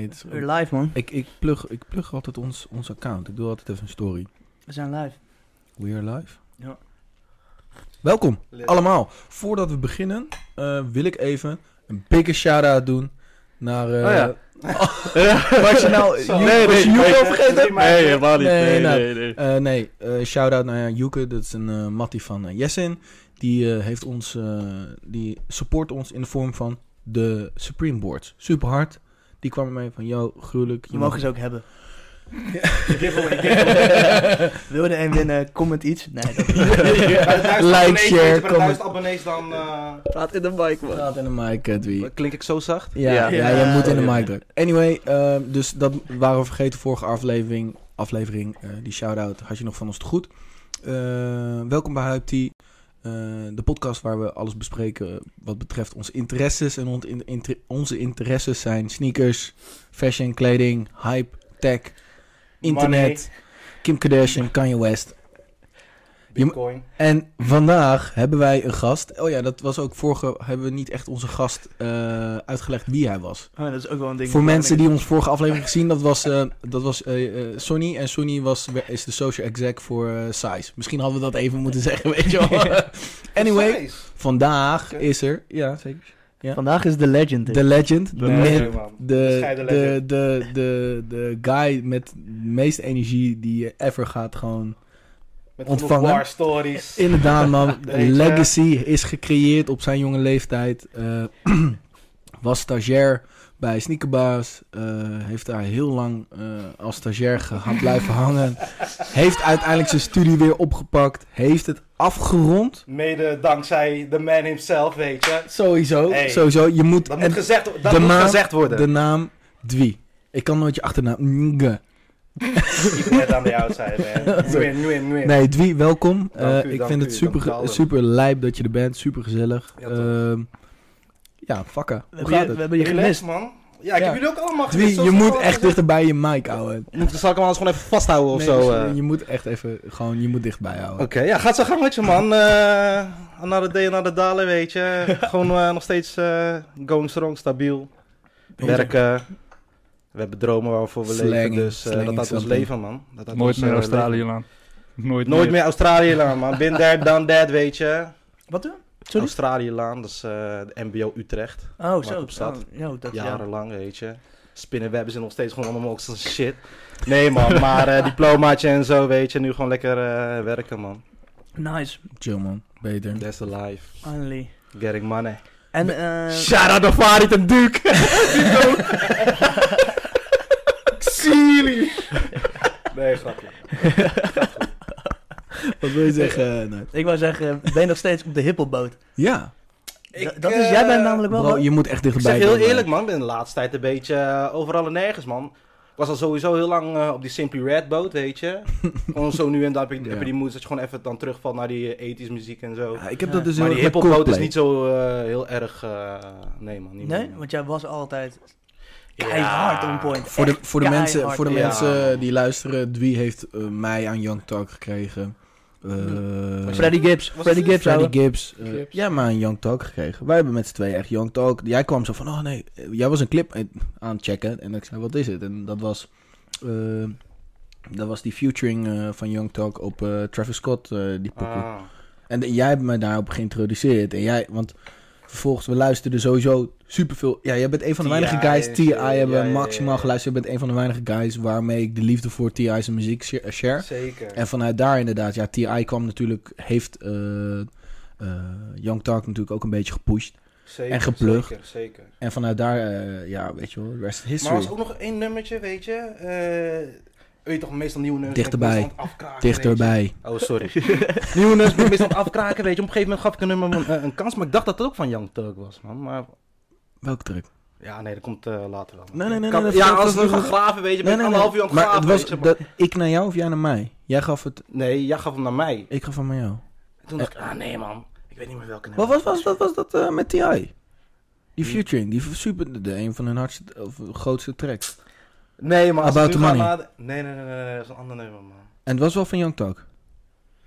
het is... We're live, man. Ik plug altijd ons account. Ik doe altijd even een story. We zijn live. We are live? Ja. Welkom, allemaal. Voordat we beginnen, wil ik even een bigge shout-out doen naar... Was je nou... was je Joeke vergeten? Nee, helemaal niet. Nee, shout-out naar Joeke. Dat is een mattie van Jessin. Die die support ons in de vorm van de Supreme Boards. Super hard. Die kwam ermee van, yo, gruwelijk. Je mogen ze ook hebben. Wil je er een winnen, comment iets. Nee, dat like, share, comment. Abonnees dan... Praat in de mic, man. Praat in de mic, Dwie. Klink ik zo zacht? Ja, je moet in de mic drukken. Anyway, dus dat waren we vergeten vorige aflevering. Die shout-out had je nog van ons te goed. Welkom bij Hype Tea. De podcast waar we alles bespreken wat betreft onze interesses. En onze interesses zijn sneakers, fashion, kleding, hype, tech, internet, Money. Kim Kardashian, Kanye West. Bitcoin. En vandaag hebben wij een gast. Oh ja, dat was ook hebben we niet echt onze gast uitgelegd wie hij was. Oh, dat is ook wel een ding. Voor mensen die ons vorige aflevering gezien, dat was Sonny. En Sonny is de social exec voor Size. Misschien hadden we dat even moeten zeggen, weet je wel. Anyway, vandaag is er... Ja, zeker. Ja. Vandaag is de legend. De legend, de myth, de de guy met de meeste energie die je ever gaat gewoon met ontvangen. War stories. Inderdaad, man. Legacy is gecreëerd op zijn jonge leeftijd. Was stagiair bij Sneakerbaas. Heeft daar heel lang als stagiair blijven hangen. Heeft uiteindelijk zijn studie weer opgepakt. Heeft het afgerond. Mede dankzij de man himself, weet je. Sowieso. Hey, Sowieso. Je moet, dat moet gezegd worden. De naam Dwie. Ik kan nooit je achternaam. Keep net aan de outside, man. Nee, Dwie, welkom. Ik vind het super super lijp dat je er bent. Super gezellig. Ja, fucka. Hoe gaat het? We hebben je gemist, man. Ja, ik heb jullie ook allemaal gemist. Dwie, je moet echt dichter bij je mic houden. Zal ik hem anders gewoon even vasthouden of zo? Je moet echt even, je moet dichtbij houden. Oké, ja, gaat zo gangetje, man. Another day, another dollar, weet je. Gewoon nog steeds going strong, stabiel. Werken. We hebben dromen waarvoor we leven, dus dat is ons leven, man. Nooit meer Australië, man. Nooit meer Australië, man. Been there, done that, weet je. Wat doen? Sorry? Australië-laan, dat is de MBO Utrecht. Oh, zo. Op stad. Dat jarenlang, weet je. Spinnenwebben zijn nog steeds gewoon allemaal ook zo'n shit. Nee, man, maar diplomaatje en zo, weet je. Nu gewoon lekker werken, man. Nice. Chill, man. Beter. That's the life. Finally. Getting money. En, shout out to Farid en Duke. Silly. Nee, grapje. Wat wil je zeggen? Nee. Ik wou zeggen, ben je nog steeds op de hippelboot? Ja. Jij bent namelijk wel... Bro, je moet echt dichterbij. Ik zeg heel eerlijk, man. Ik ben de laatste tijd een beetje overal en nergens, man. Ik was al sowieso heel lang op die Simply Red boot, weet je. Gewoon zo nu en dan heb je die moed dat je gewoon even dan terugvalt naar die 80s muziek en zo. Ja, ik heb dat dus maar die hiphopboot is niet zo heel erg... nee, man. Niet nee? man. Want jij was altijd... Keihard on point. Voor de mensen die luisteren, Dwie heeft mij aan Young Talk gekregen. Freddie Gibbs. Ja, maar een Young Talk gekregen. Wij hebben met z'n tweeën echt Young Talk. Jij kwam zo van, oh nee, jij was een clip aan het checken. En ik zei, wat is het? En dat was die featuring van Young Talk op Travis Scott, die pokoe. En jij hebt mij daarop geïntroduceerd. Want vervolgens, we luisterden sowieso superveel. Ja, jij bent een van de weinige guys. T.I. hebben maximaal geluisterd. Je bent een van de weinige guys waarmee ik de liefde voor T.I.'s muziek share. Zeker. En vanuit daar inderdaad, ja, T.I. kwam natuurlijk, heeft Young Talk natuurlijk ook een beetje gepusht. Zeker, en geplukt. Zeker. En vanuit daar, ja, weet je wel, rest history. Maar er was ook nog één nummertje, weet je. Weet je toch, meestal nieuwe nummers. Dichterbij. Oh, sorry. Nieuwe nummers ben ik meestal aan het afkraken, weet je. Op een gegeven moment gaf ik een nummer een kans, maar ik dacht dat het ook van Young Talk was, man. Maar... Welke track? Ja, nee, dat komt later wel. Nee. Ja, als we gaan graven, weet je, ben ik anderhalf uur aan het graven. Maar het was ik naar jou of jij naar mij? Jij gaf het... Nee, jij gaf hem naar mij. Ik gaf hem aan jou. Toen dacht ik, nee man, ik weet niet meer welke nummer. Wat was dat met T.I.? Die featuring, die super, een van hun grootste tracks. Nee, maar About the Money. Nee, dat is een ander nummer, man. En het was wel van Young Talk?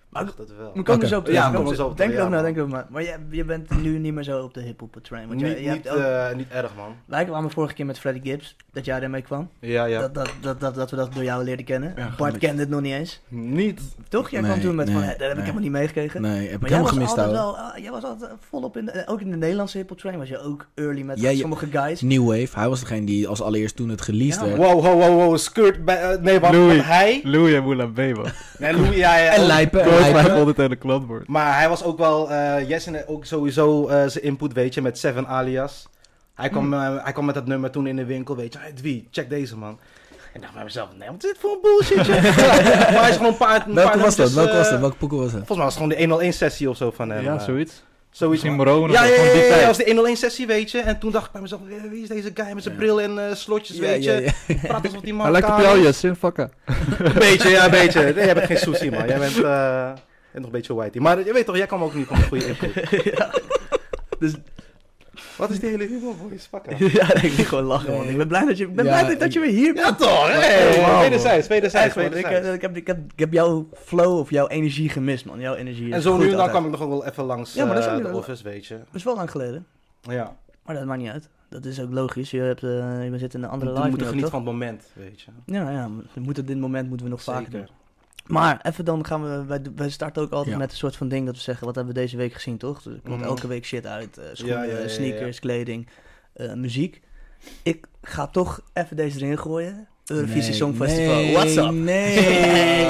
Maar dacht het wel. we komen zo op terug. Ja, komen zo op Denk terug, ook na, man. denk ook maar. Maar je bent nu niet meer zo op de hip-hop train. Want je hebt ook... Niet erg, man. Wij kwamen vorige keer met Freddie Gibbs, dat jij ermee kwam. Ja. Dat we dat door jou leerden kennen. Ja, Bart met- kende het nog niet eens. Niet. Toch? Jij Nee, kwam toen met van, nee, dat heb ik nee. helemaal niet meegekregen. Nee, heb ik Maar jij helemaal was gemist, altijd ouwe. wel, jij was altijd volop ook in de Nederlandse hip-hop train was je ook early met Ja, sommige guys. New Wave, hij was degene die als allereerst toen het released Ja, werd. Wow, skirt bij... nee, wat Louis. hij... Louis en Moula B, man. Nee, Louis, ja. En Lijpen, Koos mij Lijpen. altijd aan de klantbord. Maar hij was ook wel... Jesse ook sowieso zijn input, weet je, met Seven Alias. Hij kwam met dat nummer toen in de winkel, weet je. Hey, wie? Check deze, man. En dacht bij mezelf, nee, wat is dit voor een bullshitje? Maar hij is gewoon een paar Welke was dat? nummertjes, Welke pokoe was dat? Volgens mij was het gewoon de 101 sessie of zo van hem. Ja, zoiets. Zoiets. Misschien Morone. Ja, gewoon die dat tijd. was de 101 sessie, weet je. En toen dacht ik bij mezelf, wie is deze guy met zijn bril en slotjes, weet je. Praat alsof die man Hij lijkt op kaal jou, is. Jessin, fucker. Een beetje. Nee, jij bent geen sushi, man. Jij bent nog een beetje whitey. Maar je weet toch, jij kwam ook niet van een goede input. Ja. Dus, Wat is die hele humor voice? Fucker. ja, ik moet gewoon lachen, man. Ik ben blij dat je weer hier bent. Ja toch, Ja, hè? man. Wederzijds. Echt, man. Ik heb jouw flow of jouw energie gemist, man. Jouw energie En is zo goed nu en dan altijd. kwam ik nog wel even langs Ja, maar dat is ook de wel- office, weet je. Dat is wel lang geleden. Ja. Maar dat maakt niet uit. Dat is ook logisch. Je zit in een andere We live moeten nu, genieten toch? van het moment, weet je. Ja, dit moment moeten we nog vaker doen. Zeker. Maar even dan gaan wij starten ook altijd Ja. met een soort van ding dat we zeggen, wat hebben we deze week gezien, toch? Dus er komt Mhm. elke week shit uit. Schoenen, Ja. sneakers, kleding, muziek. Ik ga toch even deze erin gooien. Eurovisie Songfestival. Nee, What's up? Nee.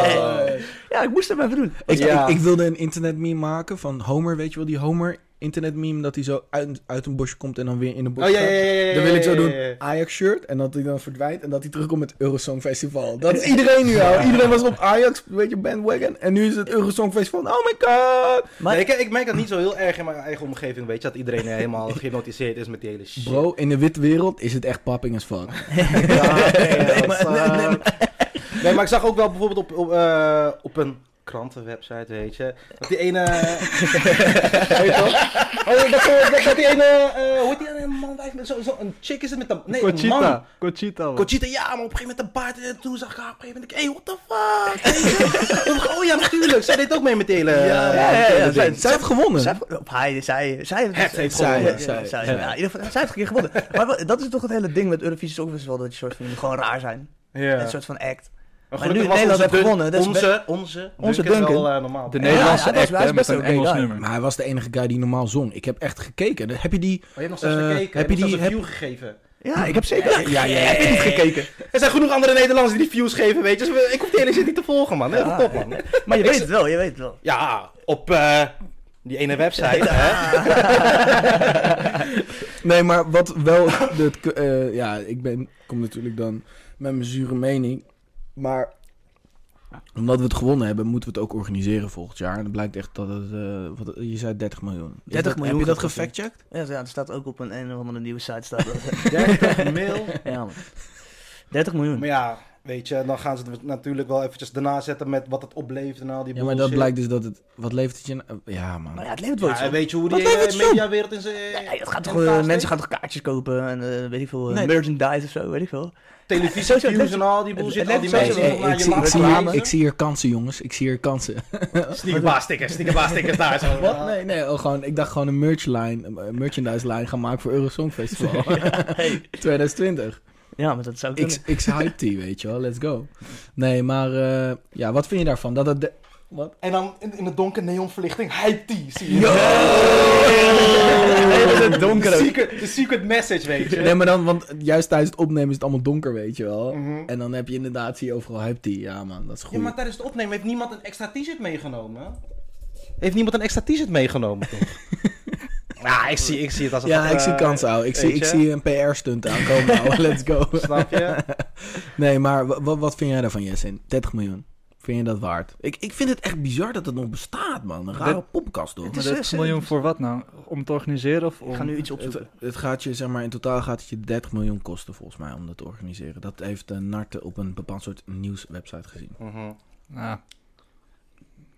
Ja, ik moest hem even doen. Ik wilde een internetmeme maken van Homer, weet je wel, die Homer internetmeme, dat hij zo uit een bosje komt en dan weer in een bosje Oh ja. gaat. Dan wil ik zo doen ja. Ajax shirt en dat hij dan verdwijnt en dat hij terugkomt met Eurosong Festival. Dat is iedereen nu al. Iedereen was op Ajax, weet je, bandwagon. En nu is het Eurosong Festival. Oh my god. Maar Nee, ik merk dat niet zo heel erg in mijn eigen omgeving, weet je. Dat iedereen helemaal gehypnotiseerd is met die hele shit. Bro, in de witte wereld is het echt popping as fuck. Nee, maar ik zag ook wel bijvoorbeeld op een krantenwebsite, weet je. Dat die ene... weet je toch? Dat die ene... hoe heet die ene man? Een chick is het met een... Nee, een man. Conchita, man. Conchita, ja, maar op een gegeven moment een baard. En toen zag ik haar op een gegeven moment, what the fuck? Weet je? Oh ja, natuurlijk. Zij deed ook mee met de hele... Ja. Zij heeft gewonnen. zij heeft gewonnen. zij. Ja, in ieder geval, zij heeft een keer gewonnen. Maar dat is toch het hele ding met Eurovisie Songfestival, dat je soort van gewoon raar zijn. Ja. Een soort van act. Maar nu gelukkig was Nederland heeft gewonnen, dus Onze Duncan. wel normaal. De Ja, Nederlandse hij is act, hè, best met wel een een Engels guy. nummer. Maar hij was de enige guy die normaal zong. Ik heb echt gekeken. Heb je die... Maar je hebt nog steeds gekeken. heb je die... een view gegeven? Ja, ik heb zeker... Ja, heb je niet gekeken? Er zijn genoeg andere Nederlanders die die views geven, weet je. Dus ik hoef die hele shit niet te volgen, man. Heel top, man. Maar je weet het wel, Ja, op die ene website, hè. Nee, maar wat wel... kom natuurlijk dan met mijn zure mening. Maar omdat we het gewonnen hebben, moeten we het ook organiseren volgend jaar. En het blijkt echt dat het... je zei 30 miljoen. 30 miljoen Heb je dat gekost, gefactcheckt? Ja, er staat ook op een of andere nieuwe site. Staat dat. 30 mil. Ja, man. 30 miljoen. Maar ja, weet je, dan gaan ze het natuurlijk wel eventjes daarna zetten met wat het oplevert en al die Ja, maar dat bullshit. blijkt dus dat het... Wat levert het je... Ja, man. Maar ja, het levert wel iets Ja, op. weet je hoe Wat die levert het zo? mediawereld in zijn... Nee, het gaat in toch, elkaar mensen steekt? gaan toch kaartjes kopen en weet ik veel, Nee. merchandise of zo, weet ik veel. Televisie, Sowieso, views het en al die bullshit. het Al die levert mensen sowieso- die nog naar je reclame. Ik zie hier kansen, jongens. Ik zie hier kansen. Sneakerbaas-stickers daar zo. Wat? Nee, ik dacht gewoon een merchandise line gaan maken voor Eurosong Festival. 2020. Ja, maar dat zou kunnen. X hype tea, weet je wel. Let's go. Nee, maar ja, wat vind je daarvan? Dat het... Wat? En dan in de donker neonverlichting, hype tea, zie je. Het donker ook. De secret message, weet je. Nee, maar dan, want juist tijdens het opnemen is het allemaal donker, weet je wel. Mhm. En dan heb je inderdaad, zie je overal hype tea. Ja, man, dat is goed. Ja, maar tijdens het opnemen heeft niemand een extra t-shirt meegenomen? Heeft niemand een extra t-shirt meegenomen, toch? Ja, ik zie het als een... Ja, ik zie kansen, ouwe. Ik weet je? zie een PR-stunt aankomen, ouwe. Let's go. Snap je? Nee, maar wat vind jij daarvan, Jessin? 30 miljoen. Vind je dat waard? Ik vind het echt bizar dat het nog bestaat, man. Een rare podcast, toch? Het Maar is 30 miljoen voor wat nou? Om te organiseren of om... Ik ga nu iets opzoeken. Het gaat je, zeg maar, in totaal gaat het je 30 miljoen kosten, volgens mij, om dat te organiseren. Dat heeft Narte op een bepaald soort nieuwswebsite gezien. Mhm. Nou,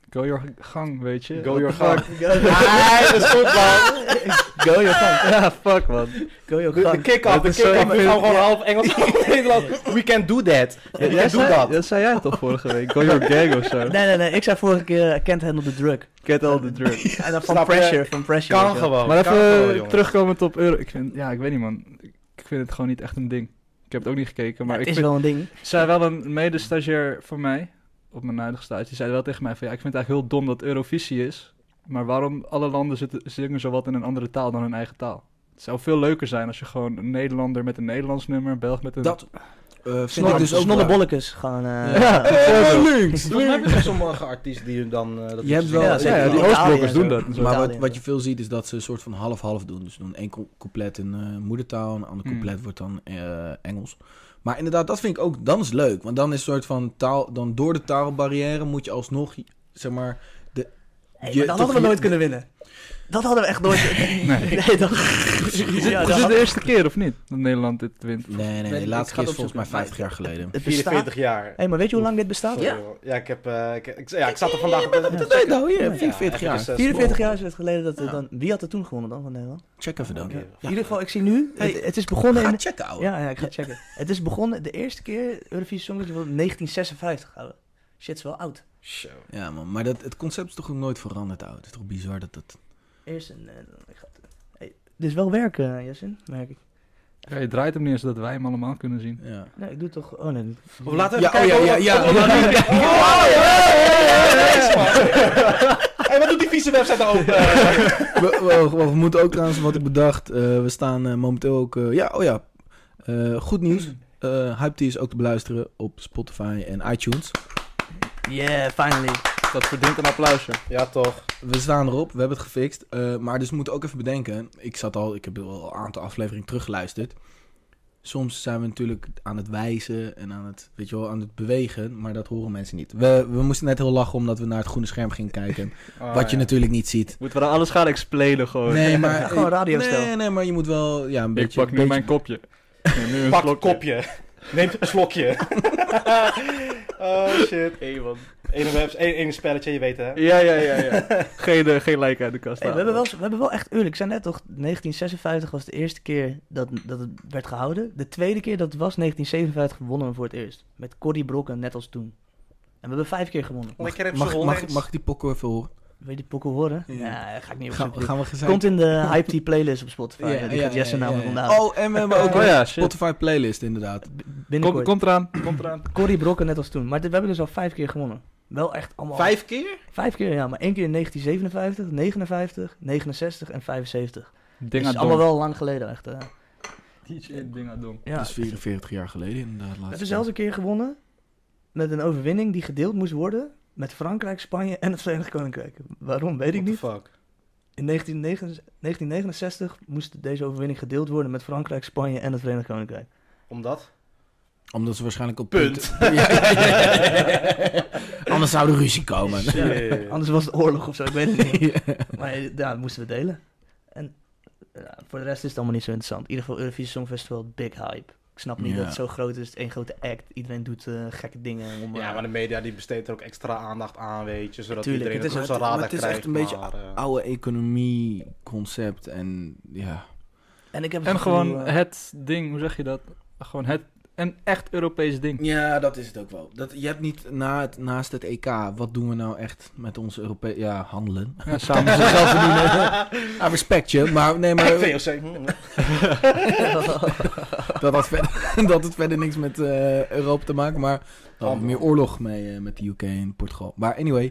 Go your gang, weet je. Go your What the gang. fuck? Nee, dat is goed, man. Go your gang. Ja, fuck, man. Go your De gang. kick-off, Dat is zo- we gaan gewoon half Engels, half Nederlands. We can do that. We can do that. Dat zei jij toch vorige week? Go your gang of zo. Nee. Ik zei vorige keer, can't handle the drug. Get all the drug. En dan van Snap je? pressure, weet Kan je. gewoon. Maar kan gewoon, even jongen. terugkomend op euro. Ik weet niet, man. Ik vind het gewoon niet echt een ding. Ik heb het ook niet gekeken, maar Het ik is vind... wel een ding. Zei wel een medestagiair van mij, op mijn huidige stage, die zei wel tegen mij van ja, ik vind het eigenlijk heel dom dat Eurovisie is, maar waarom alle landen zingen zowat in een andere taal dan hun eigen taal? Het zou veel leuker zijn als je gewoon een Nederlander met een Nederlands nummer, een Belg met een... Dat vind ik dus ook Snolle waar. bolletjes gaan... Links! Volgens mij heb je sommige artiesten die dan... Je hebt wel- Ja, zeker. Ja, die Italië Oostblokkers en doen zo. dat. en zo. Maar Italië. wat je veel ziet is dat ze een soort van half-half doen. Dus doen één couplet in moedertaal, een ander couplet wordt dan Engels. Maar inderdaad, dat vind ik ook, dan is het leuk. Want dan is een soort van taal, dan door de taalbarrière moet je alsnog, zeg maar... Hey, maar dat hadden we nooit kunnen winnen. Dat hadden we echt nooit... Nee, dat... Ja, Is het de eerste keer of niet, dat Nederland dit wint? Nee, Ik de ga laatste keer het is volgens mij opzoeken. 50 jaar geleden. Het bestaat... 44 jaar. Hé, maar weet je hoe lang dit bestaat? Sorry, joh. Ja, ik zat er vandaag op... Nee, nou hier, 44 Ja, jaar. even 44 jaar is het geleden dat het Ja. dan... Wie had er toen gewonnen dan van Nederland? Check even dan. Oké. In ieder geval, ik zie nu... Het is begonnen Ga in... checken, ouwe. Ja, ik ga checken. Het is begonnen, de eerste keer Eurovisie Songfestival 1956, ouwe. Shit, is wel oud. Zo. Ja, man, maar het concept is toch ook nooit veranderd, ouwe. Het is toch bizar dat het... Eerst een... Hey, dit is wel werk, Jessin, merk ik. Ja, je draait hem niet eens zodat wij hem allemaal kunnen zien. Ja. Nee, ik doe toch... Oh nee. Of laten we Ja, even kijken. ja. Hey, wat doet die vieze website nou open? We moeten ook trouwens, wat ik bedacht, we staan momenteel ook... goed nieuws. Hype Tea is ook te beluisteren op Spotify en iTunes. Yeah, finally. Dat verdient een applausje. Ja, toch. We staan erop, we hebben het gefixt. Maar dus we moeten ook even bedenken. Ik heb al een aantal afleveringen teruggeluisterd. Soms zijn we natuurlijk aan het wijzen en aan het, weet je wel, aan het bewegen. Maar dat horen mensen niet. We moesten net heel lachen omdat we naar het groene scherm gingen kijken. Wat je natuurlijk niet ziet. Moeten we dan alles gaan explainen gewoon? Nee, maar... Gewoon radiostijl. Nee, maar je moet wel... Ja, een Ik beetje... pak nu mijn kopje. En nu een Pak een slokje. kopje. Neem een slokje. Oh shit. Eén spelletje, je weet hè. Ja. Geen lijk uit de kast. Hey, halen. we hebben wel echt eerlijk. Ik zei net toch, 1956 was de eerste keer dat het werd gehouden. De tweede keer dat het was, 1957, wonnen we voor het eerst. Met Corrie Brokken, net als toen. En we hebben 5 keer gewonnen. Lekker even Mag ik die pokken even horen? Wil je die pokken horen? Ja. Ja, ga ik niet Gaan opzoeken. we gezegd... Komt in de Hype Tea playlist op Spotify. Die gaat Jesse namelijk onthouden. Oh, en we hebben ook Oh een ja, shit. Spotify playlist inderdaad. Binnenkort. Komt eraan. Corrie Brokken, net als toen. Maar we hebben dus al 5 keer gewonnen. Wel echt allemaal... 5 keer? 5 keer, ja. Maar 1 keer in 1957, 59, 69 en 75. Ding Dat aan is allemaal wel lang geleden, echt. Ding aan dong. Ja. Dat is 44 jaar geleden inderdaad. We hebben zelfs een keer gewonnen met een overwinning die gedeeld moest worden met Frankrijk, Spanje en het Verenigd Koninkrijk. Waarom, weet ik niet. What the fuck? In 1969 moest deze overwinning gedeeld worden met Frankrijk, Spanje en het Verenigd Koninkrijk. Omdat? Omdat ze waarschijnlijk op Punt. Anders zou er ruzie komen. Shit. Anders was het oorlog of zo, ik weet het niet. Maar ja, dat moesten we delen. En voor de rest is het allemaal niet zo interessant. In ieder geval Eurovisie Songfestival, big hype. Ik snap niet Ja. dat het zo groot is. Het is één grote act. Iedereen doet gekke dingen. Ja, maar de media die besteedt er ook extra aandacht aan, weet je, zodat Tuurlijk, iedereen het het is op zijn radar maar het is krijgt. echt een beetje maar, oude economie concept en ja. En ik heb En het gevoel, gewoon het ding, hoe zeg je dat? Gewoon een echt Europees ding. Ja, dat is het ook wel. Je hebt niet naast het EK, wat doen we nou echt met onze Europese... Ja, handelen. Ja, samen Zelf verdienen. Ah, respect je, maar nee, maar... VOC. dat het verder niks met Europa te maken, maar we hebben meer oorlog mee met de UK en Portugal. Maar anyway,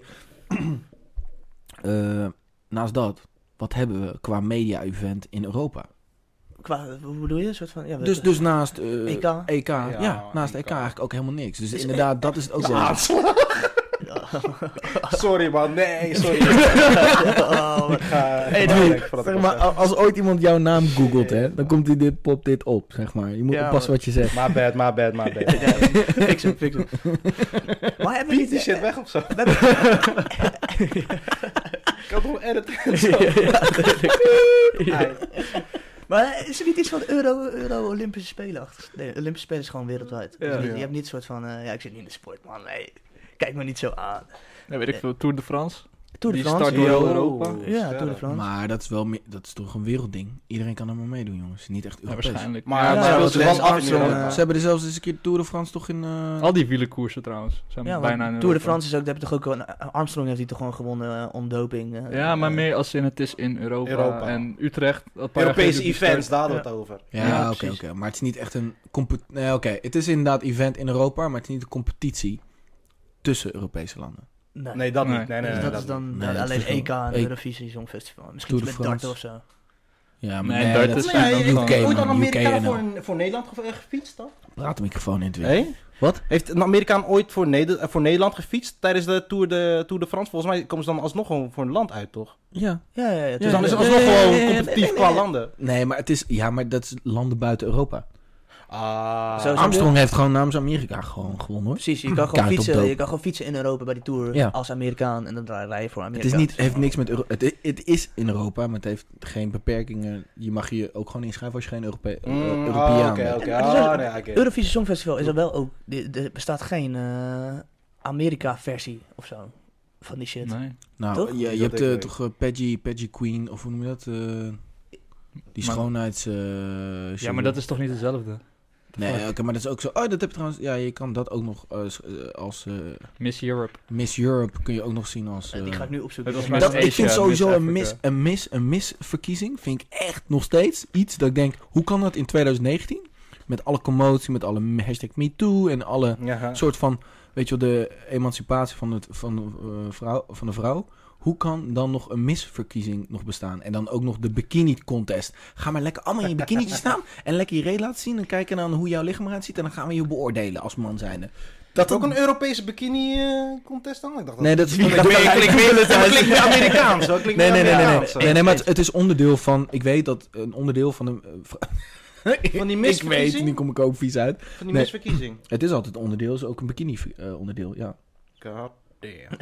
naast dat, wat hebben we qua media-event in Europa? hoe bedoel je? Een soort van, ja, Dus naast EK? Naast EK. EK eigenlijk ook helemaal niks. Dus Is inderdaad, dat is het ook wel. Sorry man, nee, sorry. Oh, Ik ga Hey, nadenken voordat ik Zeg wat maar, zeg. als ooit iemand jouw naam googelt, hè, dan komt hij popt dit op, zeg maar. Je moet Ja, oppassen wat je zegt. My bad. fix hem. Maar hebben we Piet niet... die shit weg of zo? we hebben- Ik kan toch editen en zo. Ja. Maar is er niet iets van Euro-Olympische Spelen achter? Nee, Olympische Spelen is gewoon wereldwijd. Ja. Dus je hebt niet een soort van... ja, ik zit niet in de sport, man. Nee. Kijk me niet zo aan. Ja, weet ik veel, Tour de France. Tour de Die France. start door Yo. Europa. Ja, Tour de France. Maar dat is wel dat is toch een wereldding. Iedereen kan er maar meedoen, jongens. Niet echt Ja, Europees. waarschijnlijk. Maar Ja, het ja, speelt want zich wel Lance af in Armstrong, Europa. Ze hebben er zelfs eens een keer Tour de France toch in... Al die wielerkoersen trouwens zijn Ja, bijna in want Tour de Europa. France is ook, daar heb je toch ook Armstrong heeft hij toch gewoon gewonnen om doping. Ja, maar meer als in het is in Europa. Europa. En Utrecht. Een paar jaar Europese geleden events, daar hadden we Ja. het over. Ja, Ja, oké. precies. Maar het is niet echt een... Nee, oké. Het is inderdaad event in Europa, maar het is niet een competitie tussen Europese landen. Nee, dat Nee. niet. Nee, Dus dat is niet. dan Nee, het alleen is wel- EK en E- Eurovisie Songfestival. Misschien Tour iets de met France. darten of zo. Ja, Nee, darten dat is- zijn dan heeft gewoon- UK, ooit man. een Amerikaan UK voor Nederland gefietst dan? Praat de microfoon in het weer. Hé? Wat? Heeft een Amerikaan ooit voor Nederland gefietst tijdens de Tour de France? Volgens mij komen ze dan alsnog gewoon voor een land uit, toch? Ja. Ja. Dus dan is het ja, alsnog ja, gewoon ja, ja, competitief nee, qua nee. landen. Nee, maar het is... Ja, maar dat is landen buiten Europa. Ah. Zo- Armstrong heeft gewoon namens Amerika gewoon gewonnen, hoor. Precies, je kan, Kaart op doop. je kan gewoon fietsen in Europa bij die Tour Ja. als Amerikaan en dan rij je voor Het Amerika. is niet, heeft niks met het is in Europa, maar het heeft geen beperkingen. Je mag je ook gewoon inschrijven als je geen Europeaan Oké, bent. oké. En- Ah, nee, oké. Eurovisie Songfestival is er wel ook. Er bestaat geen Amerika-versie of zo van die shit. Nee. Nou, Toch? je Dat hebt ik weet. toch Peggy Queen, of hoe noem je dat? Die Maar- schoonheids... Ja, maar dat is toch niet hetzelfde? Nee, oké, maar dat is ook zo... Oh, dat heb je trouwens... Ja, je kan dat ook nog als Miss Europe. Miss Europe kun je ook nog zien als... Die ga ik nu opzoeken. Het was Maar Miss Dat, ik vind Asia, sowieso Miss Africa. een misverkiezing vind ik echt nog steeds iets dat ik denk, hoe kan dat in 2019? Met alle commotie, met alle hashtag MeToo en alle Ja. soort van, weet je wel, de emancipatie van de vrouw. Hoe kan dan nog een misverkiezing nog bestaan? En dan ook nog de bikini contest. Ga maar lekker allemaal in je bikinietje staan en lekker je reet laten zien en kijken naar hoe jouw lichaam eruit ziet en dan gaan we je beoordelen als man zijnde. Dat ook een Europese bikini contest dan? Ik dacht Nee, dat is klinkt meer Amerikaans. Zo. Klinkt Nee, meer Amerikaans, zo. nee, maar het is onderdeel van... Ik weet dat een onderdeel van een... Van die ik misverkiezing? weet, nu kom ik ook vies uit. Van die Nee. misverkiezing. Het is altijd onderdeel, is ook een bikini onderdeel, ja. God damn.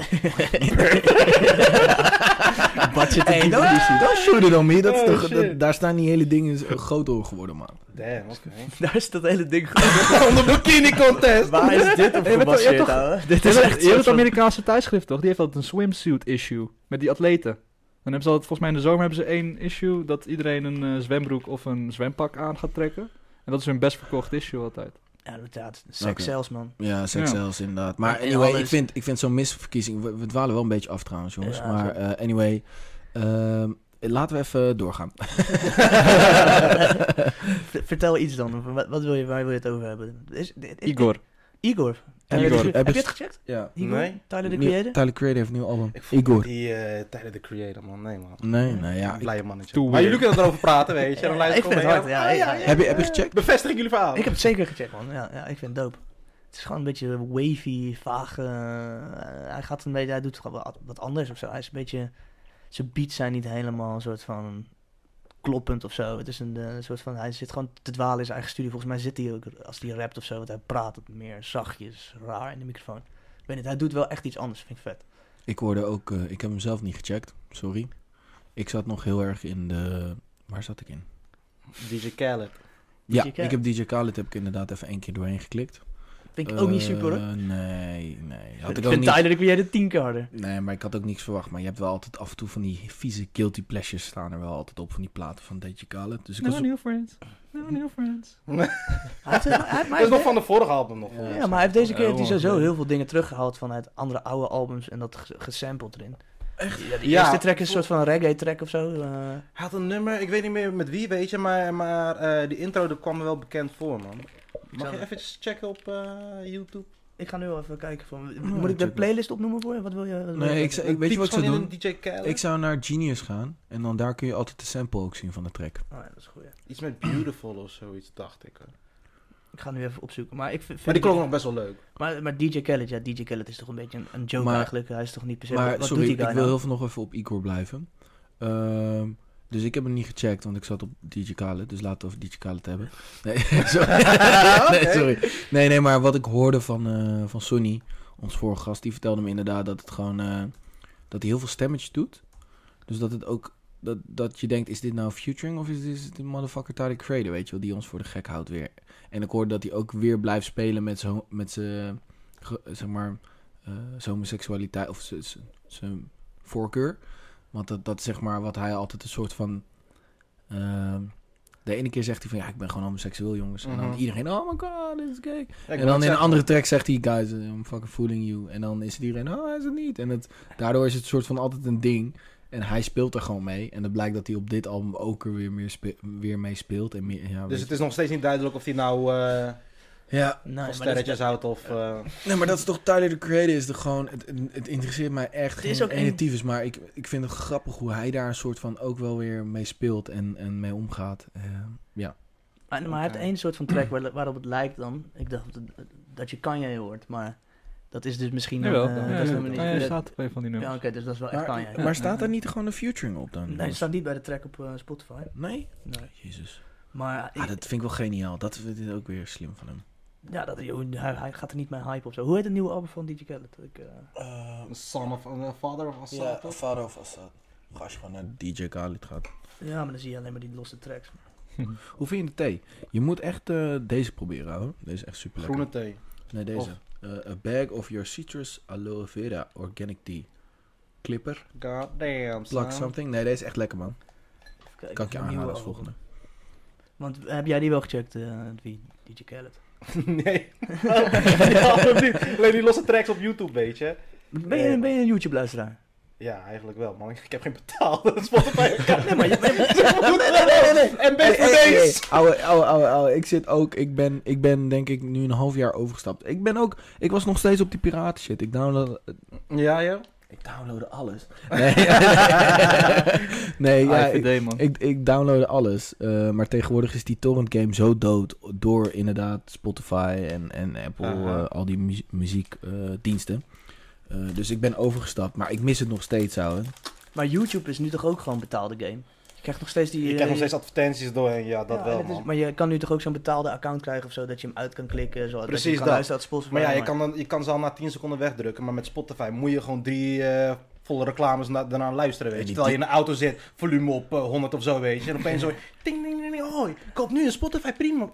budget Hey, don't shoot it on me. Dat is Oh, toch, shit. daar staan die hele dingen groot door geworden, man. Damn, oké. Daar is dat hele ding. Onder bikini contest. Waar is dit op Hey, wat- gebaseerd, je hebt toch- ouwe? Dit Je is hebt echt je hebt het soort van- Amerikaanse tijdschrift toch? Die heeft altijd een swimsuit issue. Met die atleten. Dan hebben ze altijd, volgens mij in de zomer hebben ze één issue dat iedereen een zwembroek of een zwempak aan gaat trekken. En dat is hun best verkocht issue altijd. Ja, inderdaad. Sex Oké. zelfs, man. Ja, seks Ja. zelfs inderdaad. Maar En anyway, alles. ik vind zo'n misverkiezing... We dwalen wel een beetje af trouwens, jongens. Ja, maar zo. anyway, laten we even doorgaan. Vertel iets dan. Wat wil je, waar wil je het over hebben? Igor. Igor. Igor. Heb je het gecheckt? Ja. Igor? Nee. Tyler, the Creator? Tyler Creator heeft een nieuw album. Ik vond Igor. die Tyler, the Creator, man. Nee, man. Nee, ja. Een blije mannetje. Too Maar weird. jullie kunnen erover praten, weet je. Dan Ja, luister ik vind het hard, ja, ja. Heb je gecheckt? Bevestig ik jullie verhaal. Ik heb het zeker gecheckt, man. Ja, ik vind het dope. Het is gewoon een beetje wavy, vaag. Hij doet gewoon wat anders of zo. Hij is een beetje... Zijn beats zijn niet helemaal een soort van kloppend of zo. Het is een soort van... Hij zit gewoon te dwalen in zijn eigen studio. Volgens mij zit hij ook, als hij rapt of zo, want hij praat het meer zachtjes, raar in de microfoon. Ik weet niet, hij doet wel echt iets anders. Vind ik vet. Ik hoorde ook... ik heb hem zelf niet gecheckt. Sorry. Ik zat nog heel erg in de... Waar zat ik in? DJ Khaled. Ja, Khaled. ik heb DJ Khaled heb ik inderdaad even 1 keer doorheen geklikt. Vind ik ook niet super, hoor. Nee. Had Ik ik ook vind niet... Tyler, ik weer de 10 keer harder. Nee, maar ik had ook niks verwacht. Maar je hebt wel altijd af en toe van die vieze guilty pleasures staan er wel altijd op van die platen van DJ Khaled. Dus ik was... new friends. No new friends. Hij heeft- Dat is nog van de vorige album nog. Ja, Ja, maar hij heeft deze keer heeft hij Oh, sowieso oké. heel veel dingen teruggehaald vanuit andere oude albums en dat gesampled erin. Echt? Ja, die Ja. eerste track is een soort van reggae track of zo. Hij had een nummer, ik weet niet meer met wie, weet je, maar die intro dat kwam me wel bekend voor, man. Mag je even checken op YouTube? Ik ga nu wel even kijken. Van, Ja, moet ik de check playlist opnoemen voor je? Wat wil je? wat wil je Nee, weten? weet je wat ik zou doen? Een DJ Khaled? Ik zou naar Genius gaan. En dan daar kun je altijd de sample ook zien van de track. Oh, ja, dat is goed. Ja. Iets met Beautiful of zoiets, dacht ik. Ik ga nu even opzoeken. Maar, ik vind Maar die klonk nog best wel leuk. maar DJ Khaled, ja, DJ Khaled is toch een beetje een joke Maar- eigenlijk. Hij is toch niet per se... Maar wat sorry, doet ik die guy wil nou? heel veel nog even op Igor blijven. Dus ik heb hem niet gecheckt, want ik zat op DJ Khaled. Dus laten we over DJ Khaled hebben. Nee, sorry. Nee, sorry. Nee, maar wat ik hoorde van Sonny, ons vorige gast, die vertelde me inderdaad dat het gewoon... dat hij heel veel stemmetjes doet. Dus dat het ook... Dat je denkt, is dit nou featuring of is dit een motherfucker Tyler Creator, weet je wel, die ons voor de gek houdt weer. En ik hoorde dat hij ook weer blijft spelen met zijn zeg maar, zijn homoseksualiteit of zijn voorkeur. Want dat is zeg maar wat hij altijd een soort van... de ene keer zegt hij van, ja, ik ben gewoon homoseksueel, jongens. En dan iedereen, oh my god, dit is gay. Ja, en dan in een andere track zegt hij, guys, I'm fucking fooling you. En dan is het iedereen, oh, hij is het niet. En daardoor is het soort van altijd een ding. En hij speelt er gewoon mee. En het blijkt dat hij op dit album ook er weer mee speelt. En dus het is nog steeds niet duidelijk of hij nou... van sterretjes houdt of... Nee, maar dat is toch Tyler, the Creator is er gewoon... Het interesseert mij echt geen ene tyfus. Maar ik vind het grappig hoe hij daar een soort van ook wel weer mee speelt en mee omgaat. Ja. Maar hij heeft één soort van track waarop het lijkt dan. Ik dacht dat je Kanye hoort, maar... Dat is dus misschien... Kanye staat op een van die nummers. Ja, oké, dus dat is wel echt Kanye. Maar staat er niet gewoon een featuring op dan? Nee, het staat niet bij de track op Spotify. Nee? Jezus. Maar dat vind ik wel geniaal. Dat is ook weer slim van hem. Ja, hij gaat er niet mee hype of zo. Hoe heet het nieuwe album van DJ Khaled? Son of Father of Assad? Ja, Father of Assad. Als je gewoon naar DJ Khaled gaat. Ja, maar dan zie je alleen maar die losse tracks. Hoe vind je de thee? Je moet echt deze proberen, hoor. Deze is echt super lekker. Groene thee? Nee, deze. A bag of your citrus aloe vera organic tea. Clipper. God damn, Plug something. Nee, deze is echt lekker, man. Kijk, kan ik je aanhalen als volgende. Want heb jij die wel gecheckt, wie DJ Khaled? Nee. Alleen die losse tracks op YouTube, weet je. Ben je een YouTube-luisteraar? Ja, eigenlijk wel, man. Ik heb geen betaald. Spotify. Nee, maar je nee. En best voor deze. Ouwe. Ik ben denk ik nu een half jaar overgestapt. Ik was nog steeds op die piraten shit. Ik downloadde... Ja, ja. Ik downloadde alles. Nee, ja, ik downloadde alles. Maar tegenwoordig is die torrent game zo dood door inderdaad Spotify en Apple, al die muziekdiensten. Dus ik ben overgestapt, maar ik mis het nog steeds, ouwe. Maar YouTube is nu toch ook gewoon een betaalde game? Je krijgt nog steeds je krijgt nog steeds advertenties doorheen, ja, dat wel, man. Maar je kan nu toch ook zo'n betaalde account krijgen of zo, dat je hem uit kan klikken, zodat precies, je kan luisteren uit Spotify. Maar ja, je kan ze al na 10 seconden wegdrukken, maar met Spotify moet je gewoon 3 volle reclames daarna luisteren, weet je. Terwijl je in de auto zit, volume op 100 of zo, weet je. En opeens zo, ding, ding, ding, oh, ik koop nu een Spotify Premium.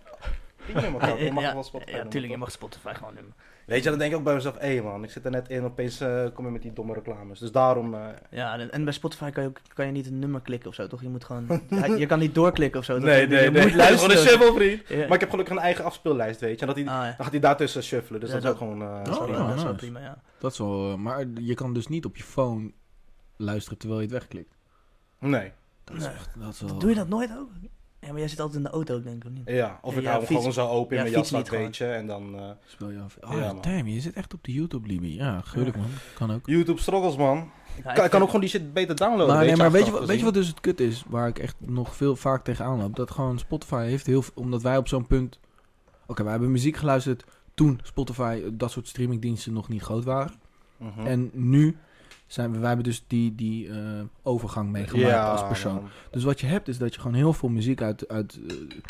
Je mag wel Spotify ja, tuurlijk, je mag Spotify gewoon nemen. Weet je, dan denk ik ook bij mezelf, man, ik zit er net in, opeens kom je met die domme reclames. Dus daarom... Ja, en bij Spotify kan je niet een nummer klikken of zo, toch? Je moet gewoon... je kan niet doorklikken of zo. Nee. Je moet luisteren. Gewoon een shuffle, vriend. Ja. Maar ik heb gelukkig een eigen afspeellijst, weet je. En dan gaat hij daartussen shuffelen, dus dat is ook gewoon... dat is wel prima, ja. Dat is wel... maar je kan dus niet op je phone luisteren terwijl je het wegklikt. Nee. Dat is echt... Dat is wel... Doe je dat nooit ook? Ja, maar jij zit altijd in de auto ook, denk ik, of niet? Ja, of ik hou hem gewoon zo open in mijn jaszak, weet je, en dan... Speel je af. Damn, je zit echt op de YouTube, Libby. Ja, gelukkig, man. Kan ook. YouTube struggles, man. Ik kan ook gewoon die shit beter downloaden. Maar weet je wat dus het kut is, waar ik echt nog vaak tegenaan loop? Dat gewoon Spotify heeft heel veel... Omdat wij op zo'n punt... Oké, wij hebben muziek geluisterd toen Spotify, dat soort streamingdiensten nog niet groot waren. En nu... wij hebben dus die overgang meegemaakt als persoon. Man. Dus wat je hebt is dat je gewoon heel veel muziek uit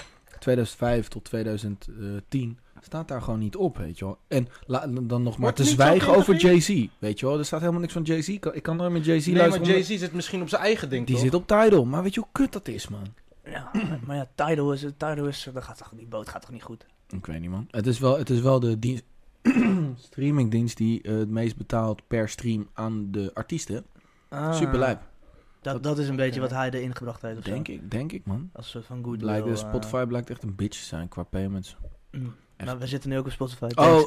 2005 tot 2010 staat daar gewoon niet op, weet je wel. En dan nog maar te zwijgen over Jay-Z, weet je wel. Er staat helemaal niks van Jay-Z. Ik kan nooit met Jay-Z luisteren. Nee, maar Jay-Z zit misschien op zijn eigen ding, die zit op Tidal, maar weet je hoe kut dat is, man? Ja, maar ja, Tidal is die boot gaat toch niet goed? Ik weet niet, man. Het is wel de dienst... streamingdienst die het meest betaalt per stream aan de artiesten. Super lijp. Dat is een beetje wat hij erin gebracht heeft. Denk ik, man. Als soort van goodwill. Spotify blijkt echt een bitch te zijn qua payments. Nou, we zitten nu ook op Spotify.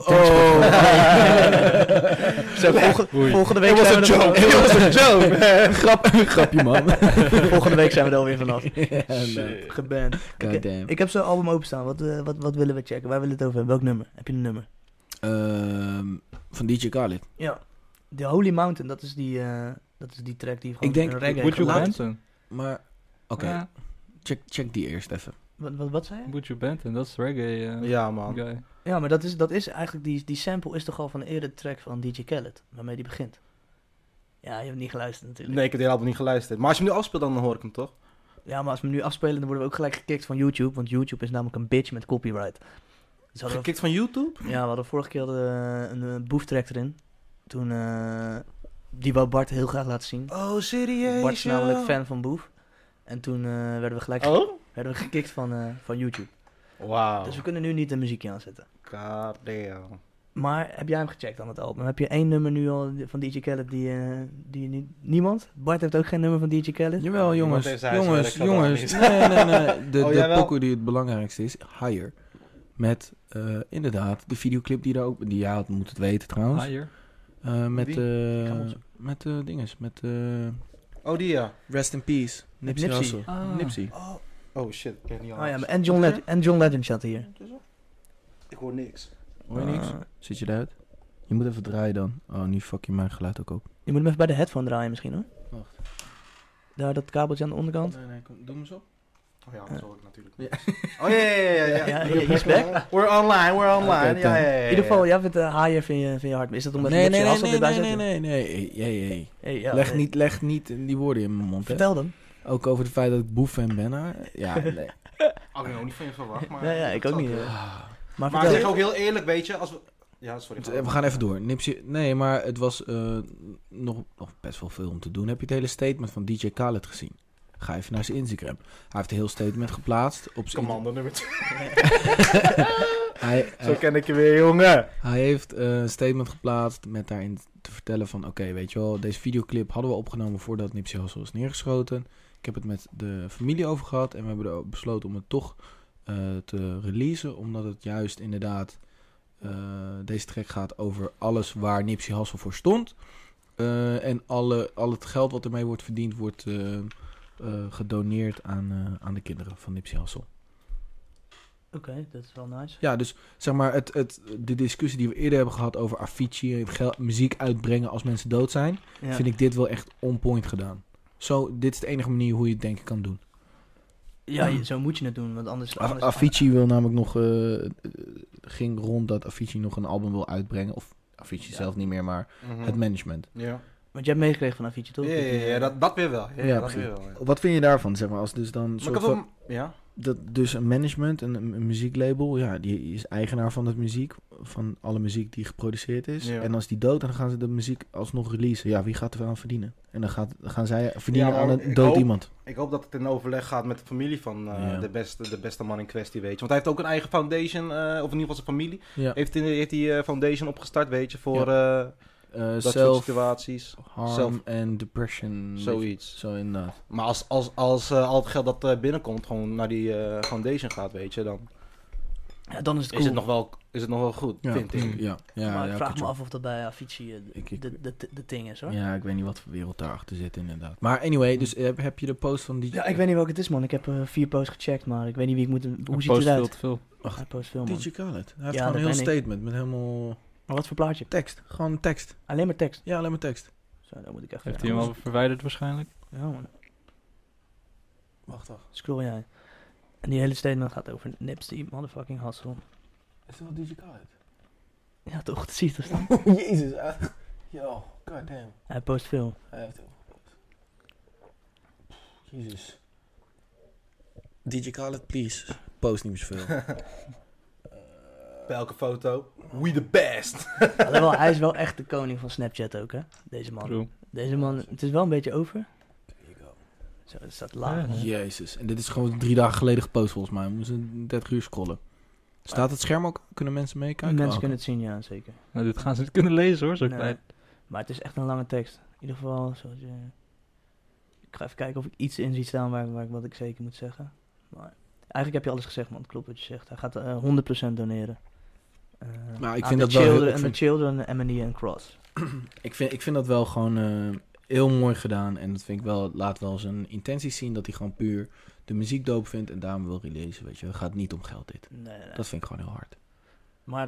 Volgende week zijn we er grapje, man. Volgende week zijn we er alweer vanaf. Geband. Okay. Ik heb zo'n album openstaan. Wat willen we checken? Waar willen we het over hebben? Welk nummer? Heb je een nummer? Van DJ Khaled. Ja. The Holy Mountain, dat is die track die gewoon ik denk, reggae Would You Benton. Maar, oké. Check die eerst even. Wat zei je? Would You Benton, dat is reggae ja, man. Guy. Ja, maar dat is eigenlijk, die sample is toch al van een eerdere track van DJ Khaled, waarmee die begint. Ja, je hebt niet geluisterd natuurlijk. Nee, ik heb die album niet geluisterd. Maar als je hem nu afspeelt, dan hoor ik hem toch? Ja, maar als we hem nu afspelen, dan worden we ook gelijk gekikt van YouTube, want YouTube is namelijk een bitch met copyright. Dus gekikt van YouTube? Ja, we hadden vorige keer een boeftrack erin. Toen, die wou Bart heel graag laten zien. Oh, serieus? Bart is namelijk fan van Boef. En toen werden we gelijk gekikt van YouTube. Wauw. Dus we kunnen nu niet een muziekje aanzetten. God damn. Maar heb jij hem gecheckt dan, het album? Heb je 1 nummer nu al van DJ Khaled die niemand? Bart heeft ook geen nummer van DJ Khaled? Jawel, jongens. Niemand Jongens. Nee. De pokoe die het belangrijkste is, Higher. Met inderdaad de videoclip die daar ook... Die jij moet het weten trouwens. Higher. Met dinges. Met Oh, die ja. Rest in Peace. Nipsey Nipsey. Hussle. Ah. Nipsey. Oh shit, ik ken niet Oh ja, maar en John Legend zat hier. Ik hoor niks. Hoor je niks? Zit je eruit? Je moet even draaien dan. Oh, nu fuck je mijn geluid ook op. Je moet hem even bij de headphone draaien misschien hoor. Wacht. Daar dat kabeltje aan de onderkant. Nee, doe hem eens op. Oh ja, dat zal ik natuurlijk. Ja. Oh ja. Ja, he's back. We're online. Oké, Ja. In ieder geval, jij vindt Higher vind je hard. Maar is dat omdat Nee. Nipsey Hussle erbij zit? Hey. Hey, ja, Leg niet die woorden in mijn mond, hè. Vertel dan. Ook over het feit dat ik boef-fan ben, hè. Ja, nee. Oh, ik heb niet van je verwacht, maar... Ja, ik ook niet. Ah. Maar Maar ik zeg vertel. ook heel eerlijk, weet je, als we... Ja, sorry. We gaan even door. Nipsey, nee, maar het was nog best wel veel om te doen. Heb je het hele statement van DJ Khaled gezien? Ga even naar zijn Instagram. Hij heeft een heel statement geplaatst op zijn... Commando nummer 2. Hij, Zo ken ik je weer, jongen. Hij heeft een statement geplaatst met daarin te vertellen van... Oké, weet je wel, deze videoclip hadden we opgenomen voordat Nipsey Hussle was neergeschoten. Ik heb het met de familie over gehad en we hebben er besloten om het toch te releasen. Omdat het juist inderdaad... deze track gaat over alles waar Nipsey Hussle voor stond. En al het geld wat ermee wordt verdiend wordt gedoneerd aan de kinderen van Nipsey Hussle. Oké, dat is wel nice. Ja, dus zeg maar de discussie die we eerder hebben gehad over Avicii en muziek uitbrengen als mensen dood zijn, Ja. vind ik dit wel echt on point gedaan. Dit is de enige manier hoe je het denk ik kan doen. Ja, zo moet je het doen, want anders... Avicii wil namelijk nog, ging rond dat Avicii nog een album wil uitbrengen. Of Avicii zelf niet meer, maar het management. Ja. Want je hebt meegekregen van Avicii, toch? Ja, dat weer wel. Ja, dat weer wel. Ja. Wat vind je daarvan, zeg maar, als dus dan Maar ik soort had van... wel... Ja? Dat dus een management, een muzieklabel, ja, die is eigenaar van het muziek, van alle muziek die geproduceerd is. Ja. En als die dood, dan gaan ze de muziek alsnog releasen. Ja, wie gaat er aan verdienen? En dan gaan zij verdienen Ja, aan maar een dood iemand. Ik hoop dat het in overleg gaat met de familie van Ja. de beste man in kwestie, weet je. Want hij heeft ook een eigen foundation, of in ieder geval zijn familie. Ja. Heeft die foundation opgestart, weet je, voor dat soort Self situaties. harm en depression. Zoiets. Zo inderdaad. Maar als al het geld dat binnenkomt gewoon naar die foundation gaat, weet je, dan Ja, dan is het cool. is het nog wel goed, vind ik. Ja, Maar ik vraag klopt. me af of dat bij Avicii Ik- de ding is, hoor. Ja, ik weet niet wat voor wereld daarachter zit inderdaad. Maar anyway, dus heb je de post van die... Ja, ik weet niet welke het is, man. Ik heb 4 posts gecheckt, maar ik weet niet wie ik moet... Hoe ziet het Post veel eruit? te veel. Hij post veel, man. DJ Khaled. Hij heeft Ja, gewoon een dat heel weet ik. statement met helemaal Maar wat voor plaatje? tekst. Gewoon tekst. Alleen maar tekst. Ja, alleen maar tekst. Zo, dan moet ik even... Heeft hij hem al verwijderd waarschijnlijk? Ja, man. Wacht. Scroll jij. En die hele statement gaat over Nipsey motherfucking Hussle. Is dat wel DJ Khaled? Ja, toch? Dat zie je toch staan? Jezus. Yo, goddamn. Hij post veel. Hij heeft heel veel gepost. Jezus. DJ Khaled, please. Post niet meer zoveel. Bij elke foto, we the best. Alhoewel, hij is wel echt de koning van Snapchat ook, hè? Deze man. True. Deze man, het is wel een beetje over. There you go. Zo, het staat laag. Ja. Jezus. En dit is gewoon 3 dagen geleden gepost volgens mij. We moeten 30 uur scrollen. Staat het scherm ook? Kunnen mensen meekijken? Mensen Oh, kunnen het zien, ja, zeker. Nou, dit gaan ze niet kunnen lezen hoor, zo Nee. klein. Maar het is echt een lange tekst. In ieder geval, zoals je... Ik ga even kijken of ik iets in zie staan wat ik zeker moet zeggen. Maar eigenlijk heb je alles gezegd, man. Het klopt wat je zegt. Hij gaat 100% doneren. Maar ik aan vind de dat wel heel- children, ik en vind- de Children, M&E en Cross. Ik vind dat wel gewoon heel mooi gedaan. En dat vind ik wel, laat wel zijn intenties zien dat hij gewoon puur de muziek dope vindt en daarom wil releasen. Weet je, het gaat niet om geld dit. Nee. Dat vind ik gewoon heel hard. Maar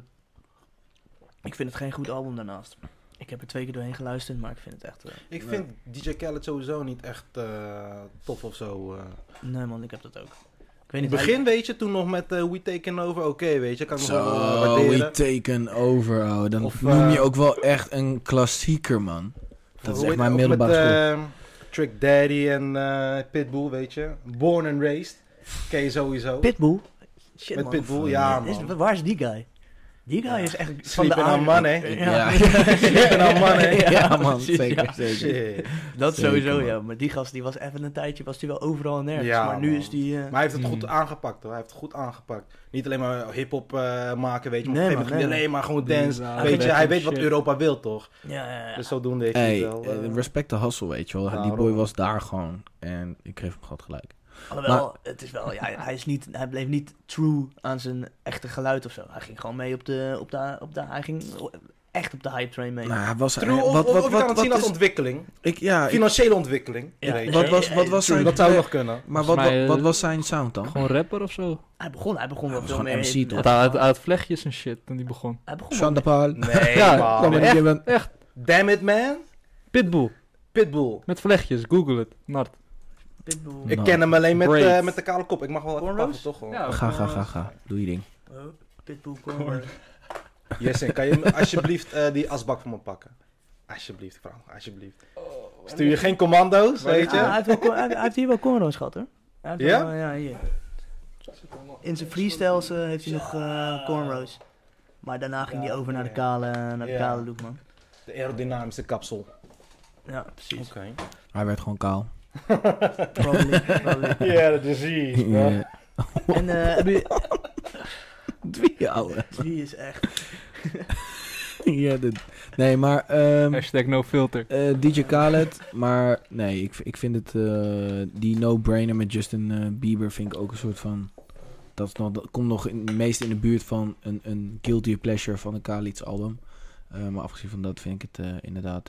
ik vind het geen goed album daarnaast. Ik heb er 2 keer doorheen geluisterd, maar ik vind het echt... Ik vind DJ Khaled sowieso niet echt tof of zo. Nee man, ik heb dat ook. Ik In weet het niet, begin, weet je, toen nog met We Taken Over, oké, weet je, kan ik nog wel Zo, waarderen. we taken over, oh. Dan Of, noem je ook wel echt een klassieker, man. Dat is echt mijn Of middelbare school. met Trick Daddy en Pitbull, weet je. Born and Raised, ken je sowieso. Pitbull? Shit met man. Pitbull, ja man. Waar is die guy? Die guy is echt van de Sleeping on money. Ja. Sleeping on money. Ja, man, precies, zeker, ja. zeker. Shit. Dat Zeker, sowieso, man. ja. Maar die gast, die was even een tijdje, was die wel overal en nergens. Ja, maar nu man. is die... Maar hij heeft het goed aangepakt hoor. Hij heeft het goed aangepakt. Niet alleen maar hip-hop maken, weet je. Maar Nee, op een man, gegeven moment nee. alleen maar gewoon dance. Ja, Weet je, hij weet wat shit. Europa wil toch? ja. Dus zodoende heeft hij Hey, het wel. respect de hustle, weet je wel. Die Daarom. boy was daar gewoon. En ik kreeg hem gewoon gelijk. Alhoewel, het is wel... Ja, hij bleef niet true aan zijn echte geluid of zo. Hij ging gewoon mee op de hij ging echt op de hype train mee. Nou, hij was... True, of je kan het zien als ontwikkeling. Financiële ontwikkeling. Ja. weet je. Wat was zijn... Dat zou nog kunnen. Maar Volgens mij, wat was zijn sound dan? Gewoon rapper of zo. Hij begon wel was veel gewoon meer... MC toch? Want hij had vlechtjes en shit toen hij begon. Hij begon Sean wel de Paul. Nee, Ja, man. Echt. Damn it, man. Pitbull. Pitbull. Met vlechtjes. Google het. Nart. Pitbull. Ik Nou, ken hem alleen Braids. met de kale kop. Ik mag wel even Cornrows? paffen, toch? Gewoon. Ja. Ga. Doe je ding. Oh, Pitbull corner. Yes, kan je alsjeblieft die asbak van me pakken? Alsjeblieft, vrouw. Alsjeblieft. Stuur je geen commando's, weet je? Hij heeft hier wel cornrows gehad, hoor. Hij heeft Ja? wel, ja, hier. In zijn freestyles heeft hij nog cornrows. Maar daarna ging hij over naar de kale Ja. look, man. De aerodynamische kapsel. Ja, precies. Oké. Hij werd gewoon kaal. Probably. Ja, dat is hij. Ja. En heb je... Dwie, ouwe. Die is echt... Ja, nee, maar... Hashtag no filter. DJ Khaled, maar nee, ik vind het... die no-brainer met Justin Bieber vind ik ook een soort van... Dat komt nog meest in de buurt van een guilty pleasure van een Khaled's album. Maar afgezien van dat vind ik het inderdaad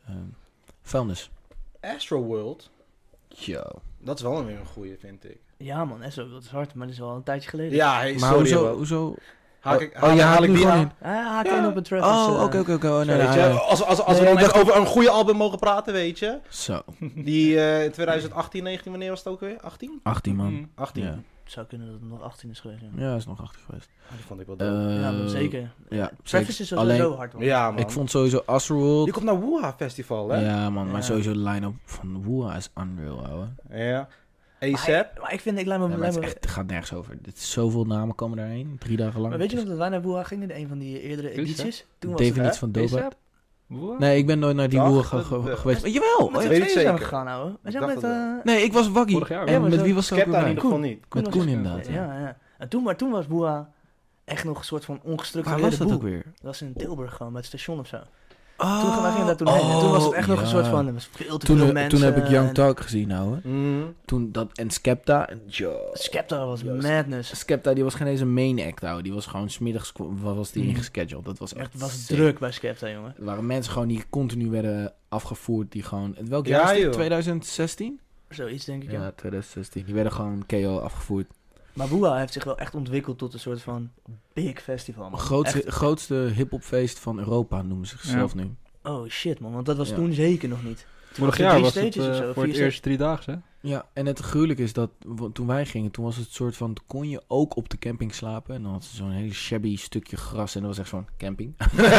vuilnis. Astroworld. Yo. Dat is wel weer een goeie, vind ik. Ja, man, Esso, dat is hard, maar dat is al een tijdje geleden. Ja, hey, Maar sorry. hoezo? Haal je ik haalt die nu gewoon aan? in. Hij haakt Ja. in op een Travis. Oh, oké. Nee, Weet nee, je, nee. als we Nee, dan ik dacht- even over een goede album mogen praten, weet je. Zo, Die in 2018, 19, wanneer was het ook weer? 18? 18 man. Mm. 18. Ja. Het zou kunnen dat het nog 18 is geweest. Ja, Ja, is nog 18 geweest. Die vond ik wel dope. ja maar zeker. Ja, Travis zeker. is sowieso Alleen, hard, man. Ja, man. ik vond sowieso Astroworld... Die komt naar Woeha Festival, hè? Ja man, maar Ja. sowieso de line-up van Woeha is unreal, ouwe. Ja. Maar ASAP. maar ik vind, ik lijkt me... Ja, maar lijkt het, me- is echt, het gaat nergens over. Dit is zoveel namen komen daarheen, 3 dagen lang. maar weet je nog dat wij naar Boeha gingen in een van die eerdere Is, hè? edities? Toen was het... Definitie van Doba. ASAP? Wow. Nee, ik ben nooit naar die Dag, Woeha dat- geweest. Maar jawel! Met z'n weet ik tweeën zijn we zeker. gegaan, ouwe. We zijn dacht met... dat Nee, ik was Waggy. Vorig jaar En wel. Ja, met maar wie was Ik het heb ook daar in weer ieder bij? geval niet. Met was Koen het- inderdaad. Ja. En toen was Boeha echt nog een soort van Waar ongestructureerde was dat boel. ook weer? Dat was in Tilburg gewoon, bij het station of zo. Oh, Toen wij gingen daar toen heen. En toen was het echt nog een ja. soort van... Er was veel te veel Toen, mensen. toen heb ik Young en- Talk gezien, ouwe. Mm. Toen dat en Skepta. En Skepta was Juist. madness. Skepta die was geen eens een main act, ouwe. Die was gewoon 's middags was die Mhm. ingescheduled. Dat was echt Het was sick. druk bij Skepta, jongen. Er waren mensen gewoon die continu werden afgevoerd. Die gewoon... Welk Ja, jaar is dit? joh. 2016? Zoiets, denk ik, ja. Ja, 2016. Die werden gewoon KO afgevoerd. Maar Boeha heeft zich wel echt ontwikkeld tot een soort van big festival, man. Echt. Grootste hiphopfeest van Europa noemen ze zichzelf nu. Oh shit, man. Want dat was Ja. toen zeker nog niet. Vorig Drie jaar was het stages of zo, voor 4 het eerst 3 dagen, hè? Ja, en het gruwelijke is dat toen wij gingen, toen was het soort van, kon je ook op de camping slapen. En dan had ze zo'n hele shabby stukje gras en dat was echt zo'n camping.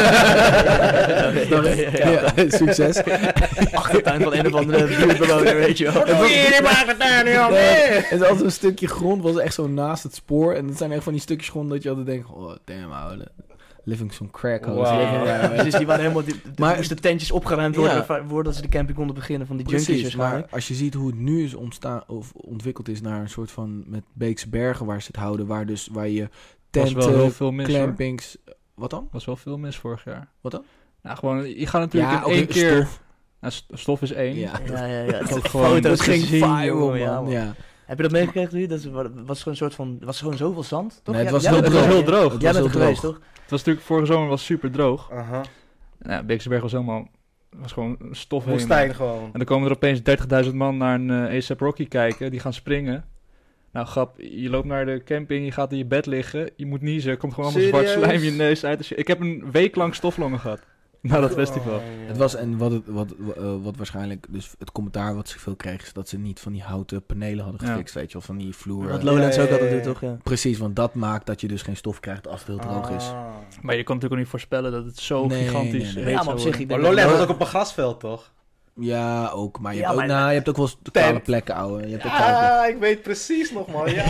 Ja, succes. Achtertuin van een of andere buurtbewoner, weet je wel. Het is altijd een stukje grond, was echt zo naast het spoor. En dat zijn echt van die stukjes grond dat je altijd denkt, oh damn ouwe, living some crack house. Wow. Ja, Dus die waren helemaal... Maar- Er moesten tentjes opgeruimd worden Ja. voordat ze de camping konden beginnen van die junkies precies, waarschijnlijk. maar als je ziet hoe het nu is ontstaan of ontwikkeld is naar een soort van met Beekse Bergen waar ze het houden, waar je Was wel heel tenten, veel mis, hoor. clampings, wat dan? Was wel veel mis vorig jaar. Wat dan? Nou, gewoon, je gaat natuurlijk in oké, één keer... stof. Nou, stof is één. Ja, Ja. ook Het gewoon- foto's dat ging gezien, viral, jongen, man. ja, man. Ja. Heb je dat meegekregen toen? Dat was gewoon een soort van... Was gewoon zoveel zand, toch? Nee, het Ja, was jij heel bent droog. er Heel droog. Het Jij was bent er heel geweest, droog. toch? Het was natuurlijk vorige zomer was super droog. Aha. Nou, Beekse Berg was helemaal... was gewoon stof heen. Woestijn gewoon. En dan komen er opeens 30.000 man naar een A$AP Rocky kijken. Die gaan springen. Nou, grap, je loopt naar de camping, je gaat in je bed liggen. Je moet niezen, er komt gewoon allemaal zwart Serieus? slijm in je neus uit. Ik heb een week lang stoflongen gehad. Na dat festival. Het was, en wat waarschijnlijk, dus het commentaar wat ze veel kregen, is dat ze niet van die houten panelen hadden Ja. gefixt, weet je wel, van die vloer. Wat Lowlands Ja, ook ja, altijd ja. doet, toch? Ja. Precies, want dat maakt dat je dus geen stof krijgt als het heel droog is. Ah. Maar je kon natuurlijk ook niet voorspellen dat het zo Nee, gigantisch nee. heet Ja, maar zou op zich, worden. ik Maar denk Lowlands dat- was ook op een grasveld, toch? Ja, ook. Maar je Ja, hebt ook, maar- je hebt ook wel eens kale plekken, ouwe. Je hebt ook kale plekken. Ik weet precies nog, man. Ja.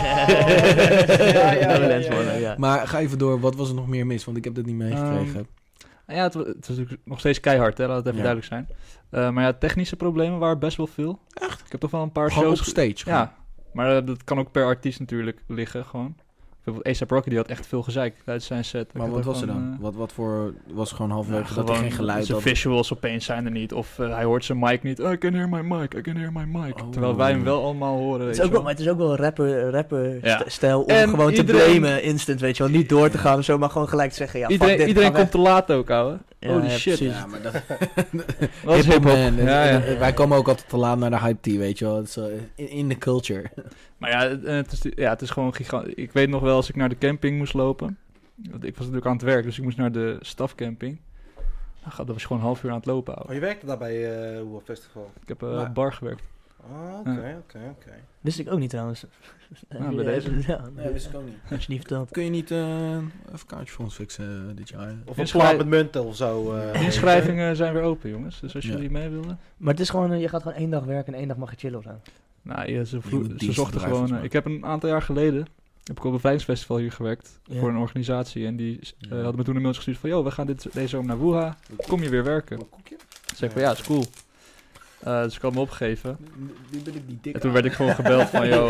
Lowlands, man, ja. Maar ga even door, wat was er nog meer mis? Want ik heb dat niet meegekregen. Ja, het is natuurlijk nog steeds keihard, hè, laat het even Ja. duidelijk zijn. Maar ja, technische problemen waren best wel veel. Echt? Ik heb toch wel een paar Gewoon op shows... stage. gewoon. Ja, maar dat kan ook per artiest natuurlijk liggen, gewoon. Bijvoorbeeld A$AP Rocky, die had echt veel gezeik tijdens zijn set. Maar Ik wat had was er ervan, dan? Wat voor... Was gewoon halverwege dat er gewoon geen geluid zijn had? visuals opeens zijn er niet. Of hij hoort zijn mic niet. Oh, I can hear my mic, I can hear my mic. Oh. Terwijl wij hem wel allemaal horen. Het weet is ook je wel, maar het is ook wel rapper Ja. stijl om En gewoon iedereen- te blamen instant, weet je wel. Niet door te gaan of zo, maar gewoon gelijk te zeggen, ja, fuck dit, Iedereen ga weg. komt te laat ook, ouwe. Ja, Holy ja, shit. precies. Ja, maar dat... Dat is Hip-hop, hip-hop. man. Ja, ja. Wij komen ook altijd te laat naar de hype tea, weet je wel. Het is, in de culture. Maar ja, het is gewoon gigantisch. Ik weet nog wel, als ik naar de camping moest lopen. Want ik was natuurlijk aan het werk, dus ik moest naar de stafcamping. Nou, dat was gewoon een half uur aan het lopen, ouwe. Oh, je werkte daar bij Woe Festival? Ik heb Maar- bar gewerkt. Oh, oké. Wist ik ook niet trouwens. Nou, bij deze. Ja, Nee, wist ik ook niet. had je niet verteld. Kun je niet even een kaartje voor ons fixen dit jaar? Of een Inschrijf- plaat met munten of zo. Inschrijvingen zijn weer open, jongens. Dus als Ja. jullie mee willen. Maar het is gewoon, je gaat gewoon 1 dag werken en 1 dag mag je chillen of zo. Nou, ja, moet ze dienst zochten bedrijven gewoon... maken. ik heb een aantal jaar geleden... heb ik op een vrijheidsfestival hier gewerkt. Ja. Voor een organisatie. En die Ja. hadden me toen een mail gestuurd van... Yo, we gaan deze zomer naar Wuha. Kom je weer werken? Toen zei ik van ja, is cool. Dus ik had me opgegeven. Die ben ik niet dik. En toen werd ik gewoon gebeld van, yo,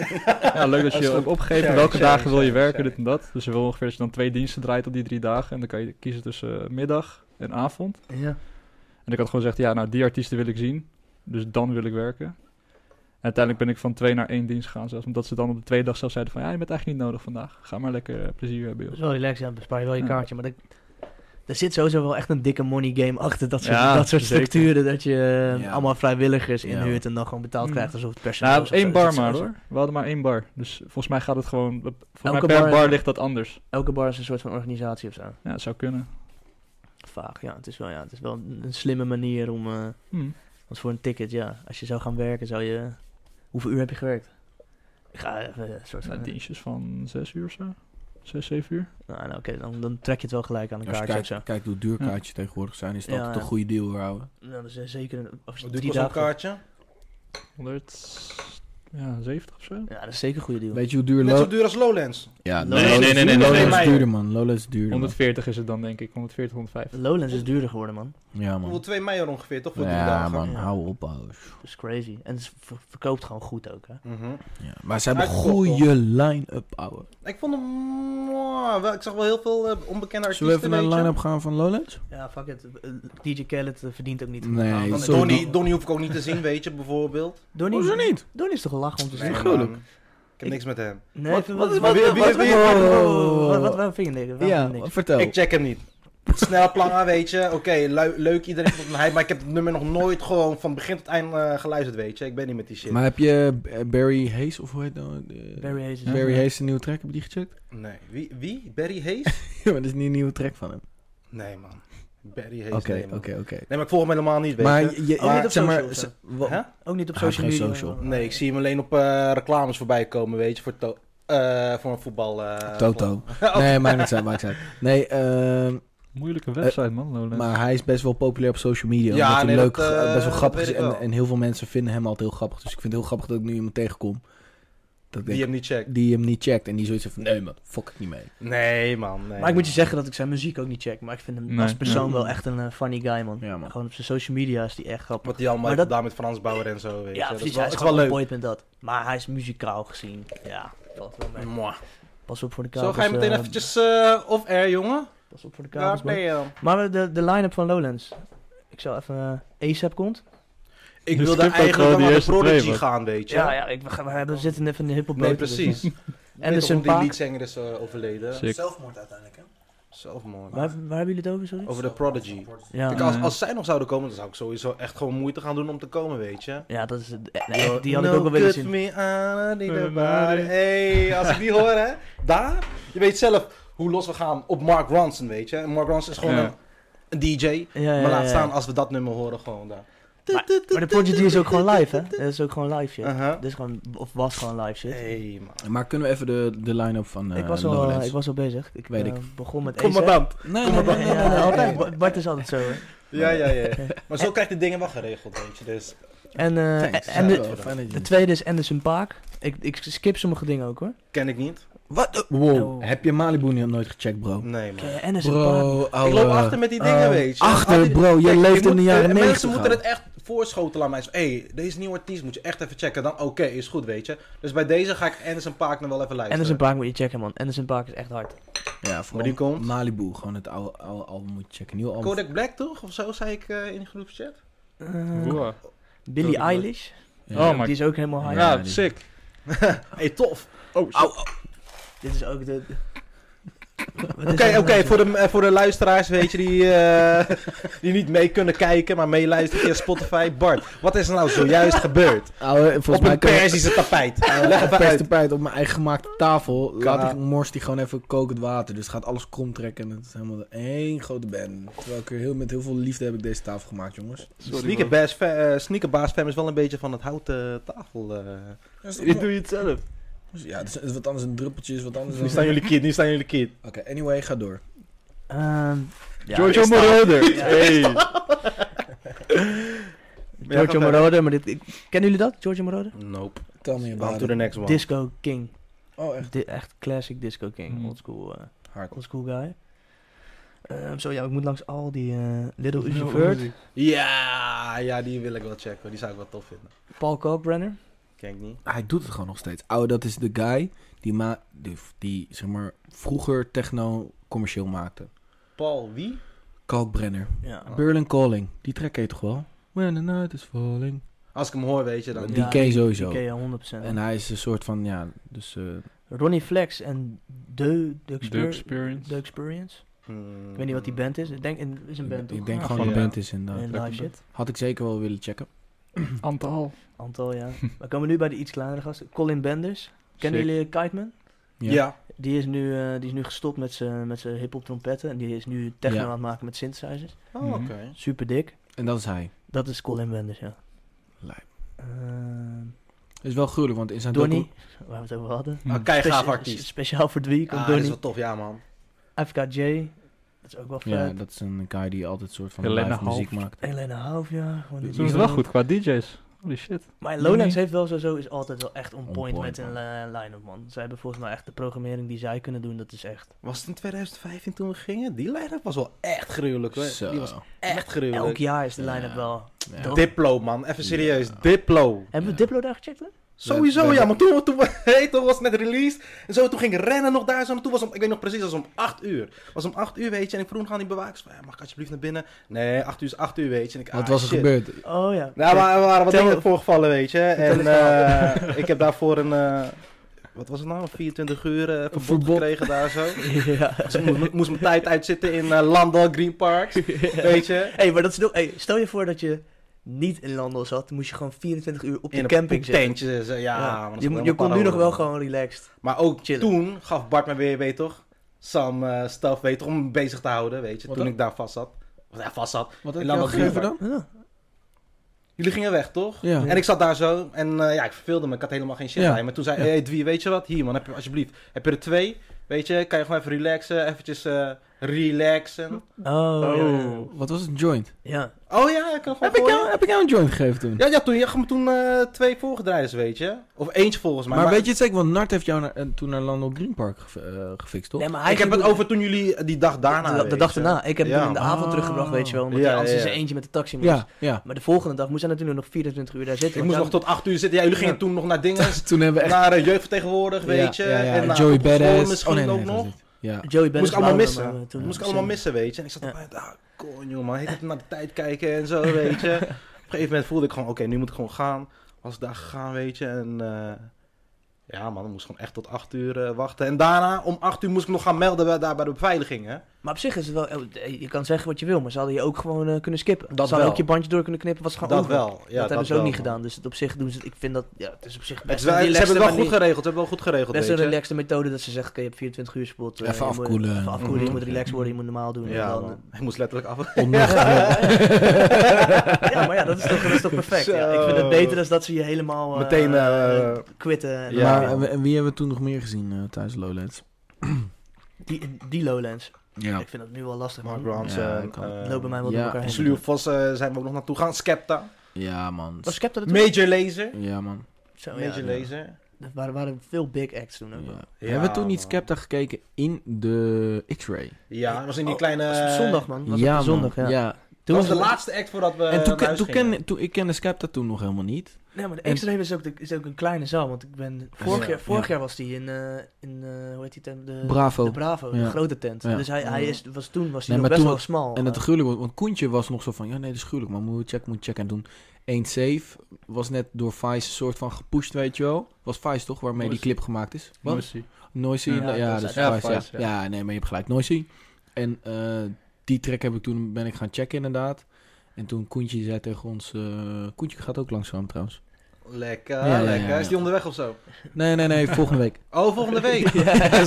ja, leuk dat je je hebt opgegeven. Sharing, Welke dagen sharing, wil je werken, sharing. dit en dat. Dus je wil ongeveer dat je dan 2 diensten draait op die 3 dagen. En dan kan je kiezen tussen middag en avond. Ja. En ik had gewoon gezegd, ja, nou, die artiesten wil ik zien. Dus dan wil ik werken. En uiteindelijk ben ik van 2 naar 1 dienst gegaan. Zelfs omdat ze dan op de tweede dag zelf zeiden van, ja, je bent eigenlijk niet nodig vandaag. Ga maar lekker plezier hebben, Dat joh. is wel relaxed, ja, bespaar je wel je Ja. kaartje. Maar er zit sowieso wel echt een dikke money game achter dat soort, Ja, dat soort zeker. structuren. Dat je Ja. allemaal vrijwilligers Ja. inhuurt en dan gewoon betaald Mm. krijgt alsof het personeel Nou, is of zo. 1 bar Dat zit maar sowieso- hoor. We hadden maar 1 bar. Dus volgens mij gaat het gewoon... Volgens Elke mij per bar- bar ligt dat anders. Elke bar is een soort van organisatie of zo. Ja, dat zou kunnen. Vaag, ja. Het is wel een slimme manier om... Hm. want voor een ticket, ja. Als je zou gaan werken, zou je... Hoeveel uur heb je gewerkt? Ik ga even een soort Ja, van... dienstjes van 6 uur of zo. 6, 7 uur. Nou, oké, dan trek je het wel gelijk aan een Als je kaartje of zo. kijkt hoe duur kaartjes tegenwoordig zijn, is het Ja, altijd ja. een goede deal, houden. Nou, dat is zeker... Als je Wat 3 duurt zo'n dagen... kaartje? 170 of zo. Ja, dat is zeker een goede deal. Weet je hoe duur Net zo duur als Lowlands. Ja, Nee, Lowlands nee, is nee, duurder. nee, nee, Lowlands nee. is duurder, man. Lowlands is duurder, man. 140 is het dan, denk ik. 140, 150. Lowlands is duurder geworden, man. Ja, Hoeveel man. 2 mei ongeveer, toch? Voor 3 Ja, dagen. man. Ja. Hou op, ouwe. Dat is crazy. En het verkoopt gewoon goed ook, hè. Mhm. Ja, maar ze hebben een Uitverkocht, goede line-up, ouwe. Ik vond hem... ik zag wel heel veel onbekende artiesten, Zullen we even naar de weet je. line-up gaan van Lowlands? Ja, fuck it. DJ Khaled verdient ook niet. Nee, Ah, Want sorry. Donnie hoef ik ook niet te zien, weet je, bijvoorbeeld. Donnie niet? Donnie is toch een lach om te zien? Nee, gruwelijk. man. Ik heb niks met hem. Nee, Wat- wat wat- wat wat- wat wie- wie- wat vind je niks? Ja, vertel. Ik check hem niet. Snel plannen, weet je. Oké, leuk, iedereen vindt hem hype, maar ik heb het nummer nog nooit gewoon van begin tot eind geluisterd, weet je. Ik ben niet met die shit. Maar heb je Barry Hayes, of hoe heet dat? Barry Hayes is- Barry Hayes, een nieuwe track, heb je die gecheckt? Nee, wie? Barry Hayes? Ja, maar dat is niet een nieuwe track van hem. Nee, man. Barry Hayes, Oké, nee, man. oké. Nee, maar ik volg hem helemaal niet, weet Maar je. je, Oh, niet op zeg maar, social of zo? Hè? Ook niet op Hij heeft social geen media. social. Nee, ik zie hem alleen op reclames voorbij komen, weet je, voor een voetbal... Toto. Nee, maakt niks uit. Nee, Moeilijke website, man, Lowlands. maar hij is best wel populair op social media. Ja, omdat hij nee, leuk, dat, best wel grappig weet is. ik wel. En heel veel mensen vinden hem altijd heel grappig. Dus ik vind het heel grappig dat ik nu iemand tegenkom. Dat ik Die denk, hem niet checkt. die hem niet checkt. En die zoiets heeft van, nee man, fuck ik niet mee. Nee, man. Nee, Maar ik moet je zeggen dat ik zijn muziek ook niet check. Maar ik vind hem Nee. als persoon Ja. wel echt een funny guy, man. Ja, man. Gewoon op zijn social media is die echt grappig. Wat hij allemaal Maar heeft dat- gedaan met Frans Bauer en zo, weet je. Ja, Dat precies. wel, Hij is het is wel gewoon leuk. een point met dat. Maar hij is muzikaal gezien. Ja, valt wel mee. Mwah. Pas op voor de Zo, kabels. ga je meteen eventjes off-air, jongen? Pas op voor de Ja, kabels, man. ben je. Maar de line-up van Lowlands. Ik zal even... A$AP komt. Ik Je wilde skipt ook eigenlijk gewoon wel die naar de eerste twee, Prodigy man. gaan, weet je. Ja, we zitten even in de hiphop Nee, boot, dus- precies. En En de die Paak. leadzanger is overleden. Sick. Zelfmoord uiteindelijk, hè? Zelfmoord. Waar hebben jullie het over, sorry? Over de Prodigy. Ja, Kijk, als zij nog zouden komen, dan zou ik sowieso echt gewoon moeite gaan doen om te komen, weet je. ja, dat is... Nee, die had ik ook wel willen zien. Me, I need a body. Hey, als ik die hoor, hè. Daar, je weet zelf hoe los we gaan op Mark Ronson, weet je. En Mark Ronson is gewoon Ja. een DJ. Ja, Maar laat staan als we dat nummer horen, gewoon daar. Maar de Prodigy is ook gewoon live, hè? Dat is ook gewoon live shit. Uh-huh. Dit is gewoon, of was gewoon live shit. Hey, man. Maar kunnen we even de line-up van ik was Lowlands? al bezig. Ik Weet ik. begon met A$AP. Commandant. Nee, Nee, altijd. Bart is altijd zo, hè. Ja. Maar zo krijg je dingen wel geregeld, weet je. Dus En de tweede is Anderson .Paak. Ik skip sommige dingen ook hoor. ken ik niet. Wat? Wow, Oh. heb je Malibu nooit gecheckt, bro? Nee, man. Anderson .Paak. Bro, ouwe. Ik loop achter met die dingen, weet je. Achter, bro, je Kijk, leeft in de jaren 90. Mensen moeten het echt voorschotelen aan mij. Hé, deze nieuwe artiest moet je echt even checken. Dan oké, is goed, weet je. Dus bij deze ga ik Anderson .Paak nog wel even luisteren. Anderson .Paak moet je checken man. Anderson .Paak is echt hard. Ja, Maar die komt. Malibu, gewoon het oude album moet je checken. Nieuw album. Kodak Black toch? Of zo zei ik in de groepschat. Wow. Billie Eilish. Ja. Oh my- Die is ook helemaal hard. Ja, die- sick. Hey, tof. Oh, Dit is ook de... Oké, voor de luisteraars, weet je, die niet mee kunnen kijken, maar meeluisteren via Spotify. Bart, wat is er nou zojuist gebeurd? Ouwe, volgens Op mij een kan Perzische tapijt. Leg even Pers uit. tapijt op mijn eigen gemaakte tafel. Morst die gewoon even kokend water. Dus gaat alles krom trekken en het is helemaal één grote band. Terwijl ik er met heel veel liefde heb ik deze tafel gemaakt, jongens. Sneakerbaas fam is wel een beetje van het houten tafel. Dit doe je het zelf. Ja, het is wat anders een druppeltje, is wat anders Nu staan jullie kid. Oké, anyway, ga door. Giorgio Moroder. Ja. Hey. Giorgio Moroder, maar kennen jullie dat? Giorgio Moroder? Nope. Tell me On about to it. the next one. Disco King. Oh, echt Echt classic Disco King. Mhm. hard. Old school guy. Zo ja, ik moet langs al die Little Uzi Vert. Ja, die wil ik wel checken. Die zou ik wel tof vinden. Paul Kalkbrenner. Ken ik niet. Hij doet het gewoon nog steeds. Ouwe, dat is de guy die zeg maar vroeger techno commercieel maakte. Paul, wie? Kalkbrenner. Ja. Berlin Calling. Die track ken je toch wel? When the night is falling. Als ik hem hoor, weet je dan. Die ken je sowieso. Die ken je 100%. En hij is een soort van, ja, dus... Ronnie Flex en The Experience. Experience. Ik weet niet wat die band is. Ik denk, het is een band toch? ik denk Ja, gewoon een ja. band is inderdaad. En live shit. Had ik zeker wel willen checken. Aantal. Aantal, ja. We komen nu bij de iets kleinere gasten. Colin Benders. Kennen Sick. jullie Kiteman? Ja. Die is nu gestopt met zijn hip-hop trompetten. En die is nu techno Ja. aan het maken met synthesizers. Oh, Mhm. oké. Super dik. En dat is hij. Dat is Colin Benders, ja. Lijp. Ehm, Is wel gruwelijk, want in zijn Donnie, waar we het over hadden. Kei gaaf Specie- artiest. Speciaal voor het week komt Ah, dat is Donnie. wel tof, ja man. FKJ. Dat is ook wel vet. Ja, dat is een guy die altijd soort van Helena live muziek Half. maakt. Helena Half, ja. Gewoon Ze die- doen het wel goed qua DJ's. Holy shit. Maar Lowlands heeft wel sowieso is altijd wel echt on point point, met een line-up, man. Zij hebben volgens mij echt de programmering die zij kunnen doen, dat is echt... Was het in 2015 toen we gingen? Die line-up was wel echt gruwelijk, hoor. Zo. Die was echt gruwelijk. Elk jaar is de Ja. line-up wel... Ja. Dope. Diplo, man. Even serieus. Ja. Diplo. Hebben we Diplo daar gecheckt, hè? Sowieso, we- ja. Maar toen was het net released. En zo, toen ging ik rennen nog daar zo. En toen was het, ik weet nog precies, dat was om 8 uur. Het was om 8 uur, weet je. En ik vroeg nog aan die bewakers van, ja, mag ik alsjeblieft naar binnen? Nee, 8 uur is 8 uur, weet je. En ik, Wat was er shit. gebeurd? Oh ja. Nou, maar er waren wat Vertel- dingen voorgevallen, weet je. Vertel En ik heb daarvoor een... wat was het nou? Een 24 uur verbod verbod. gekregen daar zo. ja. Dus ik moest mijn tijd uitzitten in Landal Green Parks. Weet je. Hey, maar dat is nog... Hey, stel je voor dat je niet in Landel zat, dan moest je gewoon 24 uur op In de een camping zitten. tentje. Ja, maar dat is Je wel kon nu parole, nog wel man. gewoon relaxed. Maar ook chillen. toen gaf Bart me weer, weet toch, some stuff, weet toch, om me bezig te houden, weet je. Wat toen dan? ik daar vast zat. Of ja, vast zat. Wat In heb je al Landal gegeven Green dan? Ja. Jullie gingen weg, toch? Ja. En ik zat daar zo en ja, ik verveelde me. Ik had helemaal geen shit Ja. bij. Maar toen zei hey, Dwie, weet je wat? Hier man, alsjeblieft. Heb je er 2? Weet je, kan je gewoon even relaxen. Eventjes relaxen. Oh, ja. Wat was het? Joint? Ja. Oh ja, ik kan gewoon gooien. Heb ik jou een joint gegeven toen? Ja, toen, je gaf me toen 2 voorgedraaid, weet je. Of eentje volgens mij. Maar weet je het zeker? Want Nart heeft jou toen naar Landel Green Park gefixt, toch? Nee, maar hij Ik heb ging het toen- over toen jullie die dag daarna, De weet dag je. daarna. Ik heb Ja. hem in de avond Oh. teruggebracht, weet je wel. Omdat Ja, hij anders ja, in ja. zijn eentje met de taxi moest. Ja, ja. Maar de volgende dag moest hij natuurlijk nog 24 uur daar zitten. Ik moest nog tot 8 uur zitten. Ja, jullie gingen Ja. toen nog naar dingen. Toen hebben we echt... Naar jeugdvertegenwoordig, weet je. Ja, ja, ja. En naar Joey op school Badass. misschien nee, ook dat nog. was het. Ja. Joey Bennett Moest ik allemaal wou missen. hem, maar toen Moest ik was allemaal hij- missen, weet je. En ik zat Ja. erbij, kon jongen, heet het naar de tijd kijken en zo, weet je. Op een gegeven moment voelde ik gewoon, oké, nu moet ik gewoon gaan. Was ik daar gegaan, weet je. En ja man, dan moest ik gewoon echt tot 8 uur wachten. En daarna, om 8 uur moest ik nog gaan melden daar bij de beveiliging, hè. Maar op zich is het wel... je kan zeggen wat je wil, maar ze hadden je ook gewoon kunnen skippen. Dat ze hadden wel. ook je bandje door kunnen knippen, was gewoon Dat over. wel. Ja, dat hebben ze ook wel, niet man. gedaan. Dus het op zich doen ze het... Ik vind dat... Ja, het is op zich Het best is wel- een ze hebben het wel goed manier. geregeld, ze hebben wel goed geregeld, Best weet een je. relaxte methode dat ze zeggen, oké, je hebt 24 uur spot. Even afkoelen. Even afkoelen, je Mhm. moet relaxed worden, je moet normaal doen. Ja, en dan, man. Ik moest letterlijk af. ja, maar ja, dat is toch perfect. Ja. Ik vind het beter dan dat ze je helemaal Meteen, quitten. En ja. Maar en wie hebben we toen nog meer gezien tijdens Lowlands? die Lowlands. Ja. Ik vind dat nu wel lastig, Mark man. Ronson. Ja, ik kan- Het loopt bij mij wel door Ja, elkaar En heen. Sluw Vos zijn we ook nog naartoe gaan. Skepta. Ja, man. Was Skepta er toen? Major Lazer. Ja, man. Zo, Major ja. Lazer. Er waren veel big acts toen ook wel. Ja. Ja, Hebben we toen niet man. Skepta gekeken in de X-Ray? Ja, dat was in die Oh, kleine... was het op zondag, man. Was ja, op de zondag, man. ja. Ja. Toen was de het- laatste act voordat we En naar huis gingen. ik kende Skepta toen nog helemaal niet. Nee, maar de En- X-Ray is ook een kleine zaal. Want ik ben... Vorig jaar was die in hoe heet die tent? De Bravo. De Bravo, Ja. de grote tent. Ja. Dus hij was toen Nee, nog maar best toen wel was- smal. En het gruwelijk was, want Koentje was nog zo van, ja nee, dat is gruwelijk, maar moet checken. En toen 1 Save was net door Vice een soort van gepusht, weet je wel. Was Vice toch, waarmee die Noisy. clip gemaakt is? Wat? Noisy. Noisy, Ja, ja, dat dat is is uit- Vice, ja, ja. Vice, Ja, nee, maar je hebt gelijk, Noisy. En die track ben ik gaan checken inderdaad. En toen Koentje zei tegen ons, Koentje gaat ook langzaam trouwens. Lekker, Ja, ja, lekker. ja, ja. Is die onderweg of zo? Nee, volgende week. Oh, volgende week. Ja,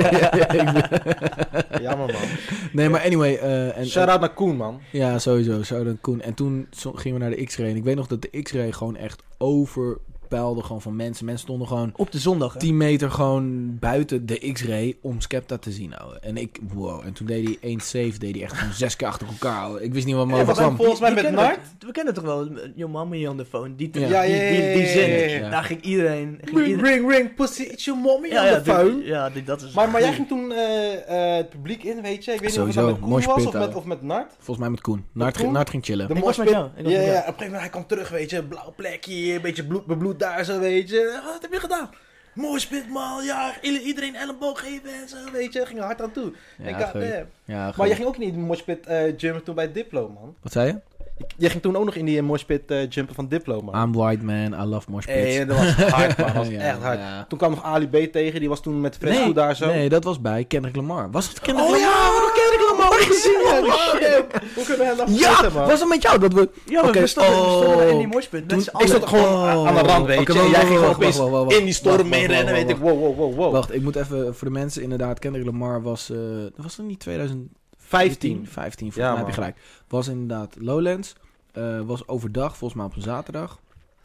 sorry. Jammer, man. Nee, maar anyway. Shout-out naar Koen, man. Ja, sowieso. Shout-out Koen. En toen gingen we naar de X-Ray. En ik weet nog dat de X-Ray gewoon echt overpeilde gewoon van mensen. Mensen stonden gewoon Op de zondag, hè? 10 meter gewoon buiten de X-Ray om Skepta te zien, ouwe. En ik, wow. En toen deed hij 1 save, deed hij echt gewoon 6 keer achter elkaar, ouwe. Ik wist niet wat me Ja, overkwam. maar volgens mij Die met kennen Nart. we kennen toch wel Your Mommy on the Phone. Die Ja. die zin. ja. Daar ging iedereen... Ring, ring, pussy, it's your mommy Ja, on ja, the phone. dat is... Maar jij ging toen het publiek in, weet je? Ik weet niet of het Sowieso, nou met Koen mosh was pit, of met Nart. Volgens mij met Koen. Koen? Nart ging chillen. De Ik was moshpit. met jou, ik was Ja, met ja, jou. op een gegeven moment hij kwam terug, weet je. Blauw plekje hier, een beetje bebloed daar zo, weet je. Wat heb je gedaan? Moshpit, man. Ja, iedereen elleboog geven en zo, weet je. Ging er hard aan toe. Ik Ja, dacht, goed. Ja, Maar goed. jij ging ook niet in die moshpit jumpen toen bij Diplo, man. Wat zei je? Jij ging toen ook nog in die moshpit jumpen van Diplo, man. I'm white man, I love mosh pits. Hey, dat was hard, man. Dat was Ja, echt hard. ja. Toen kwam nog Ali B tegen, die was toen met Fresco daar zo. Nee, dat was bij Kendrick Lamar. Was het Kendrick Oh Lamar? ja, we nog Kendrick Lamar gezien, man. Oh, shit. Hoe kunnen we hem nog Ja, vergeten, man? was het met jou dat we... Ja, maar Oké, we stonden in die oh. moshpit. Toen- Met z'n Ik stond allen. gewoon aan de rand, weet Oké, je. En jij ging gewoon wacht, opeens wacht. in die storm Wacht, meerennen, wacht, weet ik. wacht. Wow. Wacht, ik moet even voor de mensen inderdaad. Kendrick Lamar was... was dat niet 2015? 15. 15, volgens Ja, mij heb je man. gelijk. Was inderdaad Lowlands. Was overdag, volgens mij op een zaterdag.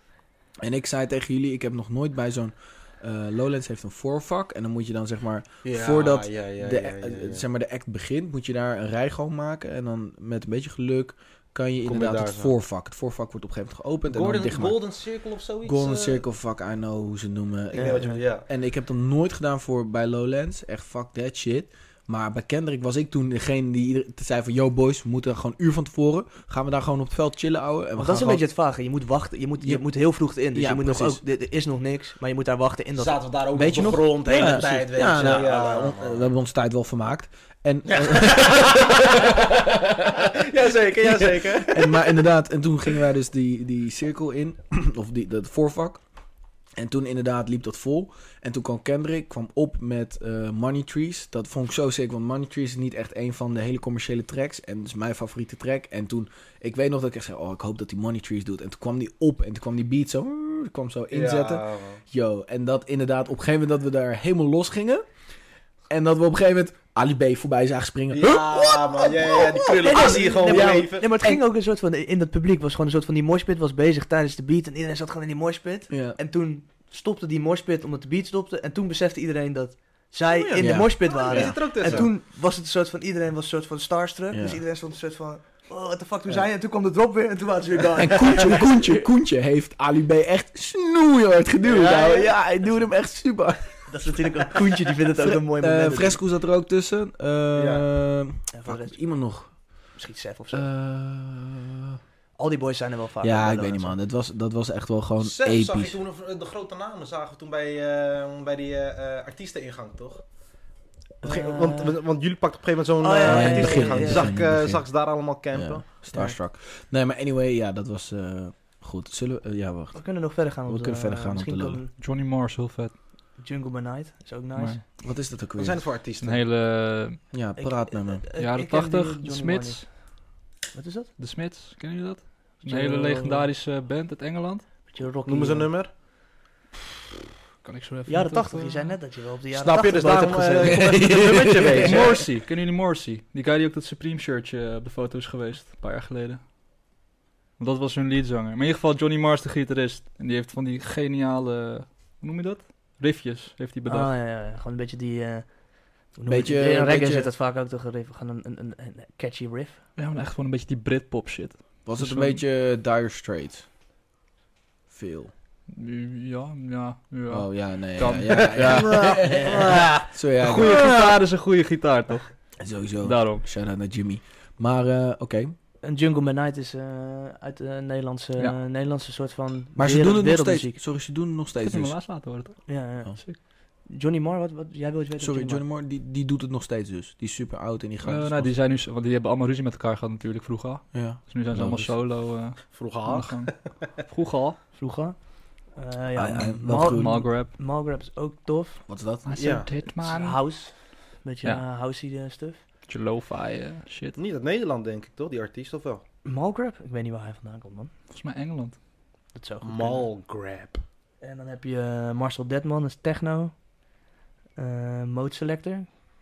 En ik zei tegen jullie, ik heb nog nooit bij zo'n... Lowlands heeft een voorvak. En dan moet je dan zeg maar... voordat zeg maar de act begint, moet je daar een rij gewoon maken. En dan met een beetje geluk kan je Kom je inderdaad daar het zo. voorvak. Het voorvak wordt op een gegeven moment geopend. en dan dichtgemaakt. Golden Circle of zoiets? Golden Circle vak, I know hoe ze het noemen. Ik weet wat je bedoelt, ja. En ik heb dat nooit gedaan bij Lowlands. Echt fuck that shit. Maar bij Kendrick was ik toen degene die zei van... Yo boys, we moeten gewoon een uur van tevoren... Gaan we daar gewoon op het veld chillen, ouwe. En we Want gaan dat is een beetje het vage. Je moet wachten. Je moet heel vroeg in. Dus Ja, je moet nog precies. ook... Er is nog niks. Maar je moet daar wachten in dat... Zaten we daar ook Weet op je de nog? grond de hele Ja, tijd, weet ja, je. nou, Ja, we hebben ons tijd wel vermaakt. En, Jazeker. maar inderdaad, en toen gingen wij dus die cirkel in. Of dat voorvak. En toen inderdaad liep dat vol. En toen kwam Kendrick, kwam op met Money Trees. Dat vond ik zo sick, want Money Trees is niet echt een van de hele commerciële tracks. En dat is mijn favoriete track. En toen, ik weet nog dat ik echt zei, oh, ik hoop dat hij Money Trees doet. En toen kwam die op en toen kwam die beat zo, kwam zo inzetten. Ja, man. Yo, en dat inderdaad, op een gegeven moment dat we daar helemaal los gingen. En dat we op een gegeven moment Ali B voorbij zagen springen. Ja, man. Ja, die krullen zie je gewoon Nee, maar, leven. nee, maar het ging ook een soort van... In dat publiek was gewoon een soort van... Die moshpit was bezig tijdens de beat. En iedereen zat gewoon in die moshpit. Ja. En toen stopte die moshpit omdat de beat stopte. En toen besefte iedereen dat zij Oh ja. in Ja. de moshpit Die waren. zit er ook En tussen. toen was het een soort van... Iedereen was een soort van starstruck. Ja. Dus iedereen stond een soort van... Oh, what the fuck, toen zei je? En toen kwam de drop weer en toen waren ze weer gone. En Koentje heeft Ali B echt snoeihard geduwd. Ja, ouwe. ja. Ja, hij duwde hem echt super. Dat is natuurlijk ook Koentje, die vindt het ook een mooi moment. Fresco zat er ook tussen. Ja, voor de rest, Iemand nog. misschien Sef of zo. Eh, Al die boys zijn er wel vaak. ja, bij ik weet niet man. Dat was echt wel gewoon Sef zag ik episch. toen, de grote namen zagen we toen bij die artiesteningang, toch? Want jullie pakten op een gegeven moment zo'n Oh, ja, ja, artiesteningang. ja, Toen ja, zag ik begin. zag ze daar allemaal campen. Ja, starstruck. Nee, maar anyway, ja, dat was goed. Zullen we... ja, wacht. We kunnen nog verder gaan. We kunnen verder gaan op misschien de lullen. kan Johnny Mars, heel vet. Jungle by Night, is ook nice. Maar Wat is dat ook Wat weer? zijn het voor een artiesten? hele Ja, praat met me. jaren ik ken die 80, Johnny de Smiths. Marnie. Wat is dat? De Smiths, kennen jullie dat? Een Zo- hele legendarische band uit Engeland. Beetje rocky. Noemen ze een nummer? Kan ik zo even... Jaren niet 80, op, je zei net dat je wel op de jaren Snap je? 80 Dus boot daarom hebt gezeten. kom even met een nummertje wezen. Morrissey, kennen jullie Morrissey? Die guy die ook dat Supreme shirtje op de foto is geweest, een paar jaar geleden. Want dat was hun leadzanger. Maar in ieder geval Johnny Mars, de gitarist. En die heeft van die geniale, hoe noem je dat? Riffjes heeft hij bedacht. Ah, ja. Gewoon een beetje die Beetje- in reggae beetje- zit dat vaak ook toch gewoon een catchy riff. Ja, maar echt gewoon een beetje die Britpop shit. Was het Dus een beetje Dire Straits? Veel. Ja. Oh ja, nee. Kan. Ja. Zo, ja, Een goede gitaar is een goede gitaar, toch? Sowieso. Daarom. Shout-out naar Jimmy. Maar, oké. En Jungle Midnight is uit de Ja. Nederlandse soort van Maar ze doen het nog wereldmuziek. steeds. Sorry, ze doen het nog Ik steeds. heb hem Dus. laatst laten horen, toch? Ja. Oh. Sick. Johnny Marr, wat jij wil iets weten? Sorry, over Johnny Moore, die doet het nog steeds dus. Die is super oud en die gaat... Nou, die zijn nu, want die hebben allemaal ruzie met elkaar gehad natuurlijk vroeger. Ja. Dus nu zijn ze allemaal Logisch. solo Vroeger aan de al. gang. Vroeger al. Vroeger. wel goed. Malgrab. Malgrab is ook tof. Wat is dat? Ja. Dit Het is house. Beetje Ja. housey stuff. Beetje lo-fi shit. Niet uit Nederland, denk ik, toch? Die artiest, of wel? Malgrab? Ik weet niet waar hij vandaan komt, man. Volgens mij Engeland. Dat zou goed kunnen. Malgrab. En dan heb je Marcel Deadman, dat is techno. Mode Selector.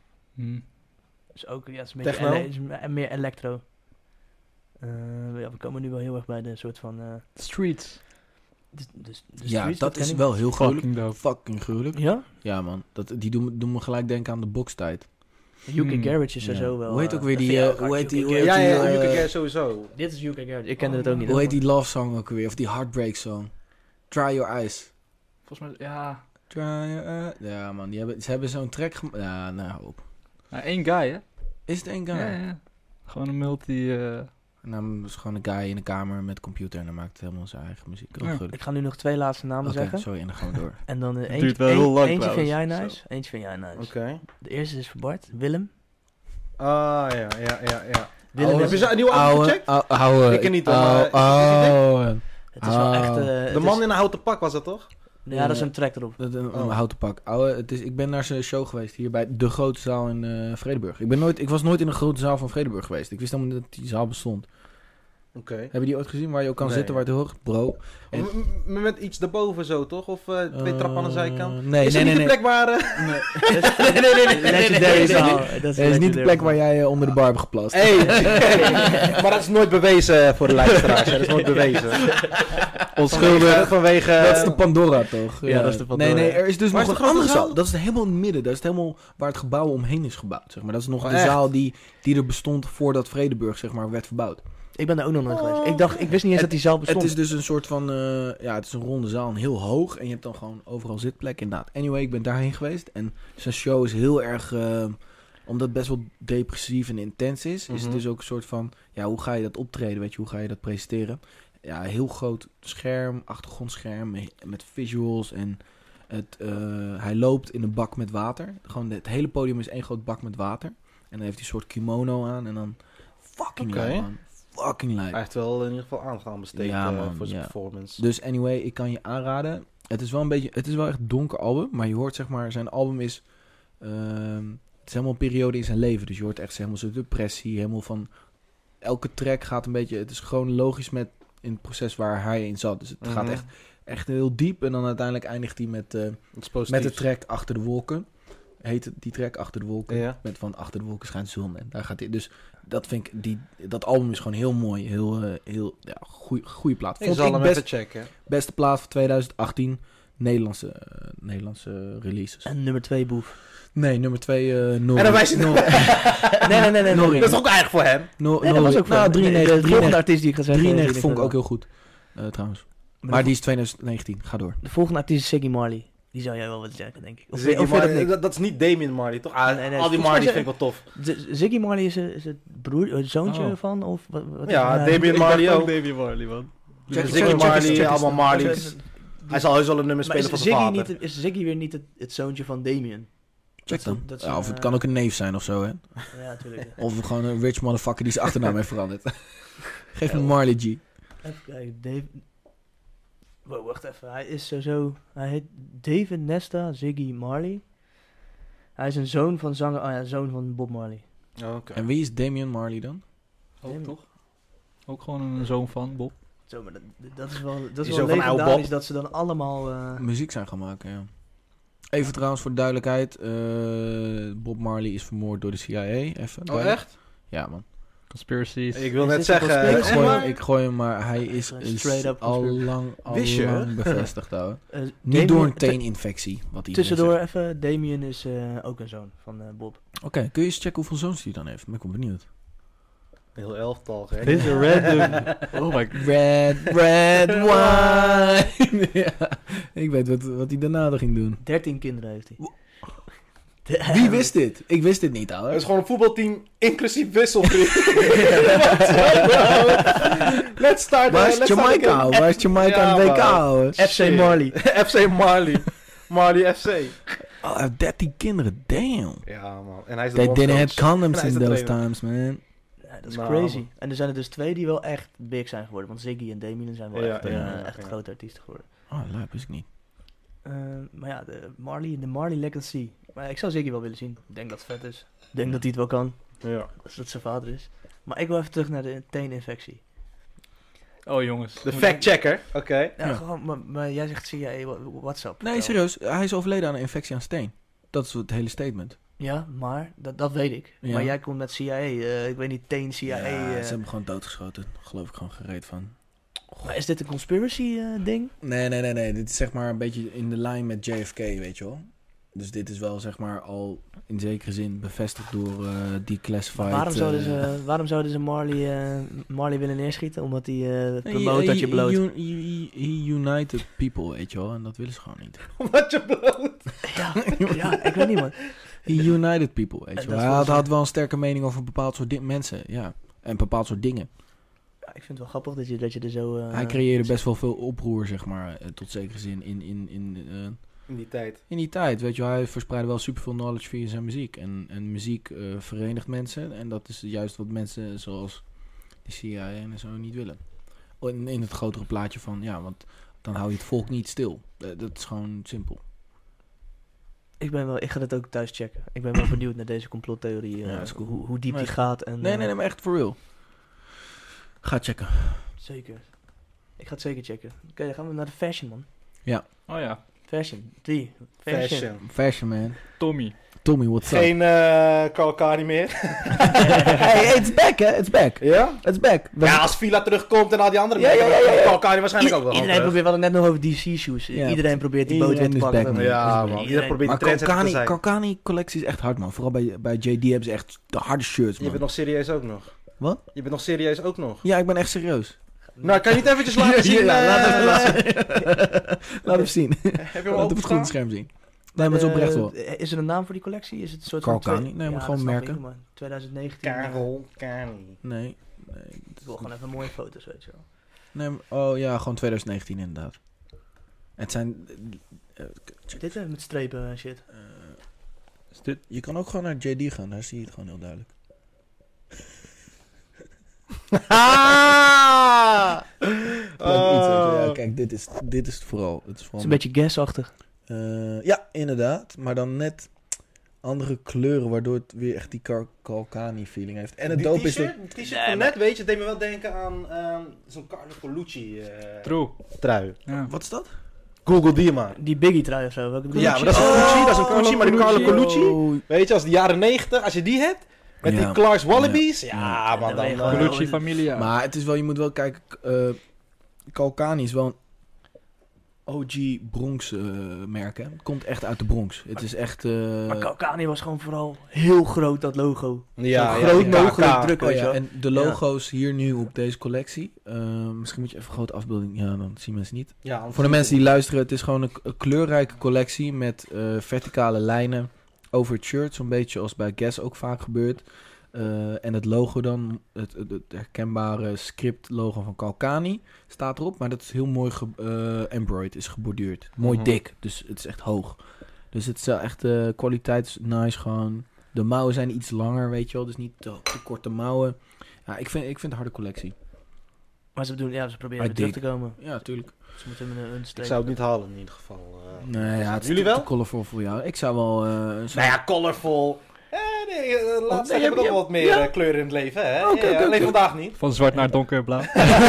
Is ook, ja, het is een beetje Techno? is meer electro. Ja, we komen nu wel heel erg bij de soort van... Streets. de Ja, streets, dat ken is ik. wel heel gruwelijk. Fucking dope. Fucking gruwelijk. Ja? Ja, man. Die doen me gelijk denken aan de boxtijd. UK Garage is er Ja. zo wel. Hoe heet ook weer dat die, vind ik ook hoe hard, heet die- UK hoe heet Garage. Ja, die, you can get sowieso. Dit is UK Garage. Ik kende het ook niet. Hoe heet die love song ook weer? Of die heartbreak song? Dry Your Eyes. Volgens mij, ja. Dry Your Eyes. Ja, man. Ze hebben zo'n track gemaakt. Ja, nou, op. Nou, één guy, hè? Is het een guy? Ja. Gewoon een multi... Nou, is gewoon een guy in een kamer met computer en hij maakt helemaal zijn eigen muziek. Ook Ja. gruwelijk. Ik ga nu nog 2 laatste namen Oké, zeggen. sorry, en dan gaan we door. En dan duurt eentje, wel heel lang eentje vind jij trouwens. nice, eentje vind jij nice. Oké. De eerste is voor Bart. Willem. Ah, ja. Willem Heb je is, zijn nieuwe album gecheckt? Ouwe. Ik ken niet, hoor, maar het is wel echt... De man in een houten pak was dat toch? Ja, dat is een track erop. Een Oh. houten pak. Ouwe, ik ben naar zijn show geweest hier bij de grote zaal in Vredenburg. Ik was nooit in de grote zaal van Vredenburg geweest. Ik wist helemaal niet dat die zaal bestond. Oké. Hebben die ooit gezien waar je ook kan Nee. zitten, waar het hoort? Bro. En- Met iets daarboven zo, toch? Of twee trappen aan de zijkant? Nee, Is dat niet de plek waar... Legendary zaal. Het is niet de plek waar jij onder de bar hebt geplast. Hey, maar dat is nooit bewezen voor de luisteraars. hè. Dat is nooit bewezen. Onschuldig. Vanwege... Dat is de Pandora, toch? Ja, dat is de Pandora. Nee, er is dus Waar nog is de een andere grote zaal. zaal? Dat is helemaal in het midden. Dat is helemaal waar het gebouw omheen is gebouwd, zeg maar. Dat is nog de Echt? zaal die er bestond voordat Vredenburg, zeg maar, werd verbouwd. Ik ben daar ook nog nooit geweest. Ik wist niet eens dat die zaal bestond. Het is dus een soort van, het is een ronde zaal en heel hoog. En je hebt dan gewoon overal zitplekken, inderdaad. Anyway, ik ben daarheen geweest. En zijn show is heel erg, omdat het best wel depressief en intens is het Mhm. dus ook een soort van, ja, hoe ga je dat optreden, weet je, hoe ga je dat presenteren? Ja, heel groot scherm, achtergrondscherm, met visuals en hij loopt in een bak met water. Gewoon het hele podium is één groot bak met water. En dan heeft hij een soort kimono aan en dan fucking Oké. lijp, man. Fucking lijp. Hij heeft wel in ieder geval aangaan besteed Ja, man, voor zijn ja. performance. Dus anyway, ik kan je aanraden. Het is wel echt een donker album, maar je hoort zeg maar, zijn album is, het is helemaal een periode in zijn leven. Dus je hoort echt helemaal zo'n depressie, helemaal van, elke track gaat een beetje, het is gewoon logisch met in het proces waar hij in zat. Dus het gaat echt heel diep en dan uiteindelijk eindigt hij met de track Achter de Wolken. Heet die track Achter de Wolken. Ja. Met van Achter de Wolken schijnt de zon. En daar gaat hij. Dus dat vind ik, dat album is gewoon heel mooi. Heel goede plaat. Ik Vond zal ik hem even checken. beste plaat van 2018. Nederlandse releases. En nummer 2 Boef. Nee, nummer 2 Nori. En dan wijst hij Nee. Nori. Dat is ook eigenlijk voor hem. Nee, dat was ook nou, voor 93. de volgende artiest die ik ga zeggen. 93 vond ik ook heel goed. Trouwens. Maar die is 2019. Ga door. De volgende artiest is Siggy Marley. Die zou jij wel wat zeggen, denk ik. Of Ziggy vind je dat Marley, niks? dat is niet Damien Marley, toch? Nee, nee, Al die volgens Marley mij vind ik wel tof. Ziggy Marley is het zoontje Oh. van? Of wat Ja, is het? Damien Marley ook. Damien Marley, man. Ziggy Marley, allemaal Marleys. Hij zal heus wel een nummer Maar spelen is van zijn Ziggy, vader. is Ziggy weer niet het zoontje van Damien? Check dan. Dat is Ja, of een, het kan ook een neef zijn of zo, hè. Ja, natuurlijk. Of gewoon een rich motherfucker die zijn achternaam heeft veranderd. Geef me Marley G. Even kijken, Wow, wacht even. Hij is sowieso... Hij heet David Nesta Ziggy Marley. Hij is een zoon van zoon van Bob Marley. Oké. En wie is Damian Marley dan? Ook toch? Ook gewoon een zoon van Bob. Zo, maar dat is wel, dat Die is wel zoon van oude legendarisch Bob. dat ze dan allemaal... Muziek zijn gaan maken, ja. Even trouwens voor de duidelijkheid. Bob Marley is vermoord door de CIA. Even. Oh, echt? Ja, man. Conspiracies. Ik wil Is net dit een zeggen... conspiracy? Ik gooi hem, maar hij is Straight up al Wist je? lang bevestigd, ouwe. Niet Damien- door een teeninfectie, wat iedereen Tussendoor zegt. even, Damien is ook een zoon van Bob. Oké, kun je eens checken hoeveel zoons hij dan heeft? Ben ik wel benieuwd. Heel elftal, hè? Dit is een random. Oh my god. Red wine. Ja, ik weet wat hij daarna nog ging doen. 13 kinderen heeft hij. Wie wist dit? Ik wist dit niet, Het ouwe. is gewoon een voetbalteam, inclusief wisselvriend. Let's start. Waar is Jamaica, ouwe? Waar is Jamaica aan het WK, ouwe? FC Marley. FC Marley. Marley FC. Oh, hij heeft 13 kinderen, damn. Ja, man. En hij is de They didn't bondscoach. have condoms En hij is in de those trainer. times, man. Ja, dat is Nou, crazy. man. En er zijn er dus 2 die wel echt big zijn geworden. Want Ziggy en Damien zijn wel Ja, echt, ja, echt ja. grote artiesten geworden. Oh, leuk, wist ik niet. Maar ja, de Marley Legacy. Maar ik zou Ziggy wel willen zien. Ik denk dat het vet is. Ik denk dat hij het wel kan. Ja. Als dat zijn vader is. Maar ik wil even terug naar de teeninfectie. Oh jongens. De fact-checker. Oké. Ja, Ja. gewoon, maar jij zegt CIA, WhatsApp. Nee, serieus. Hij is overleden aan een infectie aan steen. Dat is het hele statement. Ja, maar dat weet ik. Ja. Maar jij komt met CIA. Ik weet niet, teen CIA. Ja, ze hebben hem gewoon doodgeschoten. Daar geloof ik gewoon gereed van. Maar is dit een conspiracy ding? Nee. Dit is zeg maar een beetje in de lijn met JFK, weet je wel. Dus dit is wel zeg maar al in zekere zin bevestigd door Declassified. Waarom zouden ze Marley willen neerschieten? Omdat hij promoot dat je bloot. He united people, weet je wel. En dat willen ze gewoon niet. Omdat je bloot. Ja, ik weet niet, man. He united people, weet En je dat wel. is Hij wel had wel een sterke mening over een bepaald soort mensen, ja. En een bepaald soort dingen. Ja, ik vind het wel grappig dat je er zo... Hij creëerde best wel veel oproer, zeg maar, tot zekere zin In die tijd. in die tijd. Weet je wel, hij verspreidde wel superveel knowledge via zijn muziek. En muziek verenigt mensen. En dat is juist wat mensen zoals de CIA en zo niet willen. In het grotere plaatje van, ja, want dan hou je het volk niet stil. Dat is gewoon simpel. Ik ga dat ook thuis checken. Ik ben wel benieuwd naar deze complottheorie. Ja, is cool. Hoe diep Nee, die gaat. En, Nee, maar echt for real. Ga checken. Zeker. Ik ga het zeker checken. Oké, dan gaan we naar de fashion, man. Oh ja. Fashion. Die. Fashion. Fashion, man. Tommy. Tommy, what's up? Geen Kalkani meer. Hey, it's back, hè? It's back. Ja? It's back. Ja, als Villa terugkomt en al die andere Ja, ja, merken, ja, ja. Kalkani waarschijnlijk ook wel. Iedereen probeert, we hadden het net nog over DC shoes. Ja. Iedereen probeert die boot weer te Iedereen is pakken. back, Ja, man. man. Iedereen probeert Maar die trendsetter te zijn. Kalkani collectie is echt hard, man. Vooral bij JD hebben ze echt de harde shirts, Je man. bent nog serieus ook nog. Wat? Je bent nog serieus ook nog. Ja, ik ben echt serieus. Nou, kan je niet eventjes laten zien? Laat hem zien. Heb je hem Laat hem het goed in het openstaan? scherm zien. Nee, maar het is oprecht wel. Is er een naam voor die collectie? Is het een soort Kalkani? van... Nee, je moet gewoon dat snap merken. ik, maar 2019. Karel Kani. Nee. Ik wil gewoon even mooie foto's, weet je wel. Nee, oh ja, gewoon 2019 inderdaad. Het zijn... Dit met strepen en shit. Is dit... je kan ook gewoon naar JD gaan, daar zie je het gewoon heel duidelijk. Ja, kijk, dit is het vooral. Het is Het vooral is een beetje gasachtig. ja, inderdaad. Maar dan net andere kleuren, waardoor het weer echt die Kalkani feeling heeft. En het Die dope is t-shirt, dat... die t-shirt van net, weet je, het deed me wel denken aan zo'n Carlo Colucci True. trui. Ja. Wat is dat? Google die maar. Die Biggie trui of zo. Welke bedoel Ja, je? maar dat is een Gucci, dat is een Gucci, maar die Carlo Colucci, Oh, weet je, als de jaren 90, als je die hebt, met Ja. die Clarks Wallabies, ja, Ja. man, Dan dan... ben je gewoon- Colucci Familia. maar het is wel, je moet wel kijken, Kalkani is wel een OG Bronx merk, hè. Het komt echt uit de Bronx. Het is echt... Maar Kalkani was gewoon vooral heel groot, dat logo. Ja, Zo ja, groot die mogelijk KK. druk, Oh weet je ja, wel. en de logo's hier nu op deze collectie. Misschien moet je even een grote afbeelding... Ja, dan zien mensen niet. Ja, Voor de mensen die luisteren, het is gewoon een kleurrijke collectie met verticale lijnen over het shirt. Zo'n beetje als bij Guess ook vaak gebeurt. En het logo dan, het herkenbare script logo van Kalkani staat erop. Maar dat is heel mooi embroidered, is geborduurd. Mooi Mhm. dik, dus het is echt hoog. Dus het is wel echt, kwaliteit is nice gewoon. De mouwen zijn iets langer, weet je wel. Dus niet te korte mouwen. Ja, ik vind het een harde collectie. Maar ze proberen I weer terug dig. te komen. Ja, tuurlijk. Ze moeten een Ik streep. zou het niet halen in ieder geval. Nee, ja, het is Jullie te wel? colorful voor jou. Ik zou wel... Nou ja, colorful. Laatst heb ik ook wel wat meer kleur in het leven, hè? Alleen vandaag niet. Van zwart naar donkerblauw.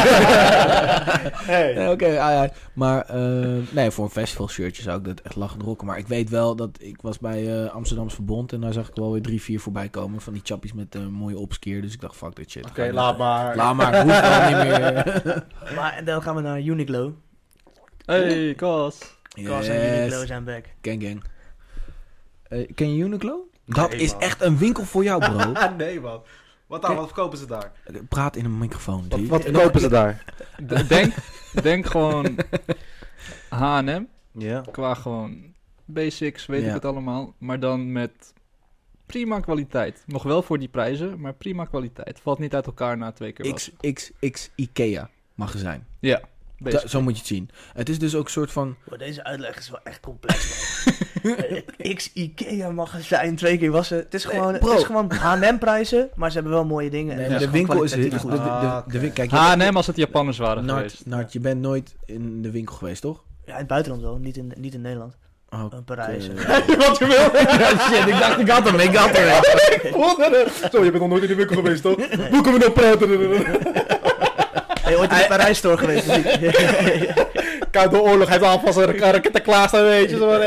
Oké. Maar nee, voor een festivalshirtje zou ik dat echt lachend rocken. Maar ik weet wel dat ik was bij Amsterdams Verbond en daar zag ik wel weer 3-4 voorbij komen van die chappies met mooie opskeer. Dus ik dacht, fuck dit shit. Oké, laat maar. Laat maar, hoeft wel niet meer. Maar dan gaan we naar Uniqlo. Hey, Kos. Kos en Uniqlo zijn back. Gang. Ken je Uniqlo? Dat Nee, is man. echt een winkel voor jou, bro. Nee, man. Wat verkopen ze daar? Praat in een microfoon. G. Wat verkopen ze daar? Denk gewoon H&M. Ja. Qua gewoon basics, weet ik het allemaal. Maar dan met prima kwaliteit. Nog wel voor die prijzen, maar prima kwaliteit. Valt niet uit elkaar na 2 keer wat. XXX Ikea magazijn. Ja, Zo moet je het zien. Het is dus ook een soort van... Wow, deze uitleg is wel echt complex, man. Ikea magazijn 2 keer wassen. Het is gewoon H&M prijzen, maar ze hebben wel mooie dingen. Nee, En maar het de winkel is... kwalitatief goed. Kijk, H&M als het Japanners waren geweest. Nart, je bent nooit in de winkel geweest, toch? Ja, in het buitenland wel, niet in Nederland. Oh, In Parijs. Wat je wil. shit, ik dacht, ik had hem. Zo, je bent nog nooit in de winkel geweest, toch? Hoe kunnen we nou praten? Hey, ooit in de Parijs store geweest? Koude oorlog, hij heeft alvast een raketten klaarstaan, weet je. Zo van,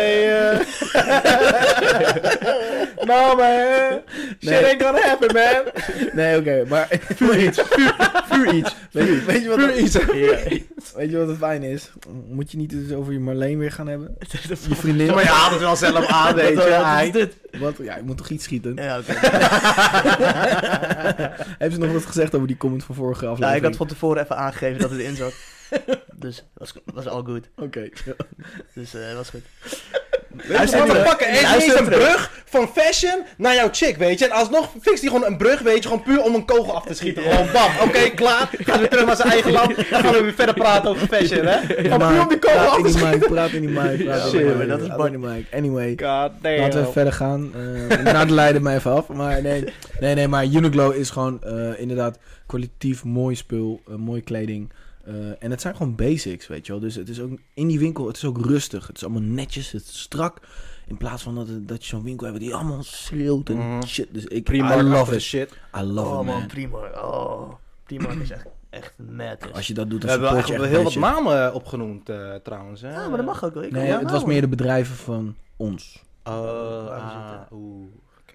nou, man. Shit ain't gonna happen, man. Nee, oké, maar... Vuur iets. Weet je wat het fijn is? Moet je niet eens over je Marleen weer gaan hebben? Je vriendin? Maar je haalt het wel zelf aan, weet je. Wat is dit? Wat? Ja, je moet toch iets schieten? Ja, oké. Hebben ze nog wat gezegd over die comment van vorige Nou, aflevering? ik had van tevoren even aangegeven dat het erin zat. Dus was all good. Oké. Dus was goed. Weet je wat we pakken? Er is niet eens een brug van fashion naar jouw chick, weet je. En alsnog fixt hij gewoon een brug, weet je. Gewoon puur om een kogel af te schieten. Gewoon bam. Oké, klaar. Gaat weer terug naar zijn eigen land. Dan gaan we weer verder praten over fashion, hè. Gewoon puur om die kogel af te schieten. Praat in die mic. Dat is in die mic. Anyway. God damn. Laten we verder gaan. Naar de leiden mij even af. Maar nee, maar Uniqlo is gewoon inderdaad kwalitatief mooi spul, mooie kleding. En het zijn gewoon basics, weet je wel. Dus het is ook in die winkel, het is ook rustig. Het is allemaal netjes, het is strak. In plaats van dat je zo'n winkel hebt die allemaal schreeuwt en shit. Dus I love it. Shit. I love it, man. Primark. Oh, Primark is echt mad. Als je dat doet, We dan hebben support je wel echt heel wat beetje. namen opgenoemd, trouwens, hè. Ja, maar dat mag ook wel. Nee, het was meer de bedrijven van ons. Oeh.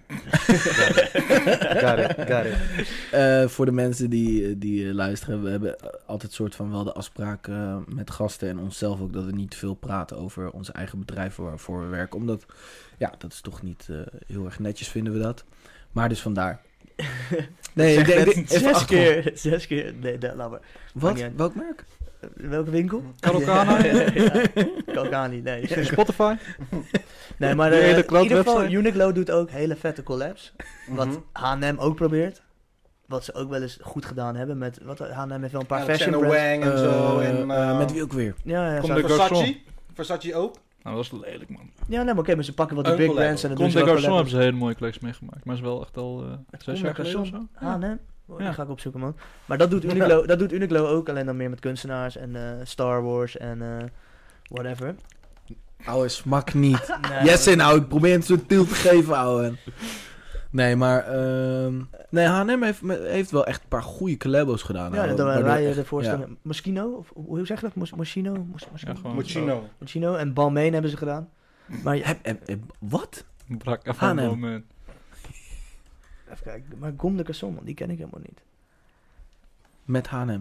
Got it. Voor de mensen die luisteren, we hebben altijd soort van wel de afspraak met gasten en onszelf ook dat we niet te veel praten over onze eigen bedrijf waarvoor we werken. Omdat, ja, dat is toch niet heel erg netjes, vinden we dat. Maar dus vandaar. Nee, ik denk even 6 keer. Nee, laat maar. Wat? Welk merk? Welke winkel? Carolcana? Carolcani, nee. Spotify? Nee, maar Die hele in ieder geval, website. Uniqlo doet ook hele vette collabs. Wat H&M ook probeert. Wat ze ook wel eens goed gedaan hebben met... H&M heeft wel een paar fashion brands. Wang en zo. Met wie ook weer? Ja, Komt zo. de Versace? Versace ook? Nou, dat was lelijk, man. Ja, nee, maar oké, maar ze pakken wel die Een big collab. brands en dan Comme doen des ze wel Garçons collabs. hebben ze hele mooie collecties meegemaakt. Maar is wel echt al 6 jaar geleden of zo. H&M? Oh, die Ja. ga ik opzoeken, man. Maar dat doet Uniqlo ook, alleen dan meer met kunstenaars en Star Wars en whatever. Ouwe, smak niet. Nee, Yes in, ouwe. Ik probeer het subtiel te geven, ouwe. Nee, maar... nee, H&M heeft wel echt een paar goede collabos gedaan. Ja, ouwe. dan Waardoor rij je echt- de voorstelling. Moschino? Of hoe zeg je dat? Moschino? Ja, gewoon Moschino. Moschino en Balmain hebben ze gedaan. Maar Wat? Brak even een H&M. moment. even kijken, maar Comme des Garçons, man, die ken ik helemaal niet. Met H&M.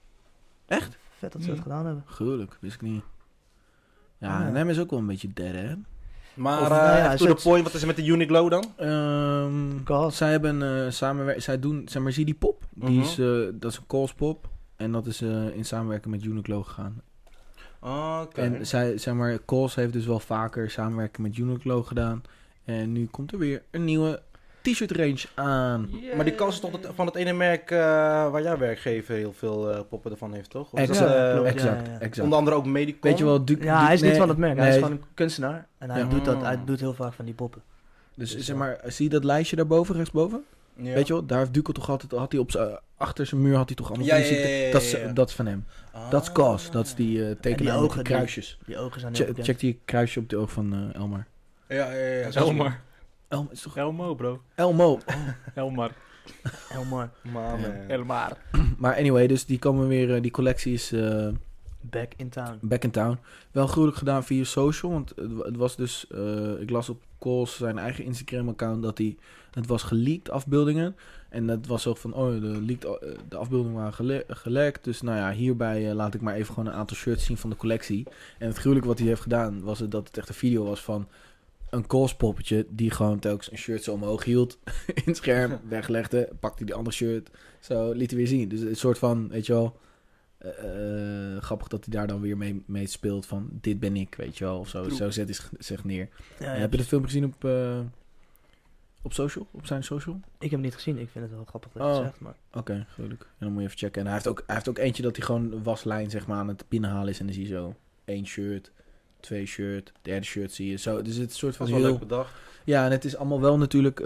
Vet dat ze dat gedaan hebben. Gruwelijk, wist ik niet. Ja, Ja. H&M is ook wel een beetje dead, hè? Maar Of, nou ja, to the zet- point, wat is er met de Uniqlo dan? Kals. Zij hebben zij doen, zeg maar, zie die pop? Die is, dat is een Coles pop. En dat is in samenwerking met Uniqlo gegaan. Oké. En zij, zeg maar, Coles heeft dus wel vaker samenwerking met Uniqlo gedaan. En nu komt er weer een nieuwe t-shirt range aan. Maar die kans is toch van het ene merk waar jouw werkgever heel veel poppen ervan heeft, toch? Of is Exact, dat, klopt. exact, ja. exact. onder andere ook Medicom. Weet je wel, Ja, hij is niet nee, van het merk, hij nee. is gewoon een kunstenaar. En hij Ja. doet dat, hij doet heel vaak van die poppen. Dus zeg maar, zie je dat lijstje daarboven, rechtsboven? Ja. Weet je wel, daar heeft Duco toch altijd, had hij op achter zijn muur had hij toch allemaal Ja, muziek. ja, ja, ja, Dat is, ja. dat is van hem. Dat is Cos, dat is die tekenaar met ogen, die die- kruisjes. Die ogen zijn heel bekend. Check die kruisje op de oog van Elmar. Ja. Elmar. Is toch... Elmo, bro. Elmo. Elmar. Elmar. Man, Elmar. Maar anyway, dus die komen weer... die collectie is Back in town. back in town. Wel gruwelijk gedaan via social. Want het was dus... ik las op Coles zijn eigen Instagram-account dat het was geleakt, afbeeldingen. En dat was ook van... de afbeeldingen waren gelekt. Dus nou ja, hierbij laat ik maar even gewoon een aantal shirts zien van de collectie. En het gruwelijke wat hij heeft gedaan... was het dat het echt een video was van... een Coles poppetje die gewoon telkens een shirt zo omhoog hield. In het scherm, weglegde. Pakte die andere shirt. Zo liet hij weer zien. Dus een soort van, weet je wel... grappig dat hij daar dan weer mee speelt van... dit ben ik, weet je wel. Of zo, zo zet hij zich neer. Ja, Heb je dat filmpje gezien op social? Op zijn social? Ik heb hem niet gezien. Ik vind het wel grappig dat je Oh. het zegt. Maar... Oké, gelukkig. En dan moet je even checken. En hij heeft ook eentje dat hij gewoon een waslijn zeg maar aan het binnenhalen is. En dan zie je zo 1 shirt, 2 shirt, derde shirt zie je. Zo, dus het is een soort dat van is wel heel... leuk bedacht. Ja, en het is allemaal wel natuurlijk...